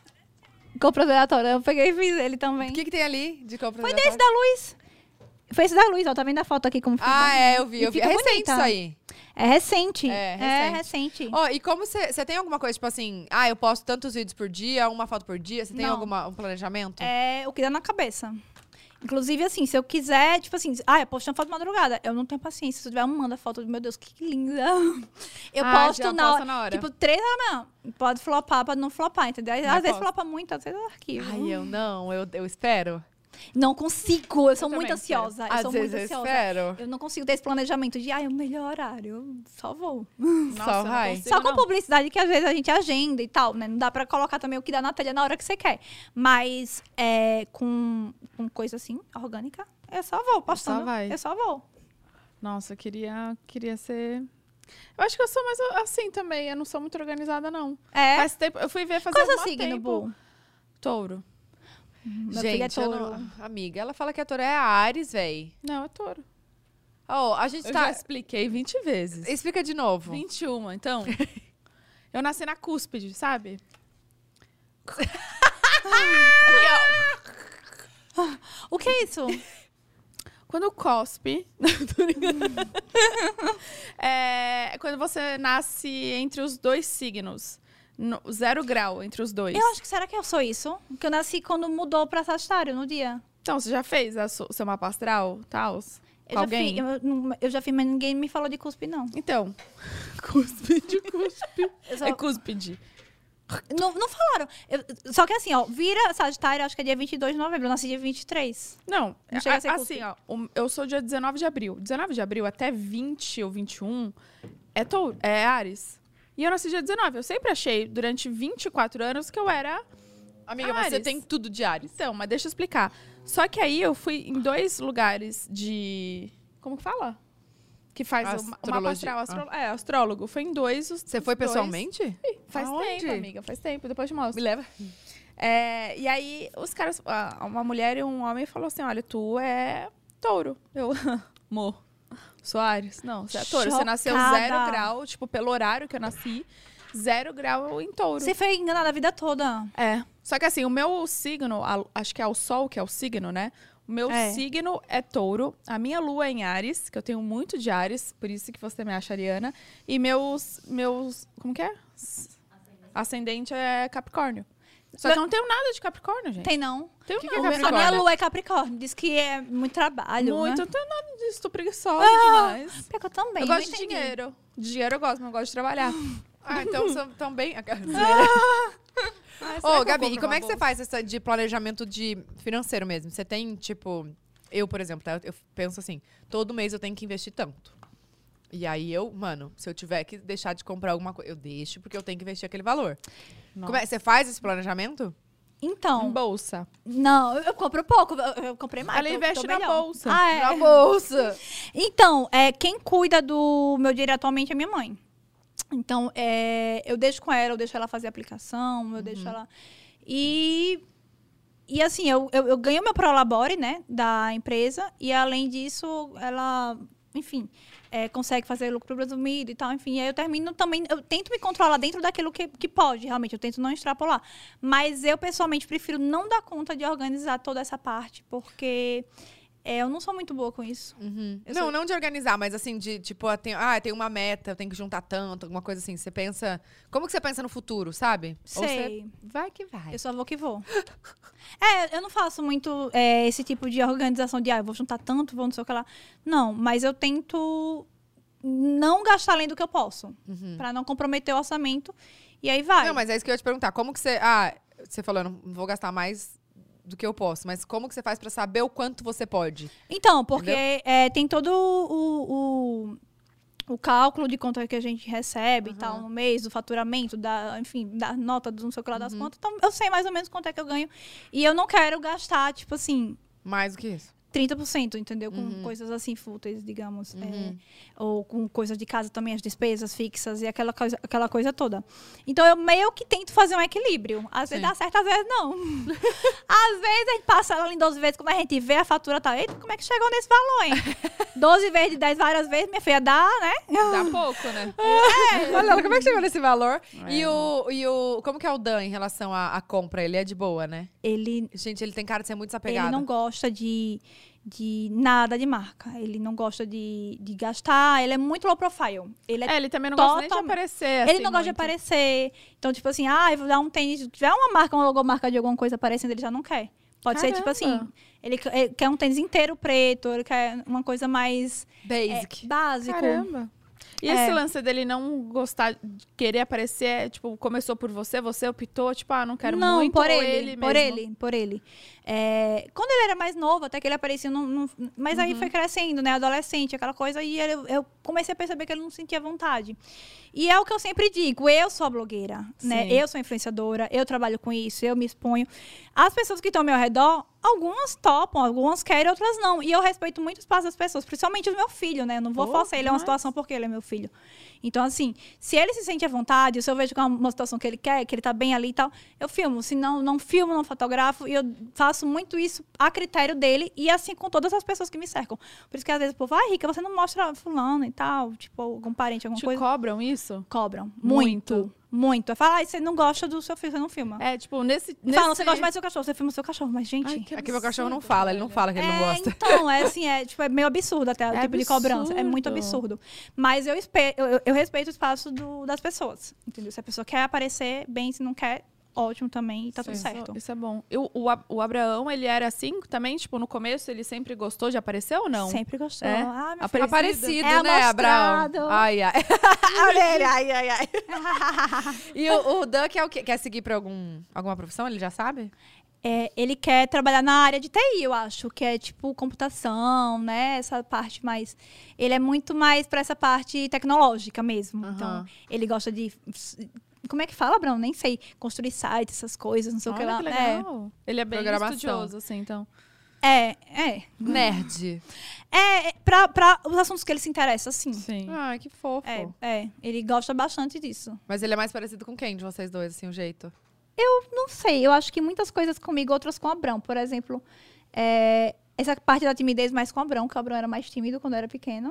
ó. Compras aleatórias. Eu peguei e fiz ele também. O que, que tem ali de compra? Foi desse da Luz. Foi esse da Luz, ó. Tá vendo a foto aqui como fica? Ah, é, eu vi, E eu vi. É fica recente bonita. isso aí. É recente. É, É recente. recente. Ó, e como você você tem alguma coisa, tipo assim, ah, eu posto tantos vídeos por dia, uma foto por dia? Você tem Não. alguma, um planejamento? É o que dá na cabeça. Inclusive, assim, se eu quiser, tipo assim, ah, eu postei uma foto de madrugada. Eu não tenho paciência. Se eu tiver uma manda foto, meu Deus, que linda. Eu Ah, posto já na posta hora. na hora. Tipo, três da manhã. Pode flopar, pode não flopar, entendeu? Aí, Mas às vezes posta. flopa muito, às vezes eu arquivo. Ai, eu não, eu, eu espero. Não consigo, eu sou Eu muito também espero. ansiosa. Eu Às sou vezes muito eu ansiosa. espero. Eu não consigo ter esse planejamento de, ai, o melhor horário. Eu só vou. Nossa, Só eu não vai. consigo, Só com não. publicidade que às vezes a gente agenda e tal, né? Não dá pra colocar também o que dá na telha na hora que você quer. Mas é, com, com coisa assim, orgânica, eu só vou postando. vai. Eu só vou. Nossa, eu queria, queria ser... Eu acho que eu sou mais assim também. Eu não sou muito organizada, não. É. Faz tempo... Eu fui ver fazer Qual é o mó seu signo, tempo. Bu? Touro. Meu filho é Gente, eu touro. não... Amiga, ela fala que a Touro é a Ares, véi. Não, é touro. Ó, a gente Eu tá... já expliquei vinte vezes. Explica de novo. vinte e uma, então. Eu nasci na cúspide, sabe? O que é isso? Quando cospe... Tô brincando. É quando você nasce entre os dois signos. No, zero grau entre os dois. Eu acho que será que eu sou isso? Que eu nasci quando mudou pra Sagitário no dia. Então, você já fez a su- o seu mapa astral, tal? Eu Com já, alguém? fiz, eu, não- eu já fiz, mas ninguém me falou de cuspe, não. Então, cúspide, cúspide. Eu só- É cúspide. não, não falaram. Eu- só que assim, ó, vira Sagitário, acho que é dia vinte e dois de novembro. Eu nasci dia vinte e três. Não, Não chega a ser a- cúspide. assim, ó, o- eu sou dia dezenove de abril. dezenove de abril até vinte ou vinte e um é, touro, é Ares. E eu nasci dia dezenove. Eu sempre achei, durante vinte e quatro anos, que eu era... Amiga, mas você Ares. tem tudo de Ares. Então, mas deixa eu explicar. Só que aí eu fui em dois lugares de... Como que fala? Que faz o, ma- o mapa Astrologia. astral. Astro, É, astrólogo. Foi em dois. Os, Você foi os dois. pessoalmente? Faz Aonde? tempo, amiga. Faz tempo. Depois te mostro. Me leva. É, e aí, os caras... ah, Uma mulher e um homem falou assim, olha, tu é touro. Eu, amor, sou Ares. Não, você é touro. Você nasceu Chocada. zero grau, tipo, pelo horário que eu nasci, zero grau em touro. Você foi enganada a vida toda. É. Só que assim, o meu signo, a- acho que é o sol, que é o signo, né? O meu É. signo é touro. A minha lua é em Ares, que eu tenho muito de Ares, por isso que você me acha ariana. E meus, meus, como que é? Ascendente é Capricórnio. Só que eu não tenho nada de Capricórnio, gente. Tem não. Tenho Que que é nada. A minha Capricórnio? lua é Capricórnio. Diz que é muito trabalho. Muito, Né? não tenho nada disso, tô preguiçosa demais. Pior que eu também. Eu não gosto de entendi. dinheiro. De dinheiro eu gosto, mas não gosto de trabalhar. Ah, então são tão bem... Ah, será que Ô, eu Gabi, compro e como uma é que você bolsa? faz essa de planejamento de financeiro mesmo? Você tem, tipo... Eu, por exemplo, tá? eu, eu penso assim, todo mês eu tenho que investir tanto. E aí eu, mano, se eu tiver que deixar de comprar alguma coisa, eu deixo porque eu tenho que investir aquele valor. Como é, você faz esse planejamento? Em Então, bolsa. não, eu, eu compro pouco. Eu, eu comprei mais. Ela tô- investe tô na melhor. bolsa. Ah, é. Na bolsa. Então, é, quem cuida do meu dinheiro atualmente é minha mãe. Então, é, eu deixo com ela, eu deixo ela fazer a aplicação, eu deixo ela... E, e assim, eu, eu, eu ganho meu Prolabore, né, da empresa, e além disso, ela, enfim, é, consegue fazer lucro presumido e tal, enfim. E aí eu termino também, eu tento me controlar dentro daquilo que, que pode, realmente, eu tento não extrapolar. Mas eu, pessoalmente, prefiro não dar conta de organizar toda essa parte, porque... É, eu não sou muito boa com isso. Uhum. Eu Não, sou- não de organizar, mas assim, de tipo, ah, tem, ah, tem uma meta, eu tenho que juntar tanto, alguma coisa assim. Você pensa. Como que você pensa no futuro, sabe? Ou você Sei. vai que vai. Eu só vou que vou. É, eu não faço muito é, esse tipo de organização de, ah, eu vou juntar tanto, vou não sei o que lá. Não, mas eu tento não gastar além do que eu posso. Uhum. Pra não comprometer o orçamento. E aí vai. Não, mas é isso que eu ia te perguntar. Como que você. Ah, você falou, eu não vou gastar mais do que eu posso, mas como que você faz pra saber o quanto você pode? Então, porque é, tem todo o, o, o cálculo de quanto é que a gente recebe e Uhum. tal no mês, do faturamento, da, enfim, da nota do não sei o que lá das Uhum. contas. Então, eu sei mais ou menos quanto é que eu ganho. E eu não quero gastar, tipo assim, Mais do que isso? trinta por cento, entendeu? Com Uhum. coisas assim fúteis, digamos. Uhum. É, ou com coisas de casa também, as despesas fixas e aquela coisa, aquela coisa toda. Então, eu meio que tento fazer um equilíbrio. Às vezes Sim. dá certo, às vezes não. Às vezes a gente passa ela em doze vezes, quando a gente vê a fatura, tá, eita, como é que chegou nesse valor, hein? doze vezes de dez várias vezes, minha filha, dá, né? Dá pouco, né? Olha, ela, como é que chegou nesse valor? É. E, o, e o. Como que é o Dan em relação à, à compra? Ele é de boa, né? Ele, Gente, ele tem cara de ser muito desapegado. ele não gosta de, de nada de marca. Ele não gosta de, de gastar, ele é muito low profile. Ele é É, ele também não gosta nem de totalmente- aparecer. Ele assim, não gosta de muito. aparecer. Então, tipo assim, ah, eu vou dar um tênis. Se tiver uma marca, uma logomarca de alguma coisa aparecendo, ele já não quer. Pode ser, tipo assim, Caramba. ele, que- ele quer um tênis inteiro preto, ele quer uma coisa mais é, Basic. básico. Caramba. E É. esse lance dele não gostar, de querer aparecer, é, tipo, começou por você, você optou, tipo, ah, não quero não, muito, por ou ele, por mesmo? ele, por ele. É, quando ele era mais novo, até que ele aparecia, não, não- mas aí Uhum. foi crescendo, né, adolescente, aquela coisa, e ele- eu comecei a perceber que ele não sentia vontade. E é o que eu sempre digo, eu sou a blogueira, né, Sim. eu sou influenciadora, eu trabalho com isso, eu me exponho. As pessoas que estão ao meu redor, algumas topam, algumas querem, outras não. E eu respeito muito o espaço das pessoas, principalmente o meu filho, né, eu não vou Pô, forçar ele a uma demais. situação porque ele é meu filho. Então, assim, se ele se sente à vontade, se eu vejo que é uma- uma situação que ele quer, que ele tá bem ali e tal, eu filmo. Se não, não filmo, não fotografo. E eu faço muito isso a critério dele e assim com todas as pessoas que me cercam. Por isso que às vezes o povo, ah, Rica, você não mostra fulano e tal, tipo, algum parente, alguma Te coisa. cobram isso? Cobram. Muito. Muito. Muito. Fala, ah, você não gosta do seu filho, você não filma. É, tipo, nesse... nesse... Fala, você gosta mais do seu cachorro, você filma o seu cachorro. Mas, gente... Ai, que Aqui meu cachorro não absurdo, fala, ele não velho. fala que ele não É, gosta. então, é assim, é, tipo, é meio absurdo até o É tipo de cobrança. É muito absurdo. absurdo. Mas eu, espe- eu, eu- eu respeito o espaço do- das pessoas. Entendeu? Se a pessoa quer aparecer, bem, se não quer, ótimo também, e tá tudo Isso- certo. Isso é bom. E o, o, Ab- o Abraão, ele era assim também? Tipo, no começo, ele sempre gostou de aparecer ou não? Sempre gostou. É? Ah, minha Aparecido. Aparecido, É né, Abraão? amostrado. Ai, ai. Olha ele, ai, ai, ai. E o, o Dan quer o quê? Quer seguir pra algum, alguma profissão? Ele já sabe? É, ele quer trabalhar na área de T I, eu acho, que é tipo computação, né? Essa parte mais. Ele é muito mais pra essa parte tecnológica mesmo. Aham. Então, ele gosta de. Como é que fala, Bruno? Nem sei. Construir sites, essas coisas, não sei o que Olha lá. que legal. Ele é bem Programação. estudioso, assim, então. É, é. É, Nerd. é pra, pra os assuntos que ele se interessa, sim. Sim. Ai, que fofo. É, é. Ele gosta bastante disso. Mas ele é mais parecido com quem de vocês dois, assim, o jeito? Não sei, eu acho que muitas coisas comigo, outras com o Abrão. Por exemplo, é, essa parte da timidez mais com o Abrão, que o Abrão era mais tímido quando eu era pequeno.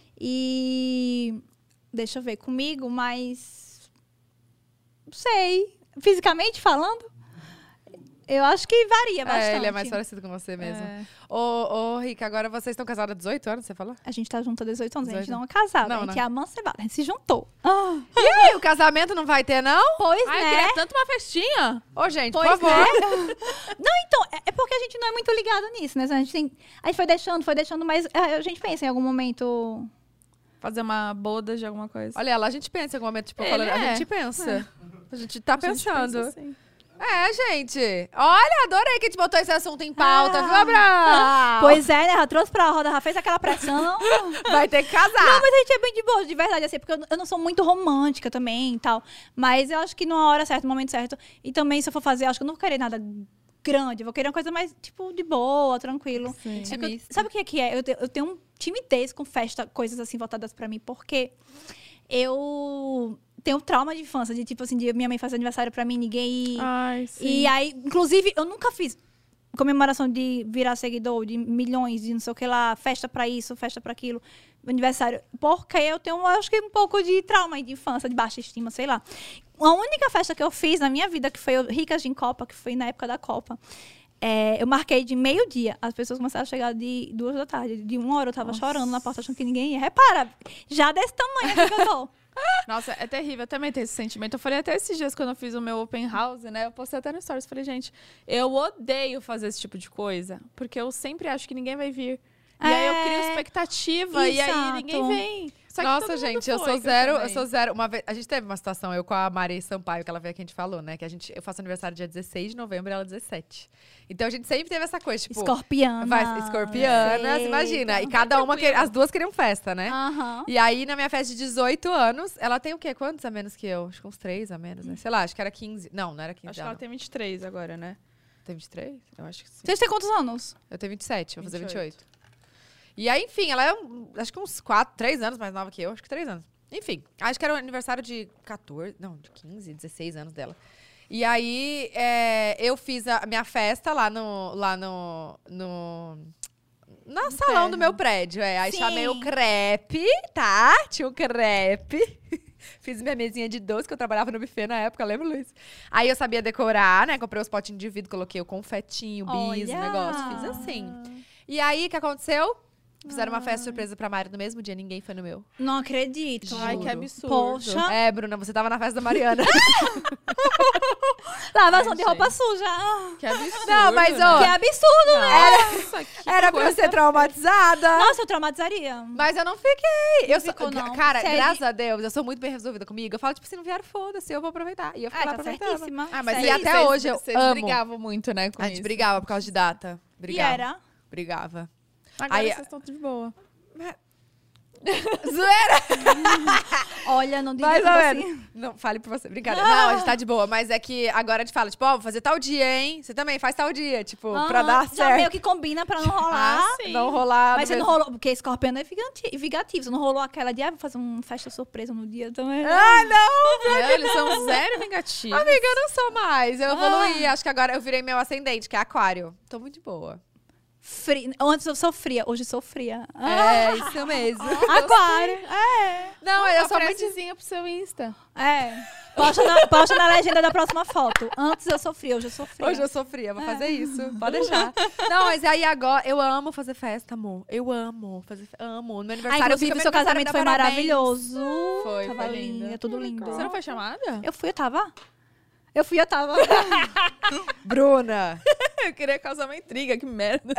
E deixa eu ver, comigo, mas não sei, fisicamente falando, eu acho que varia bastante. É, ele é mais parecido com você mesmo. É. Ô, ô, Rica, agora vocês estão casados há dezoito anos, você falou? A gente tá junto há dezoito anos, a gente dezoito. não é casada, Não, a gente né? é amancebada, a gente se juntou. Ah, E aí, o casamento não vai ter, não? pois, Ai, eu né? queria tanto uma festinha. Ô, gente, Pois por favor. né? Não, então, é- é porque a gente não é muito ligado nisso, né? A gente, tem, a gente foi deixando, foi deixando, mas é, a gente pensa em algum momento. Fazer uma boda de alguma coisa. Olha lá, a gente pensa em algum momento, tipo, Ele falando, a é. gente pensa. A gente tá A gente pensa pensando. assim. É, gente. Olha, adorei que a gente botou esse assunto em pauta, Ah. viu, Abraão? Pois é, né? Já trouxe pra roda, já fez aquela pressão. Vai ter que casar. Não, mas a gente é bem de boa, de verdade, assim, porque eu, eu não sou muito romântica também e tal. Mas eu acho que numa hora certa, no momento certo. E também, se eu for fazer, eu acho que eu não vou querer nada grande. Eu vou querer uma coisa mais, tipo, de boa, tranquilo. Sim. É que eu- Intimista. sabe o que é que é? Eu, te- eu tenho um timidez com festa, coisas assim voltadas pra mim, porque eu tenho trauma de infância, de tipo assim, de minha mãe fazer aniversário pra mim, ninguém ir. Ai, sim. E aí, inclusive, eu nunca fiz comemoração de virar seguidor, de milhões, de não sei o que lá, festa pra isso, festa pra aquilo, aniversário. Porque eu tenho, eu acho que um pouco de trauma de infância, de baixa estima, sei lá. A única festa que eu fiz na minha vida, que foi o Ricas de Copa, que foi na época da Copa, É, eu marquei de meio-dia. As pessoas começaram a chegar de duas da tarde. De uma hora eu tava Nossa. chorando na porta, achando que ninguém ia. Repara, já desse tamanho aqui que eu tô. Nossa, é terrível. Eu também tenho esse sentimento. Eu falei até esses dias, quando eu fiz o meu open house, né? Eu postei até no stories. Falei, gente, eu odeio fazer esse tipo de coisa. Porque eu sempre acho que ninguém vai vir. E aí eu crio É, expectativa e aí exato. ninguém vem. Só que todo Nossa, mundo gente, eu foi, sou que zero, eu também. sou zero. Uma vez, a gente teve uma situação, eu com a Mari Sampaio, que ela veio aqui, a gente falou, né? Que a gente, eu faço aniversário dia dezesseis de novembro e ela dezessete. Então a gente sempre teve essa coisa, tipo... Escorpiana. Vai, escorpianas, Sei. imagina. E cada uma, que, as duas queriam festa, né? Aham. E aí, na minha festa de dezoito anos, ela tem o quê? Quantos a menos que eu? Acho que uns três a menos, né? Sei lá, acho que era quinze. Não, não era quinze. Acho que ela ela tem vinte e três agora, né? tem vinte e três? Eu acho que sim. Vocês têm quantos anos? Eu tenho vinte e sete, vou fazer vinte e vinte e oito. E aí, enfim, ela é, um- acho que uns quatro, três anos mais nova que eu. Acho que três anos. Enfim, acho que era o aniversário de quatorze, não, de quinze, dezesseis anos dela. E aí, é, eu fiz a minha festa lá no, lá no, no, no salão do meu prédio. É. Aí Sim. chamei o crepe, tá? Tinha o crepe. Fiz minha mesinha de doce, que eu trabalhava no buffet na época, lembra, Luiz? Aí eu sabia decorar, né? Comprei os potinhos de vidro, coloquei o confetinho, o bis, o Olha! negócio. Fiz assim. E aí, o que aconteceu? Fizeram uma festa surpresa pra Mari no mesmo dia, ninguém foi no meu. Não acredito. Ai, que Juro. absurdo. Poxa. É, Bruna, você tava na festa da Mariana. Lavação Ai, de roupa gente. suja. Ah, Que absurdo. Não, mas, né? ó, que absurdo, né? Nossa, que Era pra eu ser traumatizada. Nossa, eu traumatizaria. Mas eu não fiquei. Eu sou, ficou, não. Cara, Sério? graças a Deus, eu sou muito bem resolvida comigo. Eu falo, tipo, se não vier, foda-se, eu vou aproveitar. E eu fico Ah, lá tá aproveitando. certíssima. Ah, mas E aí, até vocês- hoje eu vocês amo. brigavam muito, né, com A gente isso. brigava por causa de data. E Brigava. era? Brigava. Agora Aí- vocês estão de boa. Zoeira! Olha, não diga Mais tudo ou assim. menos. Não, fale por você. Brincadeira. Não, a gente tá de boa. Mas é que agora a gente fala, tipo, ó, vou fazer tal dia, hein? Você também faz tal dia. Tipo, pra Aham, dar já certo. meio que combina pra não rolar. Ah, sim. Não rolar. Mas no você não mesmo- rolou, porque escorpião é vigati- vingativo. Você não rolou aquela de, ah, vou fazer uma festa surpresa no dia também. Ah, não! Não, eles são zero vingativos. Amiga, eu não sou mais. Eu evoluí. Ah. Acho que agora eu virei meu ascendente, que é aquário. Tô muito de boa. Fri... Antes eu sofria, hoje eu sou fria. É, isso mesmo. Aquário. É. Não, eu sou muito... frasezinha pro seu Insta. É. Posta na, posta na legenda da próxima foto. Antes eu sofria, hoje eu sou fria. Hoje eu sou fria, vou fazer isso. Pode deixar. Não, mas aí agora, eu amo fazer festa, amor. Eu amo fazer festa. Amo. No meu Ah, aniversário, inclusive, eu o fiz seu meu aniversário, casamento dá foi parabéns. maravilhoso. Foi, Tava foi lindo. lindo, tudo lindo. Você não foi chamada? Eu fui, eu tava. Eu fui, eu tava. Bruna. Eu queria causar uma intriga, que merda.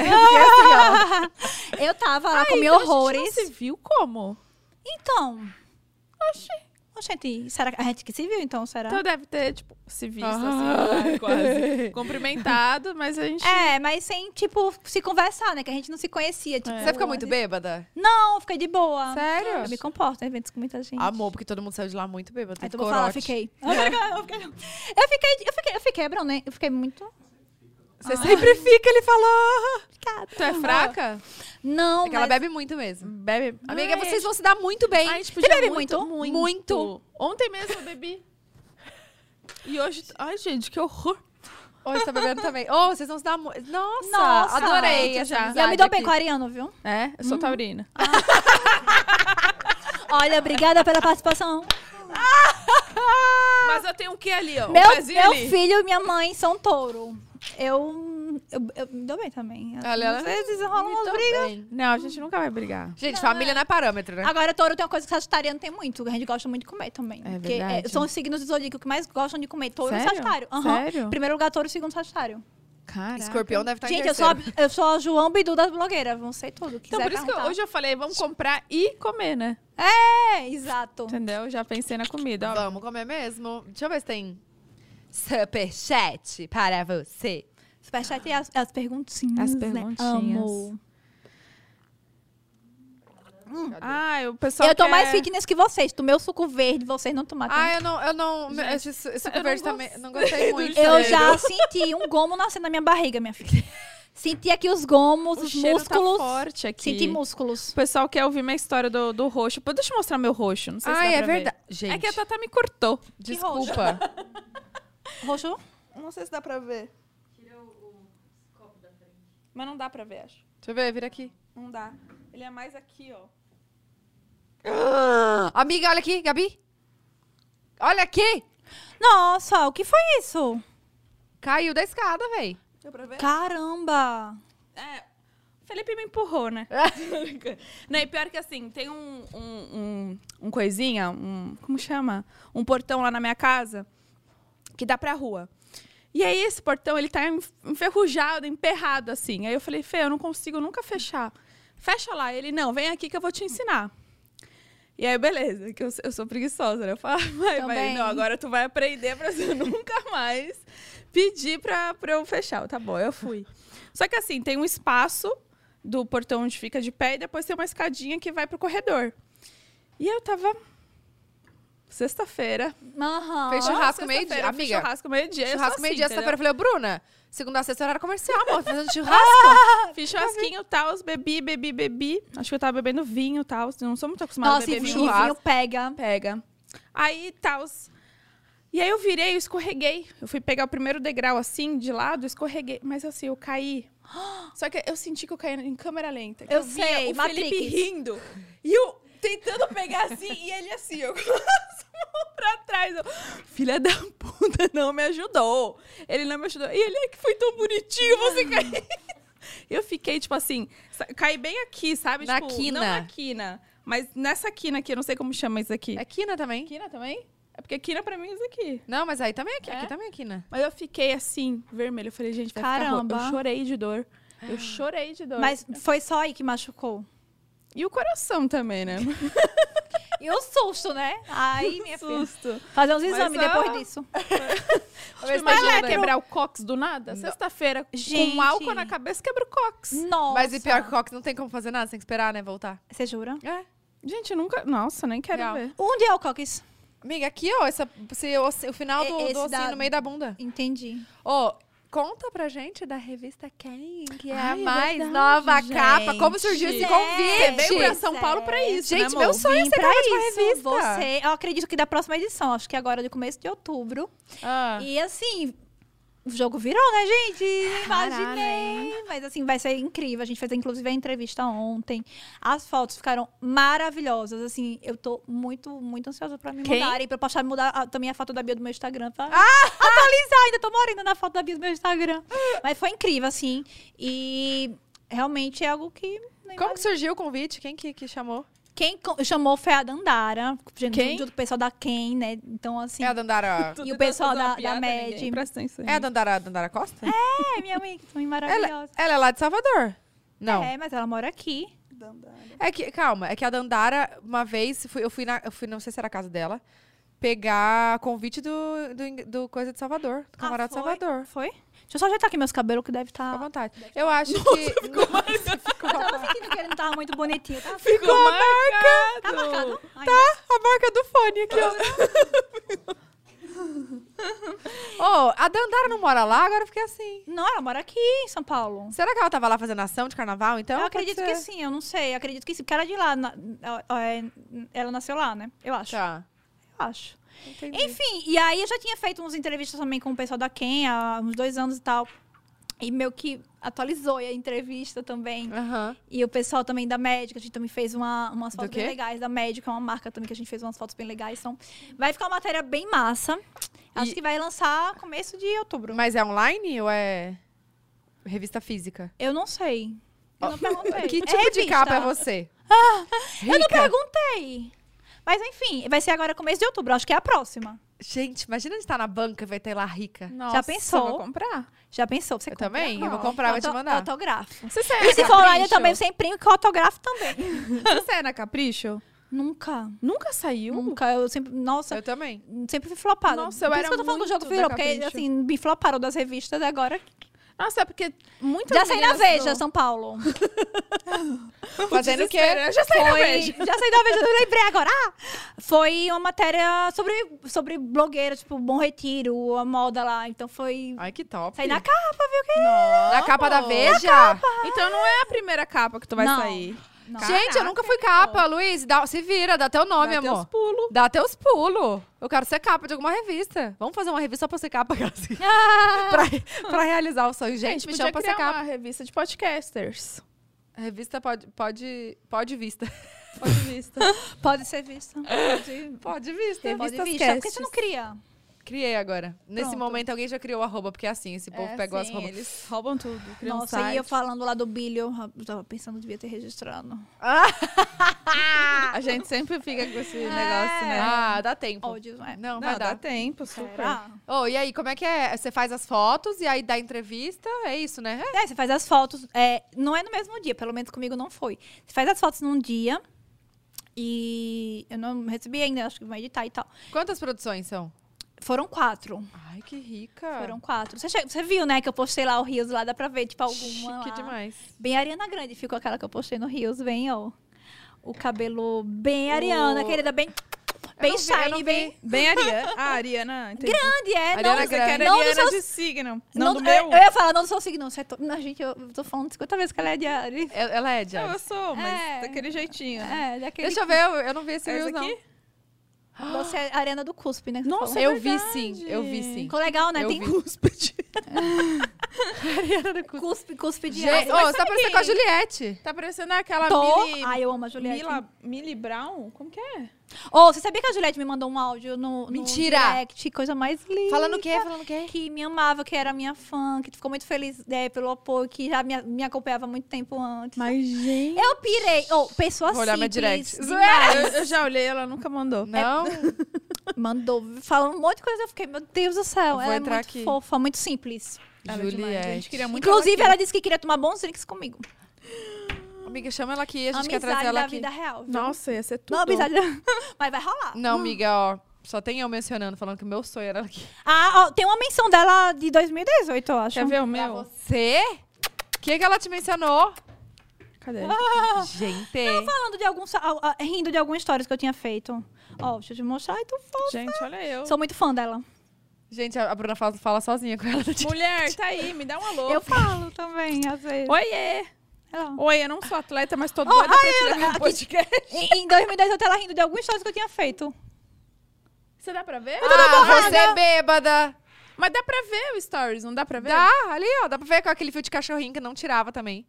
Eu tava lá, Ai, comi então a gente horrores. não se viu como? Então. Oxi. Oxente, será que a gente que se viu, então, será? Então deve ter, tipo, se visto, Ah. assim, quase. Cumprimentado, mas a gente... É, mas sem, tipo, se conversar, né? Que a gente não se conhecia. Tipo, Você fica muito bêbada? Não, fiquei de boa. Sério? Eu me comporto em eventos com muita gente. Amor, porque todo mundo saiu de lá muito bêbado. Aí Teve tu vou falar, corote. fiquei. Eu fiquei, eu fiquei, eu fiquei, eu fiquei, eu fiquei, Bruno, eu fiquei muito... Você sempre fica, ele falou. Tu é fraca? Não, É que ela mas... bebe muito mesmo. Bebe... Amiga, Ai, vocês vão se dar muito bem. A gente Você podia bebe muito, muito? muito? Muito. Ontem mesmo eu bebi. E hoje... Ai, gente, que horror. Hoje você tá bebendo também. Oh, vocês vão se dar muito. Nossa, Nossa, adorei muito essa já. amizade Eu me dou bem aqui. com o Ariano, viu? É, eu sou taurina. Olha, obrigada pela participação. Mas eu tenho um que ali, ó. Meu, um pezinho meu ali. filho e minha mãe são touro. Eu, eu, eu me dou bem também. Olha, Às vezes rolam me umas dou brigas. bem. Não, a gente nunca vai brigar. Gente, família não é parâmetro, né? Agora, touro tem uma coisa que sagitariano tem muito, que a gente gosta muito de comer também. É Porque verdade. são os signos do zodíaco que mais gostam de comer. Touro e Sério? sagitário. Aham. Sério? Primeiro lugar, touro, segundo sagitário. Caraca. Escorpião deve estar em Gente, eu sou, terceiro. a, eu sou a João Bidu das blogueiras. Não sei tudo. Então, quiser por isso que eu- perguntar. hoje eu falei, vamos comprar e comer, né? É, exato. Entendeu? Já pensei na comida, ó. Vamos comer mesmo. Deixa eu ver se tem superchat para você. Superchat e as, as perguntinhas. As né? perguntinhas. Amo. Ah, o pessoal Eu tô quer... mais fitness que vocês. Tomei o suco verde, vocês não tomaram. Ah, eu não... Eu não Gente, esse su- suco eu não verde gostei também... Não gostei muito. Eu cheiro. já senti um gomo nascendo na minha barriga, minha filha. Senti aqui os gomos, O os cheiro músculos. tá forte aqui. Senti músculos. O pessoal quer ouvir minha história do, do roxo. Pô, deixa eu mostrar meu roxo. Não sei se Ai, dá é pra ver. verdade. Gente, É que a Tatá me cortou. desculpa. Roxo? Não sei se dá pra ver. Mas não dá pra ver, acho. Deixa eu ver, vira aqui. Não dá. Ele é mais aqui, ó. Amiga, olha aqui, Gabi. Olha aqui. Nossa, o que foi isso? Caiu da escada, véi. Deu pra ver? Caramba! É, o Felipe me empurrou, né? Não, e pior que assim, tem um, um, um, um coisinha, um, como chama? Um portão lá na minha casa que dá pra rua. E aí esse portão, ele tá enferrujado, emperrado, assim. Aí eu falei, Fê, eu não consigo nunca fechar. Fecha lá. Ele, não, vem aqui que eu vou te ensinar. E aí, beleza, que eu, eu sou preguiçosa, né? Eu falo, vai, vai, Também. não, agora tu vai aprender pra você nunca mais pedir pra, pra eu fechar. Tá bom, eu fui. Só que assim, tem um espaço do portão onde fica de pé e depois tem uma escadinha que vai pro corredor. E eu tava... Sexta-feira. Aham. Fez churrasco Sexta-feira, meio-dia, eu fiz amiga. Churrasco meio-dia. eu sou Churrasco assim, meio-dia, entendeu? sexta-feira. Eu falei, ô, Bruna, segunda a sexta, horário comercial, amor. Fazendo churrasco. Fiz churrasquinho e tal, bebi, bebi, bebi. Acho que eu tava bebendo vinho e tal. Não sou muito acostumada Nossa, a e beber vinho, vinho. vinho pega. Pega. Aí, tal. E aí eu virei, eu escorreguei. Eu fui pegar o primeiro degrau assim, de lado, escorreguei. Mas assim, eu caí. Só que eu senti que eu caí em câmera lenta. que Eu via sei, o Matrix. Felipe rindo. E eu tentando pegar assim, e ele assim, eu com as mãos pra trás. Eu, filha da puta, não me ajudou. Ele não me ajudou. E ele, é que foi tão bonitinho você cair. Eu fiquei, tipo assim, sa- caí bem aqui, sabe? Na tipo, quina. Não na quina, mas nessa quina aqui, eu não sei como chama isso aqui. É quina também? Quina também? É porque quina pra mim é isso aqui. Não, mas aí também é aqui. É? Aqui também é quina. Mas eu fiquei assim, vermelho. Eu falei, gente, vai ficar Caramba. ro- Eu chorei de dor. Eu chorei de dor. Mas foi só aí que machucou. E o coração também, né? E o susto, né? Aí, minha filha. Susto. Fazer uns exames Mas, depois ah, disso. Você imagina quebrar o cox do nada? Sexta-feira, Gente. com álcool na cabeça, quebra o cox. Nossa. Mas e pior que o Cox não tem como fazer nada, você tem que esperar, né? Voltar. Você jura? É. Gente, eu nunca... Nossa, nem quero Real. ver. Onde é o coquis? Amiga, aqui, ó, essa, esse, osso- o final do, E- esse do ossinho da- no meio da bunda. Entendi. Ô, conta pra gente da revista Quem, que é a Ai, é mais verdade, nova gente. capa. Como surgiu esse Gente, convite? Você veio pra São Paulo pra isso, Gente, né, meu amor? sonho é Vim ser pra capa de uma isso. revista. Você, eu acredito que da próxima edição, acho que agora de começo de outubro. Ah. E assim, o jogo virou, né, gente? Imaginei. Mas assim, vai ser incrível. A gente fez inclusive a entrevista ontem. As fotos ficaram maravilhosas. Assim, eu tô muito, muito ansiosa pra me Quem? mudarem. Pra postar, mudar a- também a foto da bio do meu Instagram. Pra atualizar, ainda tô morrendo na foto da bio do meu Instagram. Mas foi incrível, assim. E realmente é algo que... nem Como que surgiu o convite? Quem que, que chamou? Quem co- chamou foi a Dandara, junto Quem? junto com o pessoal da Ken, né? Então, assim. É a Dandara... E o pessoal Fazer uma da- da piada, Med. ninguém presta atenção. É a Dandara, Dandara Costa? É, minha mãe, que também maravilhosa. Ela, ela é lá de Salvador? Não. É, mas ela mora aqui. É que, calma, é que a Dandara, uma vez, fui- eu fui na, eu fui, não sei se era a casa dela, pegar convite do, do, do Coisa de Salvador, do Camarada de Ah, foi? Salvador. Foi? Deixa eu só ajeitar aqui meus cabelos, que deve Fica à estar... vontade. Eu acho que... Eu tava sentindo que ele não tava muito bonitinho. Tá, Ficou marcado. tá marcado? Ai, A marca do fone aqui, ó. Ô, a Dandara não mora lá? Agora eu fiquei assim. Não, ela mora aqui em São Paulo. Será que ela tava lá fazendo ação de carnaval, então? eu Pode acredito ser. que sim, eu não sei. Eu acredito que sim, porque ela é de lá. na- ela- é, ela nasceu lá, né? Eu acho. Tá. Eu acho. Entendi. Enfim, e aí eu já tinha feito umas entrevistas também com o pessoal da Ken há uns dois anos e tal. E meio que atualizou a entrevista também. Aham. E o pessoal também da Médica, a gente também fez uma, umas Do fotos quê? bem legais. Da Médica, é uma marca também que a gente fez umas fotos bem legais. Então, vai ficar uma matéria bem massa. Acho E- que vai lançar começo de outubro. Mas é online ou é revista física? Eu não sei. Eu não perguntei. Que É tipo de revista. capa é você? Eu não Rica? perguntei. Mas enfim, vai ser agora começo de outubro. Acho que é a próxima. Gente, imagina a gente tá na banca e vai ter lá rica. Nossa, pensou? eu vou comprar. Já pensou? Você Eu compra? também? Eu vou Não. comprar, vou te Auto- mandar. Autógrafo. Você sai E na se for lá, eu Capricho? também você imprime com autógrafo também. Você sai na Capricho? Nunca. Nunca saiu? Nunca. Eu sempre. Nossa, Eu também. sempre fui flopada. Nossa, eu Por era isso que eu tô falando que o jogo muito virou, da porque Capricho. assim, me floparam das revistas agora. Nossa, é porque muitas Já saí na meninas Veja, do- São Paulo. Fazendo o quê? Desespero. Já saí na Foi- Veja. Já saí da Veja, eu lembrei agora. Ah, foi uma matéria sobre, sobre blogueira, tipo, Bom Retiro, a moda lá. Então foi. Ai, que top. Saí na capa, viu? Que... Na capa da Veja? Então não é a primeira capa que tu vai Não. sair. Não. Gente, eu nunca fui capa, Luiz. Dá, se vira, dá teu nome, Dá amor. teus pulos. Dá teus pulos. Eu quero ser capa de alguma revista. Vamos fazer uma revista só pra ser capa, assim, Ah, pra, pra realizar o sonho. Gente, Gente, me podia chama pra ser criar capa. uma revista de podcasters. A revista pode, pode, pode vista. Pode vista. pode ser vista. Pode, Pode vista. pode Revistas vista. Por que casts. você não cria? Criei agora. Nesse Pronto. momento, alguém já criou o arroba, porque é assim, esse povo É, pegou as sim, arrobas. eles roubam tudo. Criam Nossa, site. e eu falando lá do Bilho, eu tava pensando, devia ter registrado. A gente sempre fica com esse negócio, né? Ah, dá tempo. Ódio, é. Não, Não, vai dá dar. tempo, super. Será? Oh, e aí, como é que é? Você faz as fotos e aí dá entrevista? É isso, né? É, você faz as fotos, é, não é no mesmo dia, pelo menos comigo não foi. Você faz as fotos num dia e eu não recebi ainda, acho que vai editar e tal. Quantas produções são? Foram quatro. Ai, que rica. Foram quatro. Você, che- você viu, né, que eu postei lá o Rios lá, dá pra ver, tipo, alguma Chique lá. demais. Bem Ariana Grande, ficou aquela que eu postei no Rios, bem, ó. O cabelo bem Ariana, O- querida, bem, bem não vi, eu não shiny, vi. bem Bem Ariana. Ah, Ariana, entendi. grande, é. Ariana não, Você Grande. quer não do Ariana seu- de signo. não, Não, do eu, meu? eu ia falar, não do seu signo. Você to- não, gente, eu tô falando cinquenta vezes que ela é de Ares. Ela ela é de Não, eu Ares. sou, mas É. daquele jeitinho. né? É, daquele... Deixa eu ver, eu, eu não vi esse Essa Reels, não. aqui? Você é a Arena do Cuspe, né? que você Nossa, falou. Eu vi verdade. sim, eu vi sim. Ficou legal, né? eu Tem vi. Cúspide. cuspe, cuspe de Gente, Ares. oh, você tá parecendo com a Juliette. Tá parecendo aquela Tô. Millie... Ai, eu amo a Juliette. Mila, Millie Brown? Como que é? Oh, você sabia que a Juliette me mandou um áudio no, no Mentira! direct? Coisa mais linda. Falando o quê? Falando o quê? Que me amava, que era minha fã, que ficou muito feliz é, pelo apoio, que já me, me acompanhava há muito tempo antes. Mas, gente... Eu pirei. Oh, pessoa Vou olhar minha simples direct. demais. Eu, eu já olhei, ela nunca mandou. Não? Mandou, falando um monte de coisa. Eu fiquei, meu Deus do céu. Eu vou Ela é entrar muito aqui. fofa, muito simples. Ela é demais. Juliette. A gente queria muito Inclusive, ela ela aqui. disse que queria tomar bons drinks comigo. Amiga, chama ela aqui, a gente quer Amizade trazer ela da aqui. vida real. viu? Nossa, ia ser tudo. Não, amizade. Mas vai rolar. Não, amiga, ó. Só tem eu mencionando, falando que o meu sonho era ela aqui. Ah, ó, tem uma menção dela de dois mil e dezoito, eu acho. Quer ver o Pra meu? você? O que, que ela te mencionou? Cadê? Ah, Gente. falando de alguns. ah, ah, rindo de algumas histórias que eu tinha feito. Ó, deixa eu te mostrar. Ai, tu fofa. Gente, olha eu. Sou muito fã dela. Gente, a a Bruna fala, fala sozinha com ela. Mulher, tá aí, me dá um alô. Eu falo também, às vezes. Oiê! Ela- Oi, eu não sou atleta, mas tô Oh, doida ai, pra te eu- levar no aqui- podcast. Em, em dois mil e dezoito, ela rindo de algumas histórias que eu tinha feito. Você dá pra ver? Ah, você é bêbada. Mas dá pra ver o stories, não dá pra ver? Dá, ali, ó. Dá pra ver com aquele fio de cachorrinho que não tirava também.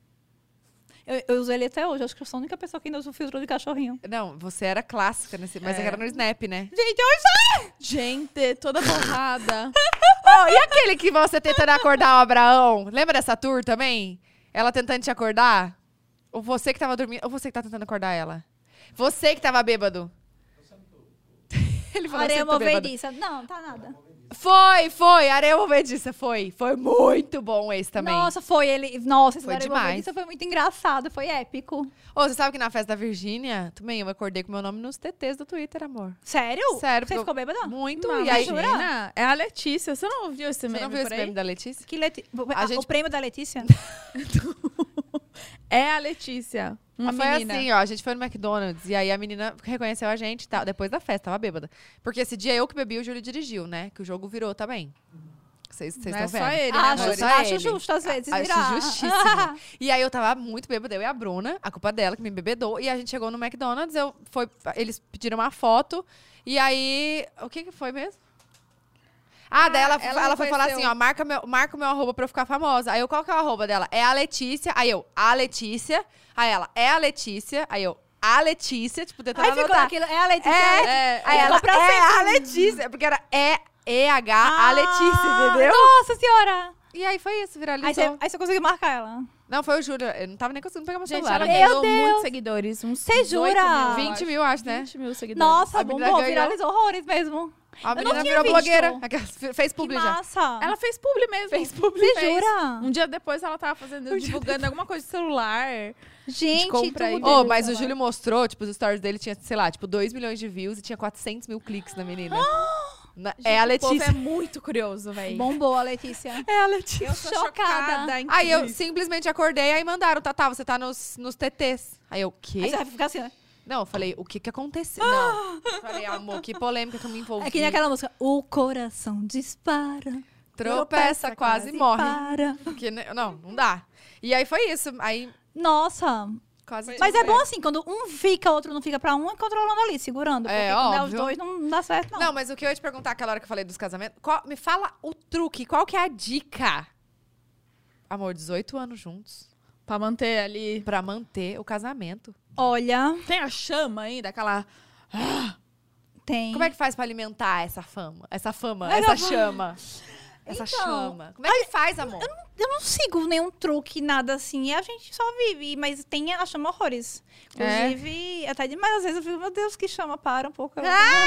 Eu, eu uso ele até hoje. Acho que eu sou a única pessoa que ainda usa o filtro de cachorrinho. Não, você era clássica nesse. Mas É. era no Snap, né? Gente, eu sei! Gente, toda borrada. Oh, e aquele que você tentando acordar o Abraão? Lembra dessa tour também? Ela tentando te acordar? Ou você que tava dormindo? Ou você que tá tentando acordar ela? Você que tava bêbado. Ele falou Areia assim, tô bêbado. movediça. Não, tá nada. Foi, foi. Areia movediça, foi. Foi muito bom esse também. Nossa, foi ele. Nossa, esse Foi da Areia demais. movediça foi muito engraçado. Foi épico. Ô, você sabe que na festa da Virgínia, também eu acordei com meu nome nos T Ts do Twitter, amor. Sério? Sério, Você porque eu- ficou bêbada? Muito. Não, e aí, imagina, é a Letícia. Você não ouviu esse você meme não viu por esse aí? meme da Letícia? Que Leti... A a- gente- O prêmio da Letícia? É a Letícia. Uma Mas foi menina. assim, ó, a gente foi no McDonald's e aí a menina reconheceu a gente, tá, depois da festa, tava bêbada. Porque esse dia eu que bebi, o Júlio dirigiu, né? Que o jogo virou também. Vocês vocês Não é estão só vendo? ele, né, acho amores? só acho ele. justo, às vezes, Acho virar. justíssimo. E aí eu tava muito bêbada, eu e a Bruna, a culpa dela que me bebedou. E a gente chegou no McDonald's, eu foi, eles pediram uma foto. E aí, o que que foi mesmo? Ah, daí ela, ela ela foi falar reconheceu. assim, ó, marca meu, marca o meu arroba pra eu ficar famosa. Aí eu, qual que é o arroba dela? É a Letícia. Aí eu, a Letícia. Aí ela, é a Letícia. Aí eu, a Letícia. Tipo, tentando Aí ficou anotar. aquilo. É a Letícia. É, É, aí ficou ela, pra é a sempre. Letícia. Porque era E, E, H, a Letícia, Ah, entendeu? Nossa senhora. E aí foi isso, viralizou. Aí você, aí você conseguiu marcar ela. Não, foi o Júlio. Eu não tava nem conseguindo pegar meu Gente, celular. ela amiga. ganhou Deus. muitos seguidores. Uns Você dezoito jura? mil, eu vinte mil, acho, né? vinte mil seguidores. Nossa, A menina bombou, ganhou. viralizou horrores mesmo. A Eu não menina tinha virou visto. blogueira. Aquelas- Fez Que publi já. massa. Ela fez publi mesmo. Fez publi. Você jura? Um dia depois ela tava fazendo, divulgando alguma coisa de celular. Gente, compra aí. tudo. Oh, mas o Júlio mostrou, tipo, os stories dele tinha, sei lá, tipo, dois milhões de views e tinha quatrocentos mil cliques na menina. Na- é a O povo Letícia. é muito curioso, velho. Bombou a Letícia. É a Letícia. Eu tô chocada. chocada. em Aí eu tudo isso. simplesmente acordei, aí mandaram, Tatá, você tá nos, nos T Ts. Aí eu, o quê? Aí você vai ficar assim, né? Não, eu falei, o que que aconteceu? Não. Eu falei, amor, que polêmica que eu me envolvi. É que nem aquela música. O coração dispara. Tropeça, quase, morre. Para. Porque, né, não, não dá. E aí foi isso. Aí Nossa. quase... Mas é bom assim, quando um fica, o outro não fica pra um, e controlando ali, segurando. Porque É, quando é os óbvio. dois, não dá certo, não. Não, mas o que eu ia te perguntar aquela hora que eu falei dos casamentos, qual- me fala o truque, qual que é a dica? Amor, dezoito anos juntos Pra manter ali. pra manter o casamento. Olha, Tem a chama ainda, aquela. Tem. Como é que faz pra alimentar essa fama? Essa fama, Essa essa fama. chama. Essa Então, chama. Como é que faz, amor? Eu não sigo nenhum truque, nada assim. A gente só vive, mas tem a chama horrores. É? Inclusive, até demais, às vezes eu fico, meu Deus, que chama, para um pouco.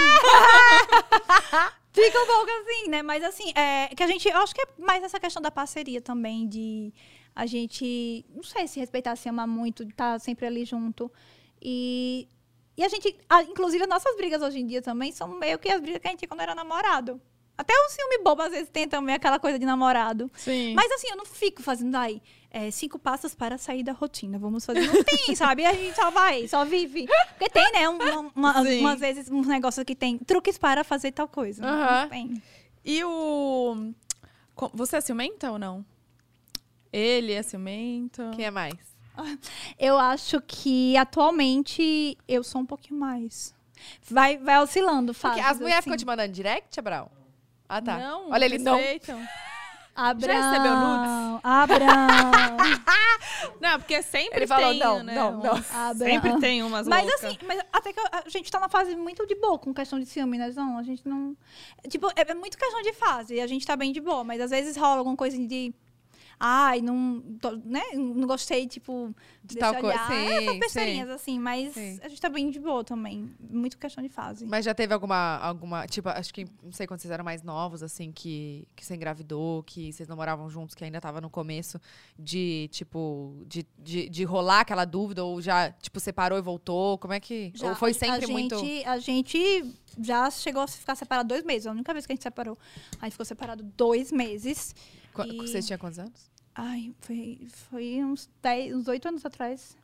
Fica um pouco assim, né? Mas assim, é, que a gente, eu acho que é mais essa questão da parceria também, de a gente, não sei se respeitar, se amar muito, de estar sempre ali junto. E, e a gente, a- inclusive as nossas brigas hoje em dia também são meio que as brigas que a gente tinha quando era namorado. Até o ciúme bobo às vezes tem também aquela coisa de namorado. Sim. Mas assim, eu não fico fazendo aí é, cinco passos para sair da rotina. Vamos fazer. Não tem, sabe? A gente só vai, só vive. Porque tem, né? Um, uma- uma- Sim. umas vezes um negócio que tem truques para fazer tal coisa. Aham. Não tem. E o... co- Você é ciumenta ou não? Ele é ciumento? Quem é mais? Eu acho que atualmente eu sou um pouquinho mais. Vai, vai oscilando, Porque fases, as mulheres assim. ficam te mandando direct, Abraão? Ah, tá. Não, Olha, ele não. respeitam. Abrão, Já recebeu nudes? Abrão, Não, porque sempre Ele falou, tem, não, né? não, não. uns- Abrão. Sempre tem umas Mas loucas. assim, mas até que a gente tá na fase muito de boa com questão de ciúme, né? Não, a gente não... Tipo, é, é muito questão de fase. E a gente tá bem de boa. Mas às vezes rola alguma coisa de... Ai, não... tô- né? Não gostei, tipo... De desse tal coisa. olhar. Sim, Essas sim. besteirinhas, assim. Mas Sim. a gente tá bem de boa também. Muito questão de fase. Mas já teve alguma, alguma, tipo, acho que, não sei quando vocês eram mais novos, assim, que, que você engravidou, que vocês não moravam juntos, que ainda tava no começo, de, tipo, de, de, de rolar aquela dúvida, ou já, tipo, separou e voltou, como é que... Já, ou foi a- sempre a muito... gente, A gente já chegou a ficar separado dois meses. A única vez que a gente separou. A gente ficou separado dois meses. Qu- e- Vocês tinham quantos anos? Ai, foi, foi uns dez, uns oito anos atrás.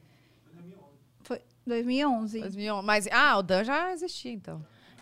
Foi dois mil e onze. dois mil e onze. Mas, ah, o Dan já existia, então.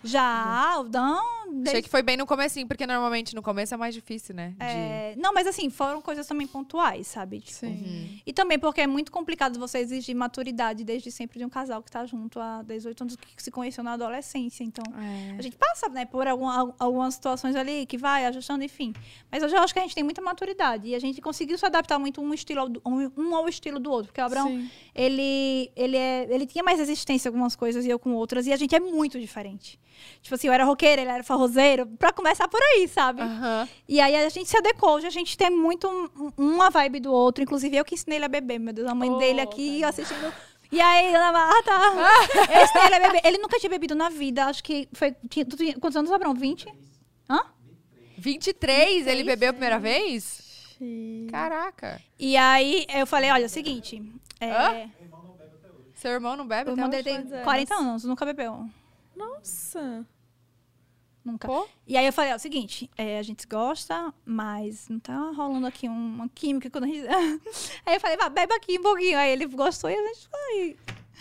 Já, o Dan... Achei desde- que foi bem no comecinho, porque normalmente no começo é mais difícil, né? De... é, não, mas assim, foram coisas também pontuais, sabe? Tipo, Sim. Uhum. E também porque é muito complicado você exigir maturidade desde sempre de um casal que tá junto há dezoito anos, que se conheceu na adolescência. Então, É. a gente passa, né, por alguma- algumas situações ali que vai ajustando, enfim. Mas hoje eu acho que a gente tem muita maturidade. E a gente conseguiu se adaptar muito um, estilo ao do- um, um ao estilo do outro. Porque o Abraão, Sim. ele, ele, é, ele tinha mais resistência a algumas coisas e eu com outras. E a gente é muito diferente. Tipo assim, eu era roqueira, ele era forrozeiro. Pra começar por aí, sabe? Aham. E aí a gente se adequou. Hoje a gente tem muito um- uma vibe do outro. Inclusive, eu que ensinei ele a beber. Meu Deus, a mãe Oh, dele aqui tadinha. assistindo... E aí, Ana Marta, eu ensinei ele a beber. Ele nunca tinha bebido na vida. Acho que foi... Tinha, tu tinha- quantos anos, Abrão? vinte? Hã? vinte e três, ele bebeu a primeira vez? Sim. Caraca. E aí, eu falei, olha, é o seguinte... É, Hã? Seu irmão não bebe o até irmão hoje? dele tem Quantos anos? quarenta anos, nunca bebeu. Nossa. Nunca. Pô. E aí eu falei, é o seguinte, é, a gente gosta, mas não tá rolando aqui uma química quando a gente... Aí eu falei, vá, bebe aqui um pouquinho. Aí ele gostou e a gente foi.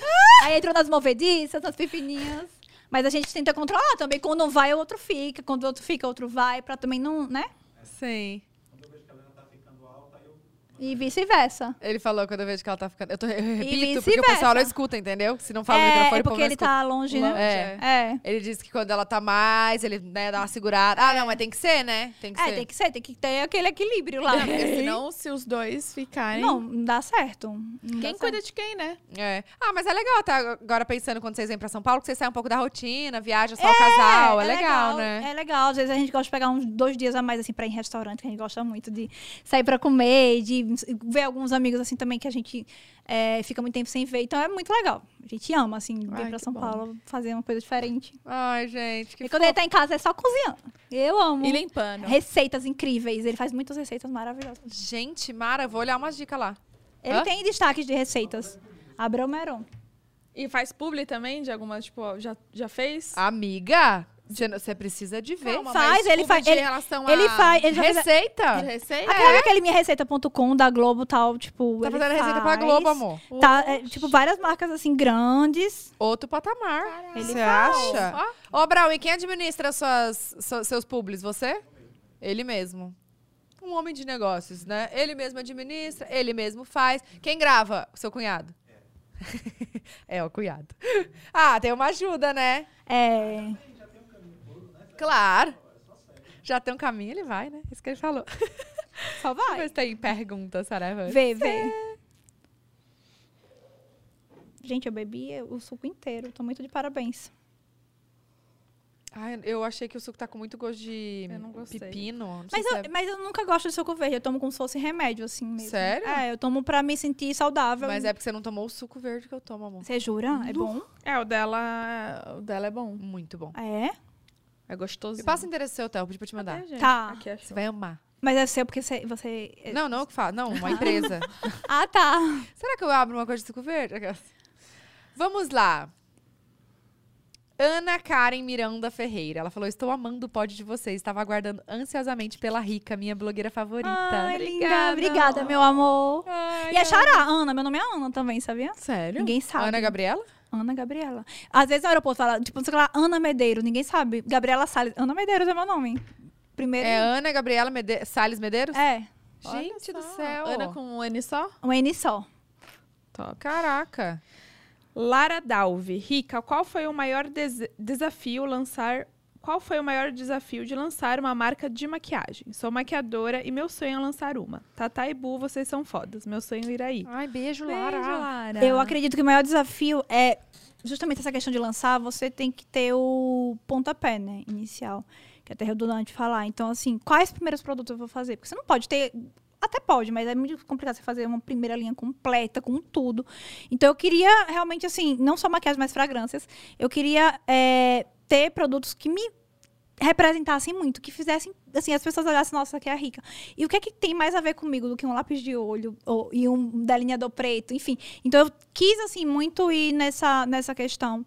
Aí entrou nas movediças, nas pipininhas. Mas a gente tenta controlar também. Quando um vai, o outro fica. Quando o outro fica, o outro vai. Pra também não, né? Sim. Quando eu vejo que a Helena tá ficando alta, aí eu E vice-versa. Ele falou quando eu vejo que ela tá ficando. Eu, tô, eu repito, porque o vice-versa. pessoal não escuta, entendeu? Se não fala no É, microfone, é o povo porque não ele escuta. tá longe, né? É. É. Ele disse que quando ela tá mais, ele né, dá uma segurada. Ah, não, mas tem que ser, né? Tem que É, ser. tem que ser. Tem que ter aquele equilíbrio lá. Não, porque senão, se os dois ficarem... Não, não dá certo. Não Quem dá cuida certo. de quem, né? É. Ah, mas é legal, tá? Agora pensando quando vocês vêm pra São Paulo, que vocês saem um pouco da rotina, viajam só o casal. É, legal, né? É legal. Às vezes a gente gosta de pegar uns dois dias a mais, assim, pra ir em restaurante, que a gente gosta muito de sair pra comer, de ver alguns amigos, assim, também, que a gente é, fica muito tempo sem ver. Então é muito legal. A gente ama, assim, vir Ai, pra que São bom. Paulo, fazer uma coisa diferente. Ai, gente, que e quando ele tá em casa, é só cozinhando. Eu amo. E limpando. Receitas incríveis. Ele faz muitas receitas maravilhosas. Gente, Mara, vou olhar umas dicas lá. Ele Hã? tem destaques de receitas. Abrão Meron. E faz publi também de algumas, tipo, ó, já, já fez? Amiga, você não- você precisa de ver. Calma, faz, mas ele publi faz- de ele- relação Ele a... faz. Ele já fez. Receita? De receita? Aquela aquele minha receita ponto com da Globo tal, tipo. Tá ele fazendo receita pra faz. Globo, amor. Tá, é, tipo, várias marcas assim grandes. Outro patamar. Ele Você faz. acha? Ô, Brau, e quem administra suas, su- seus publis? Você? Ele mesmo. Um homem de negócios, né? Ele mesmo administra, ele mesmo faz. Quem grava? O seu cunhado. É, o cunhado. Ah, tem uma ajuda, né? É. Claro. Já tem um caminho, ele vai, né? Isso que ele falou. Só Deixa eu ver vai. se tem perguntas, Saraiva. Vê, vê. Gente, eu bebi o suco inteiro. Tô muito de parabéns. Ai, eu achei que o suco tá com muito gosto de Eu não gostei. pepino. Não sei Mas se eu, é- mas eu nunca gosto de suco verde. Eu tomo como se fosse remédio, assim mesmo. Sério? É, eu tomo pra me sentir saudável. Mas é porque você não tomou o suco verde que eu tomo, amor. Você jura? É bom? É, o dela, o dela é bom. Muito bom. É? É gostoso. Me passa o endereço seu, Theo, eu pedi pra te mandar. Cadê, gente? Tá. Aqui, achou. Você vai amar. Mas é seu porque você... você... Não, não eu que falo. Não, uma empresa. Ah, tá. Será que eu abro uma coisa de suco verde? Vamos lá. Ana Karen Miranda Ferreira. Ela falou, estou amando o pod de vocês. Estava aguardando ansiosamente pela Rica, minha blogueira favorita. Ai, linda. Obrigada. Obrigada, meu amor. Ai, E a ai. Xará, Ana. Meu nome é Ana também, sabia? Sério? Ninguém sabe. Ana Gabriela? Ana Gabriela. Às vezes no aeroporto fala, tipo, você fala Ana Medeiros, ninguém sabe. Gabriela Salles. Ana Medeiros é meu nome. Primeiro. É Ana Gabriela Mede Salles Medeiros? É. Gente Olha do só. céu. Ana com um N só? Um N só. Top. Caraca. Lara Dalve. Rica, qual foi o maior des- desafio lançar... Qual foi o maior desafio de lançar uma marca de maquiagem? Sou maquiadora e meu sonho é lançar uma. Tatá e Bu, vocês são fodas. Meu sonho irá aí. Ai, beijo, Beijo, Lara. Lara. Eu acredito que o maior desafio é justamente essa questão de lançar, você tem que ter o pontapé, né, inicial, que é até redundante falar. Então, assim, quais primeiros produtos eu vou fazer? Porque você não pode ter... Até pode, mas é muito complicado você fazer uma primeira linha completa, com tudo. Então, eu queria realmente, assim, não só maquiagem, mas fragrâncias. Eu queria é, ter produtos que me representassem muito, que fizessem, assim, as pessoas olhassem, nossa, que é a Rica. E o que é que tem mais a ver comigo do que um lápis de olho ou, e um delineador preto, enfim. Então, eu quis, assim, muito ir nessa, nessa questão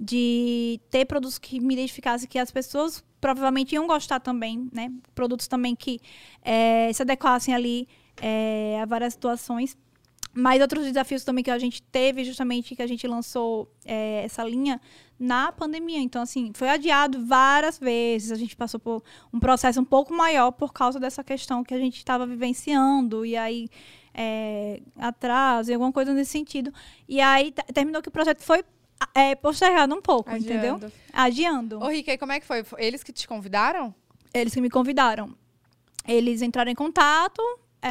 de ter produtos que me identificassem, que as pessoas provavelmente iam gostar também, né? Produtos também que é, se adequassem ali é, a várias situações. Mas outros desafios também que a gente teve, justamente que a gente lançou é, essa linha na pandemia. Então, assim, foi adiado várias vezes. A gente passou por um processo um pouco maior por causa dessa questão que a gente estava vivenciando. E aí, é, atraso, e alguma coisa nesse sentido. E aí, t- terminou que o projeto foi é, postergado um pouco, Adiando. entendeu? Adiando. Ô, Rica, e como é que foi? Foi Eles que te convidaram? Eles que me convidaram. Eles entraram em contato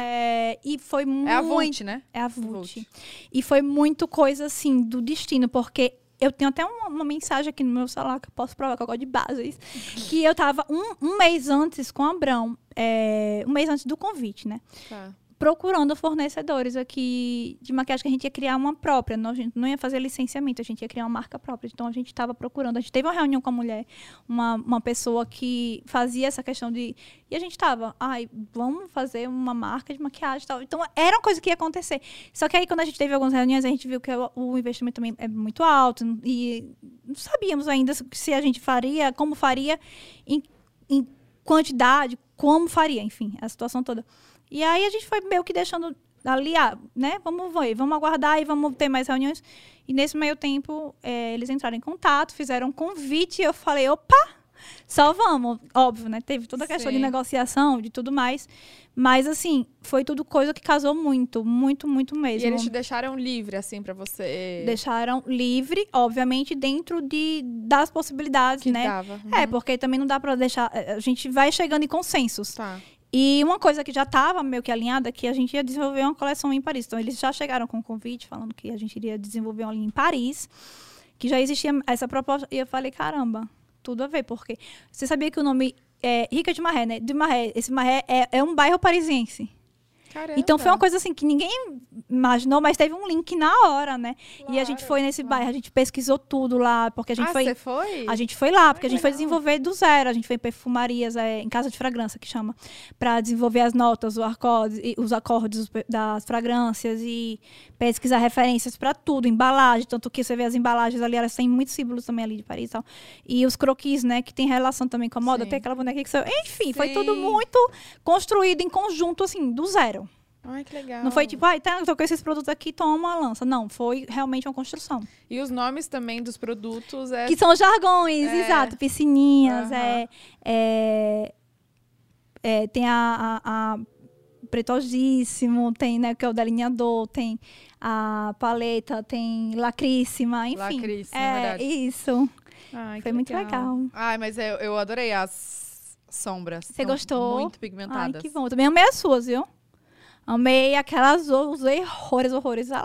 é, e foi muito... É a Vult, né? É a Vult. Vult. E foi muito coisa, assim, do destino, porque eu tenho até uma, uma mensagem aqui no meu celular que eu posso provar, que eu gosto de bases, que eu tava um, um mês antes com a Abrão, é, um mês antes do convite, né? Tá. Procurando fornecedores aqui de maquiagem, que a gente ia criar uma própria. Não, a gente não ia fazer licenciamento, a gente ia criar uma marca própria. Então, a gente estava procurando. A gente teve uma reunião com a mulher, uma, uma pessoa que fazia essa questão de... E a gente estava, ai, vamos fazer uma marca de maquiagem e tal. Então, era uma coisa que ia acontecer. Só que aí, quando a gente teve algumas reuniões, a gente viu que o, o investimento também é muito alto. E não sabíamos ainda se a gente faria, como faria, em, em quantidade, como faria, enfim, a situação toda. E aí a gente foi meio que deixando ali, ah, né? Vamos ver, vamos aguardar e vamos ter mais reuniões. E nesse meio tempo, é, eles entraram em contato, fizeram um convite e eu falei, opa, só vamos. Óbvio, né? Teve toda a questão Sim. de negociação, de tudo mais. Mas, assim, foi tudo coisa que casou muito, muito, muito mesmo. E eles te deixaram livre, assim, pra você... Deixaram livre, obviamente, dentro de, das possibilidades, que né? dava. Uhum. É, porque também não dá pra deixar... A gente vai chegando em consensos. Tá. E uma coisa que já estava meio que alinhada, que a gente ia desenvolver uma coleção em Paris. Então, eles já chegaram com um convite, falando que a gente iria desenvolver uma linha em Paris, que já existia essa proposta. E eu falei, caramba, tudo a ver, porque você sabia que o nome é Rica de Maré, né? De Maré, esse Maré é, é um bairro parisiense. Caramba. Então, foi uma coisa assim que ninguém imaginou, mas teve um link na hora, né? E a gente foi nesse bairro, a gente pesquisou tudo lá, porque a gente ah, foi... você foi? A gente foi lá, porque Ai, a gente foi legal. desenvolver do zero. A gente foi em perfumarias, é, em casa de fragrância, que chama, para desenvolver as notas, os acordes, e- os acordes os pe- das fragrâncias e pesquisar referências para tudo, embalagem, tanto que você vê as embalagens ali, elas têm muitos símbolos também ali de Paris e tal. E os croquis, né, que tem relação também com a moda, Sim. tem aquela boneca que você... Enfim, foi Sim. tudo muito construído em conjunto, assim, do zero. Ai, que legal. Não foi tipo, ai, tá, eu tô com esses produtos aqui, toma uma lança. Não, foi realmente uma construção. E os nomes também dos produtos é... Que são os jargões, É. exato. Piscininhas, Aham. é, é, é, tem a, a, a pretosíssimo, tem, né, que é o delineador, tem a paleta, tem lacríssima, enfim. Lacríssima, é, verdade. isso. Ai, que Foi muito legal. Ai, mas eu, eu adorei as sombras. Você São gostou? Muito Ai, pigmentadas. que bom. Eu também amei as suas, viu? Amei aquelas, usei horrores, horrores, olha lá.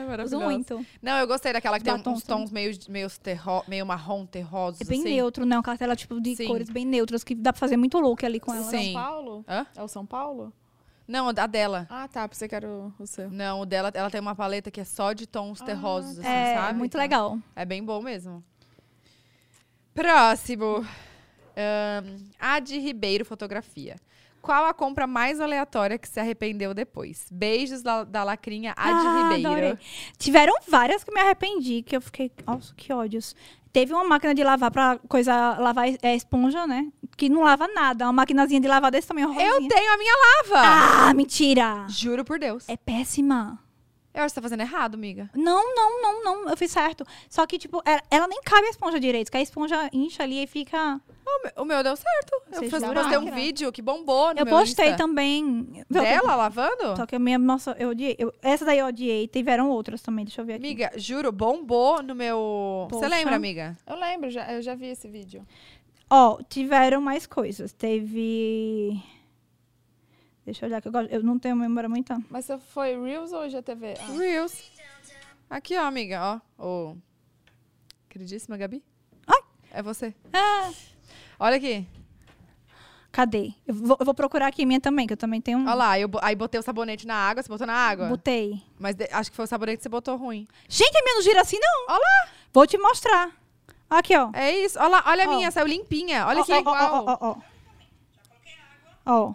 Ai, Uso maravilhoso. muito. Não, eu gostei daquela que tem Batom uns tons meio, meio, terro, meio marrom, terrosos, É bem assim. neutro, né? Uma cartela, tipo, de Sim. cores bem neutras, que dá pra fazer muito look ali com ela. Sim. São Paulo? Hã? É o São Paulo? Não, a dela. Ah, tá. Pensei que era o, o seu. Não, o dela, ela tem uma paleta que é só de tons Ah, terrosos, assim, É, sabe? muito legal. É bem bom mesmo. Próximo. Ahn, Adi Ribeiro Fotografia. Qual a compra mais aleatória que se arrependeu depois? Beijos da, da lacrinha Adi Ah, Ribeiro. adorei. Tiveram várias que me arrependi, que eu fiquei... Nossa, que ódios. Teve uma máquina de lavar pra coisa... Lavar é, esponja, né? Que não lava nada. Uma maquinazinha de lavar desse tamanho, Eu rosinha. tenho a minha lava! Ah, mentira! Juro por Deus. É péssima. Eu acho que você tá fazendo errado, amiga. Não, não, não, não. Eu fiz certo. Só que, tipo, ela, ela nem cabe a esponja direito. Que a esponja incha ali e fica... O meu, o meu deu certo. Eu Você fiz- jura? postei um Máquina. vídeo que bombou no Eu meu postei Insta. também. Dela, lavando? Só que a minha, nossa, eu odiei. Eu- essa daí eu odiei. Tiveram outras também, deixa eu ver aqui. Amiga, juro, bombou no meu... Você Poxa. lembra, amiga? Eu lembro, já, eu já vi esse vídeo. Ó, tiveram mais coisas. Teve... Deixa eu olhar que eu, gosto- eu não tenho memória muito. Mas você foi Reels ou G T V? Ah. Reels. Aqui, ó, amiga, ó. Ô. Queridíssima Gabi. Ai. É você. Ah, Olha aqui. cadê? Eu vou, eu vou procurar aqui a minha também, que eu também tenho um. Olha lá, eu, bo- aí botei o sabonete na água. Você botou na água? Botei. Mas de- acho que foi o sabonete que você botou ruim. Gente, a minha não gira assim, não. Olha lá. Vou te mostrar. Aqui, ó. É isso. Olha lá, olha a Ó. minha, saiu limpinha. Olha Ó, aqui. ó, ó, ó, ó, ó. Ó.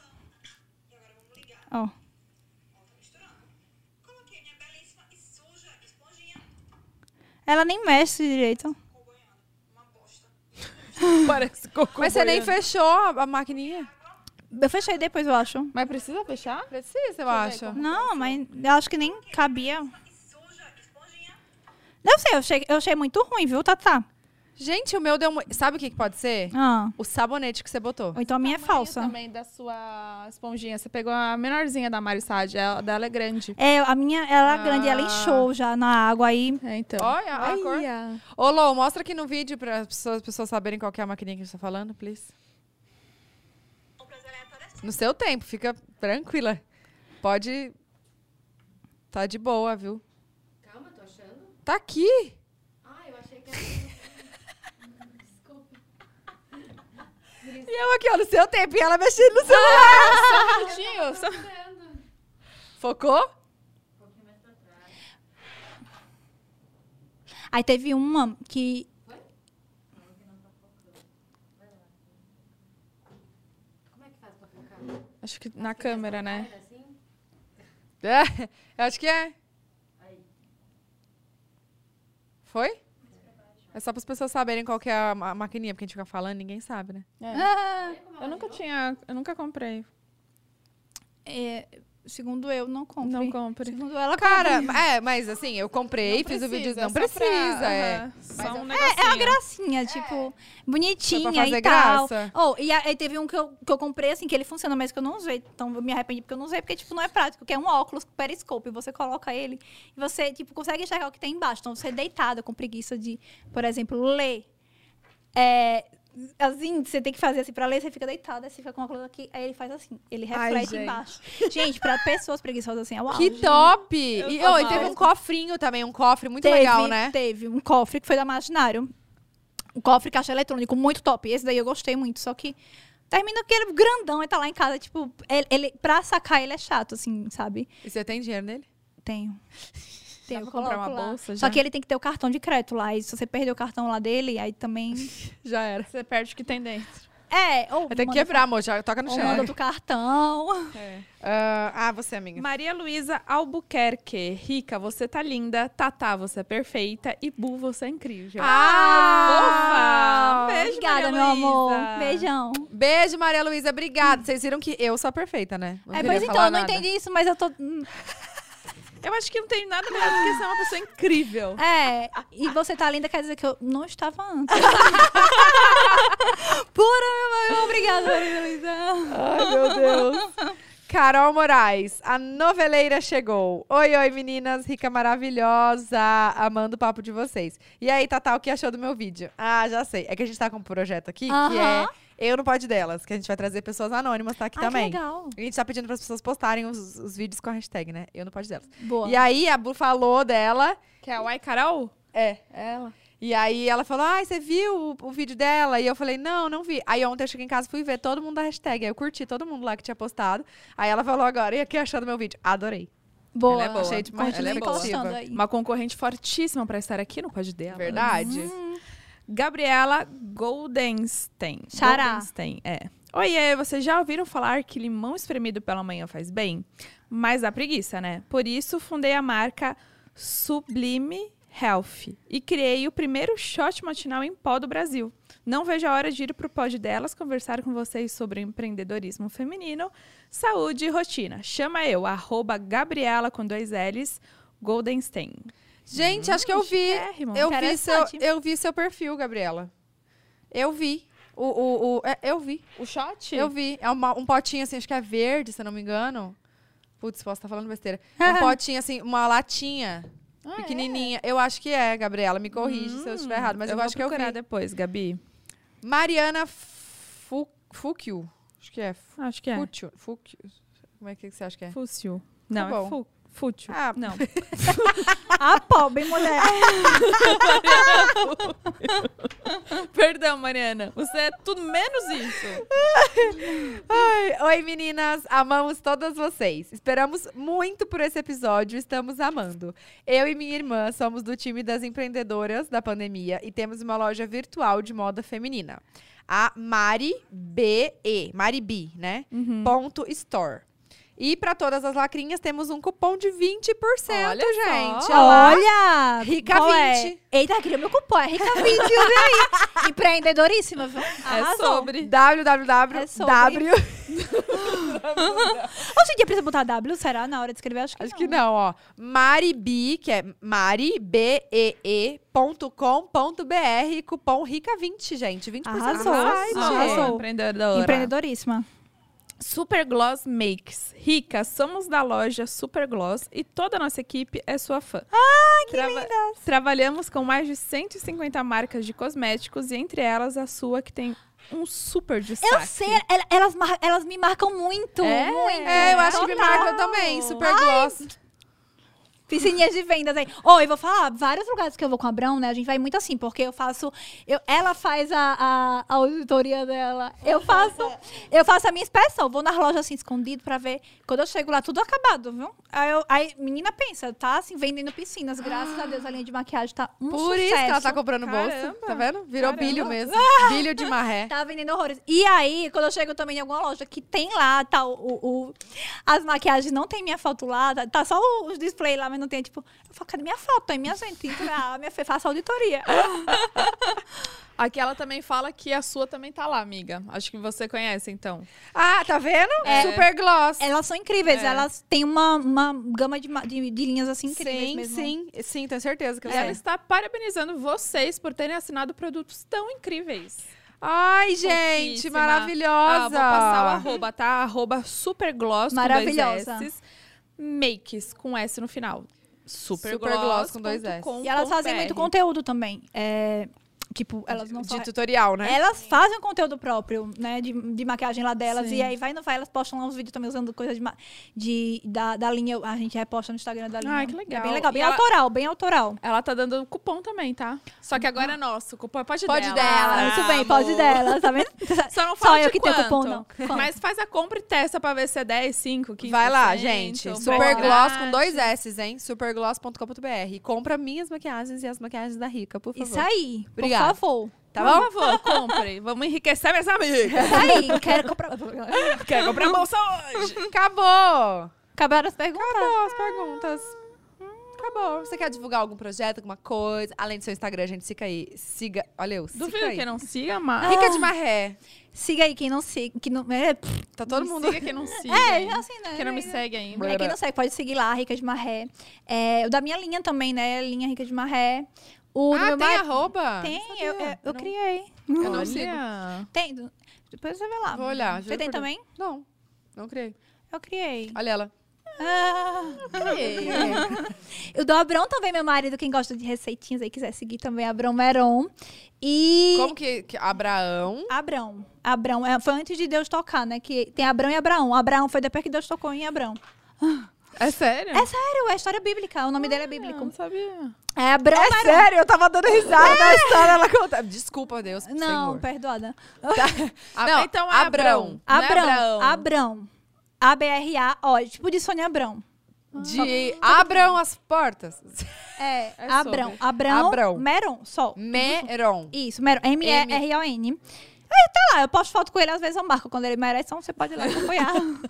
Ó. Ela nem mexe direito. Parece cocô. Mas você nem boiando. fechou a, a maquininha? Eu fechei depois, eu acho. Mas precisa fechar? Precisa, eu eu ver acho. como- Não, mas eu acho que nem cabia. Não sei, eu achei, eu achei muito ruim, viu, Tatá? Gente, o meu deu... mu- Sabe o que, que pode ser? Ah. O sabonete que você botou. Ou então a minha é Tamanho falsa. também da sua esponjinha. Você pegou a menorzinha da Mari Sade, a dela é grande. É, a minha, ela é grande, ela Ah. inchou já na água aí. É, então. Olha a cor. Olha. Ô, Lô, mostra aqui no vídeo para as pessoas, pessoas saberem qual que é a maquininha que a gente tá falando, please. No seu tempo, fica tranquila. Pode... Tá de boa, viu? Calma, tô achando. Tá aqui. Ah, eu achei que era... Desculpa. E eu aqui, ó, no seu tempo. E ela mexendo no celular. Só um minutinho. Só... Vendo. Focou? Um pouquinho mais pra trás. Aí teve uma que... Como é que faz pra focar? Acho que na câmera, né? Vai assim? É, eu acho que é. Aí. Foi? É só para as pessoas saberem qual que é a ma- maquininha, porque a gente fica falando, ninguém sabe, né? É. Ah, Eu nunca tinha... Eu nunca comprei. é, segundo eu, não compre. Não compre. Segundo ela, Cara, compre. é, mas assim, eu comprei, Não fiz o vídeo. precisa, Não só pra- precisa, é. aham, Só Mas um eu- negocinho. É uma gracinha, tipo, bonitinha Só pra fazer e tal. graça. Oh, e aí teve um que eu, que eu comprei, assim, que ele funciona, mas que eu não usei. Então eu me arrependi porque eu não usei, porque, tipo, não é prático, que é um óculos periscope. Você coloca ele e você, tipo, consegue enxergar o que tem embaixo. Então você é deitada com preguiça de, por exemplo, ler. É, assim, você tem que fazer assim pra ler, você fica deitada, aí você fica com uma coisa aqui, aí ele faz assim, ele Ai, reflete gente. embaixo. Gente, pra pessoas preguiçosas assim, é o Que auge. top! Eu E, tô oh, e mal. teve um cofrinho também, um cofre muito Teve, legal, né? Teve um cofre que foi da Imaginário. Um cofre caixa eletrônico muito top. Esse daí eu gostei muito, só que termina aquele grandão e tá lá em casa, tipo, ele, ele, pra sacar ele é chato, assim, sabe? E você tem dinheiro nele? Tenho. Tenho, Dá eu pra comprar coloco uma lá. bolsa Só já? que ele tem que ter o cartão de crédito lá. E se você perder o cartão lá dele, aí também. Já era. Você perde o que tem dentro. É, ou Vai ter que manda- quebrar, amor, já toca no Ou chão. manda outro cartão. Ah, ah, você, amiga. Maria Luísa Albuquerque. Rica, você tá linda. Tatá, você é perfeita. E Bu, você é incrível. Ah, fofa! Um beijo, Obrigada, Maria meu amor. Luísa. Beijão. Beijo, Maria Luísa, obrigada. Vocês viram que eu sou a perfeita, né? Não É, queria pois então, falar eu não nada. entendi isso, mas eu tô. hum, Eu acho que não tem nada melhor do que ser uma pessoa incrível. É, e você tá linda quer dizer que eu não estava antes. Pura, meu amor. Obrigada, Maria Luísa. Ai, meu Deus. Carol Moraes, a noveleira chegou. Oi, oi, meninas, rica maravilhosa. Amando o papo de vocês. E aí, Tatá, o que achou do meu vídeo? Ah, já sei. É que a gente tá com um projeto aqui que é Aham. Eu no Pod Delas, que a gente vai trazer pessoas anônimas, tá aqui Ai, também. que legal. A gente tá pedindo para as pessoas postarem os, os vídeos com a hashtag, né? Eu no Pod Delas. Boa. E aí a Bu falou dela. Que é a Uai Carol? É. Ela. E aí ela falou, ai, você viu o, o vídeo dela? E eu falei, não, não vi. Aí ontem eu cheguei em casa e fui ver todo mundo da hashtag. Aí eu curti todo mundo lá que tinha postado. Aí ela falou agora, e aqui achando meu vídeo? Adorei. Boa. Ela é boa. Achei demais. Continue Ela é boa. postando aí. Uma concorrente fortíssima pra estar aqui no Pod dela. Verdade. Hum. Gabriela Goldenstein. Xará. Goldenstein, é. Oiê, vocês já ouviram falar que limão espremido pela manhã faz bem? Mas dá preguiça, né? Por isso, fundei a marca Sublime Health e criei o primeiro shot matinal em pó do Brasil. Não vejo a hora de ir pro Pod Delas conversar com vocês sobre empreendedorismo feminino, saúde e rotina. Chama eu, arroba Gabriela com dois L's, Goldenstein. Gente, acho que eu vi. chiquérrimo. Eu vi, seu, Interessante. eu vi seu perfil, Gabriela. Eu vi. O, o, o, é, eu vi. O shot? Eu vi. É uma- um potinho assim, acho que é verde, se eu não me engano. Putz, posso estar falando besteira. É um potinho assim, uma latinha Ah, pequenininha. Eu acho que é, Gabriela. Me corrige se eu estiver errado, mas eu, vou acho que eu procurar vi. depois, Gabi. Mariana Fu- Fúquio. Acho que é. Acho que é. Fúcio. Fúquio. Como é que você acha que é? Fúcio. Não, bom. é fu fútil. Ah. Não. Ah, pobre mulher. Perdão, Mariana. Você é tudo menos isso. Ai, oi, meninas! Amamos todas vocês. Esperamos muito por esse episódio. Estamos amando. Eu e minha irmã somos do time das empreendedoras da pandemia e temos uma loja virtual de moda feminina. A Mari B E. Mari B, né? Uhum. Ponto Store. E para todas as lacrinhas temos um cupom de vinte por cento, Olha só. gente. Olha lá. Olha! Rica qual é? vinte. Eita, queria meu cupom. É Rica vinte, viu aí? Empreendedoríssima, viu? É Arrasou. sobre. www. É sobre. W. Hoje em dia precisa botar W, será? Na hora de escrever? Acho que Acho não. que não, ó. Maribi, que é mari, B E E, ponto com ponto B R, cupom Rica vinte, gente. vinte por cento Arrasou. no site. Arrasou. Empreendedora. Empreendedoríssima. Super Gloss Makes. Rica, somos da loja Super Gloss e toda a nossa equipe é sua fã. Ai, que Trava- lindas. Trabalhamos com mais de cento e cinquenta marcas de cosméticos e entre elas a sua que tem um super destaque. Eu sei, el- elas, mar- elas me marcam muito, É? muito. É, eu acho que me Total. marca também. Super gloss. Piscininhas de vendas aí. Ô, eu vou falar, vários lugares que eu vou com a Abrão, né? A gente vai muito assim, porque eu faço. Eu, ela faz a, a, a auditoria dela. Eu faço. Eu faço a minha inspeção. Vou nas lojas assim, escondido, pra ver. Quando eu chego lá, tudo acabado, viu? Aí, eu, aí menina pensa, tá assim, vendendo piscinas. Graças a Deus, a linha de maquiagem tá um Por sucesso. isso que ela tá comprando bolsa. Caramba. Tá vendo? Virou Caramba. bilho mesmo. Bilho de maré. Tá vendendo horrores. E aí, quando eu chego também em alguma loja que tem lá, tá, o, o- o- as maquiagens não tem minha foto lá, tá, tá só os display lá, mas não tem, tipo, eu falo, cadê minha foto? Tem minha gente. Então, ah, minha filha, faça auditoria. Aqui ela também fala que a sua também tá lá, amiga. Acho que você conhece, então. Ah, tá vendo? É. Super gloss. Elas são incríveis, É. elas têm uma, uma gama de, ma- de, de linhas assim incríveis Sim, mesmo. sim. Sim, tenho certeza que eu E ela sei. está parabenizando vocês por terem assinado produtos tão incríveis. Ai, gente, Fofíssima. maravilhosa. Ah, vou passar o arroba, tá? Arroba supergloss Maravilhosa. com dois S. Makes com S no final. Supergloss, Supergloss com dois S. ponto com E elas ponto fazem B R. muito conteúdo também. É, tipo, elas não só... De tutorial, né? Elas fazem um conteúdo próprio, né? De, de maquiagem lá delas. Sim. E aí vai no vai, elas postam lá uns vídeos também usando coisa de, ma- de da, da linha. A gente reposta no Instagram da linha. Ai, que legal. É bem legal, bem E ela- autoral, bem autoral. Ela tá dando cupom também, tá? Só que agora é nosso. O cupom é pode, Pode dela. dela. Ah, muito bem, pode amor. dela, tá vendo? Só não Só fala eu de que tenho quanto. cupom, não. Quanto? Mas faz a compra e testa pra ver se é dez, cinco, quinze Vai lá, por cento, gente. um Supergloss pouco com dois grátis. S, hein? supergloss ponto com ponto B R. Compra minhas maquiagens e as maquiagens da Rica, por favor. Isso aí, Obrigada. por favor. Tá Por bom? favor, compre. Vamos enriquecer minhas amigas. Isso aí, quero comprar. Quer comprar bolsa hoje? Acabou! Acabaram as perguntas? Acabou as perguntas. Acabou. Você quer divulgar algum projeto, alguma coisa? Além do seu Instagram, gente, siga aí. Siga. Olha eu, siga Duvido aí. que não siga, mas... Rica de Marré. Siga aí quem não siga. Que não, é, Tá todo Me mundo... Siga quem não siga. é, hein? assim, né? Quem não me segue ainda. É, quem não segue, pode seguir lá, Rica de Marré. É, o da minha linha também, né? Linha Rica de Marré. O do Ah, meu tem mari- arroba? Tem, Não eu, sabia. eu, eu não- criei. Eu não Olha. sigo. Tem. do- Depois você vê lá. Vou olhar. Você juro tem por Deus. também? Não, não criei. Eu criei. Olha ela. Ah. Eu dou Abrão também, meu marido, quem gosta de receitinhas aí, quiser seguir também, Abrão Meron. E... Como que, que Abraão... Abrão. Abrão. É, foi antes de Deus tocar, né? Que tem Abrão e Abraão. Abraão foi depois que Deus tocou em Abrão. É sério? É sério, é história bíblica. O nome dele é Ah, bíblico. não sabia. É Abrão É Meron. sério, eu tava dando risada na história, ela conta. Desculpa, Deus, Não, Senhor. perdoada. Ah, Não, então é Abrão. Abrão. não é Abrão. Abrão. A B R A, ó, tipo de Sônia Abrão. De abram as portas. É, É Abrão. sobre. Abrão. Abrão. Meron, só. Meron. Isso, Meron. M E R O N. Aí tá lá, eu posto foto com ele, às vezes eu marco quando ele merece, então você pode ir lá acompanhar.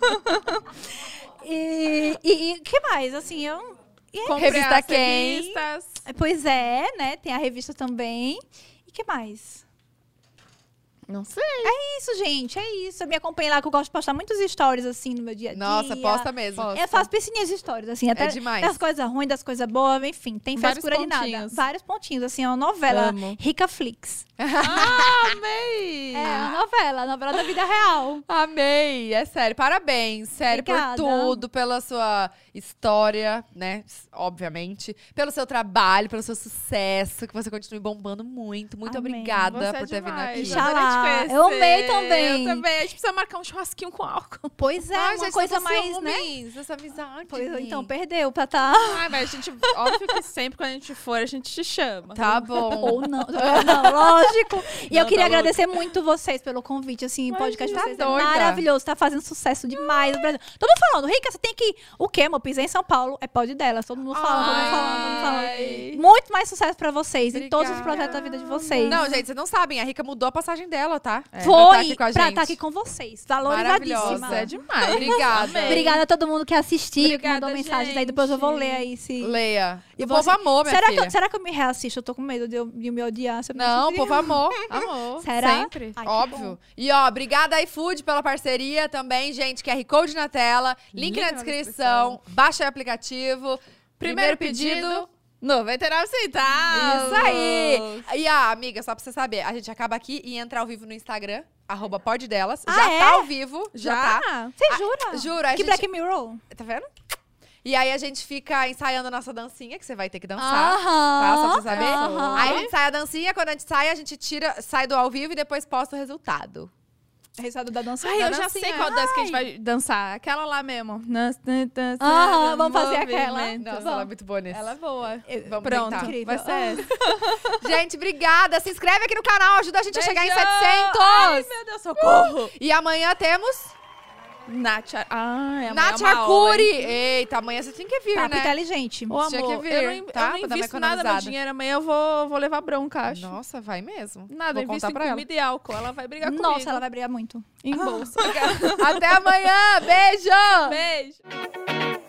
e, e, e que mais? Assim, eu. e é- Comprei Revista as Quem? revistas. Pois é, né? Tem a revista também. E que mais? Não sei. É isso, gente, é isso. Me acompanhe lá, que eu gosto de postar muitos stories, assim, no meu dia a dia. Nossa, posta mesmo. Posta. Eu faço piscininhas de stories, assim, até É demais. das coisas ruins, das coisas boas, enfim, tem Vários frescura de nada. pontinhos. Vários pontinhos, assim, é uma novela. Amo. Rica Flix. Ah, amei! É, uma novela, a novela da vida real. Amei, é sério. Parabéns, sério, Obrigada. por tudo, pela sua história, né? Obviamente. Pelo seu trabalho, pelo seu sucesso, que você continue bombando muito. Muito Amém. obrigada Você é por ter vindo demais. aqui. Inxalá. Adorei te conhecer. Eu amei também. Eu também. A gente precisa marcar um churrasquinho com álcool. Pois é, Ai, uma gente, coisa não tô mais, né? ciúmes, essa amizade. Pois, então, perdeu pra tá... Ai, mas a gente... Óbvio que sempre quando a gente for, a gente te chama. Tá bom. Ou não. Não, lógico. E eu Não, queria tá louco. agradecer muito vocês pelo convite, assim, o podcast de Imagina, vocês é tá doida. maravilhoso, tá fazendo sucesso demais no Brasil. Todo mundo falando, Rica, você tem que ir. O quê? Eu pisei em São Paulo, é pode delas. Todo mundo falando, todo mundo falando, todo mundo falando. Ai. Muito mais sucesso pra vocês em todos os Obrigada. projetos da vida de vocês. Não, gente, vocês não sabem, a Rica mudou a passagem dela, tá? É. Foi Pra tá aqui com a pra gente. estar aqui com vocês. Valorizadíssima. Maravilhosa. É demais. Obrigada. Amei. Obrigada a todo mundo que assistiu, que Obrigada, mandou mensagens aí. gente. Depois eu vou ler aí se. Leia. E o povo você- amou, minha Será que, filha. eu, será que eu me reassisto? Eu tô com medo de, eu, de me odiar. se eu me Não, o assistir. povo amou. Amor. Será? Sempre. Ai, que Óbvio. bom. E ó, obrigada iFood pela parceria também, gente. Q R Code na tela, link, Link na na descrição. Baixa o aplicativo. Primeiro, Primeiro pedido. pedido, noventa e nove centavos. Isso aí! E a amiga, só pra você saber, a gente acaba aqui e entra ao vivo no Instagram, arroba pod delas. Ah, já é? tá ao vivo. Já, tá. Já? Você Ah, jura? Juro. A Que gente, Black Mirror? Tá vendo? E aí a gente fica ensaiando a nossa dancinha, que você vai ter que dançar. Aham. Tá? Só pra você saber. Aham. Aí a gente sai a dancinha, quando a gente sai, a gente tira, sai do ao vivo e depois posta o resultado. Resultado da dança. Ai, da eu já dancinha. sei qual dança que a gente vai dançar. Aquela lá mesmo. Aham, vamos fazer aquela. Movimento. Nossa, ela é muito boa nisso. Ela é boa. Vamos Pronto, tentar. Incrível. vai ser essa. Gente, obrigada. Se inscreve aqui no canal, ajuda a gente a chegar em Beijão! setecentos. Ai, meu Deus, socorro. E amanhã temos Nath, Ar- ai, amanhã Nath é uma aula, Arcuri. hein? Eita, amanhã você tem que vir, Papo né? inteligente. Ô, Tinha amor, que vir, eu não, in- tá? eu não Pra dar uma invisto nada meu economizada. dinheiro. Amanhã eu vou, vou levar bronca, acho. Nossa, vai mesmo. Nada, Vou eu invisto contar em pra ela. comida e álcool. Ela vai brigar comigo. Nossa, ela vai brigar muito. Em bolsa. Até amanhã. Beijo! Beijo.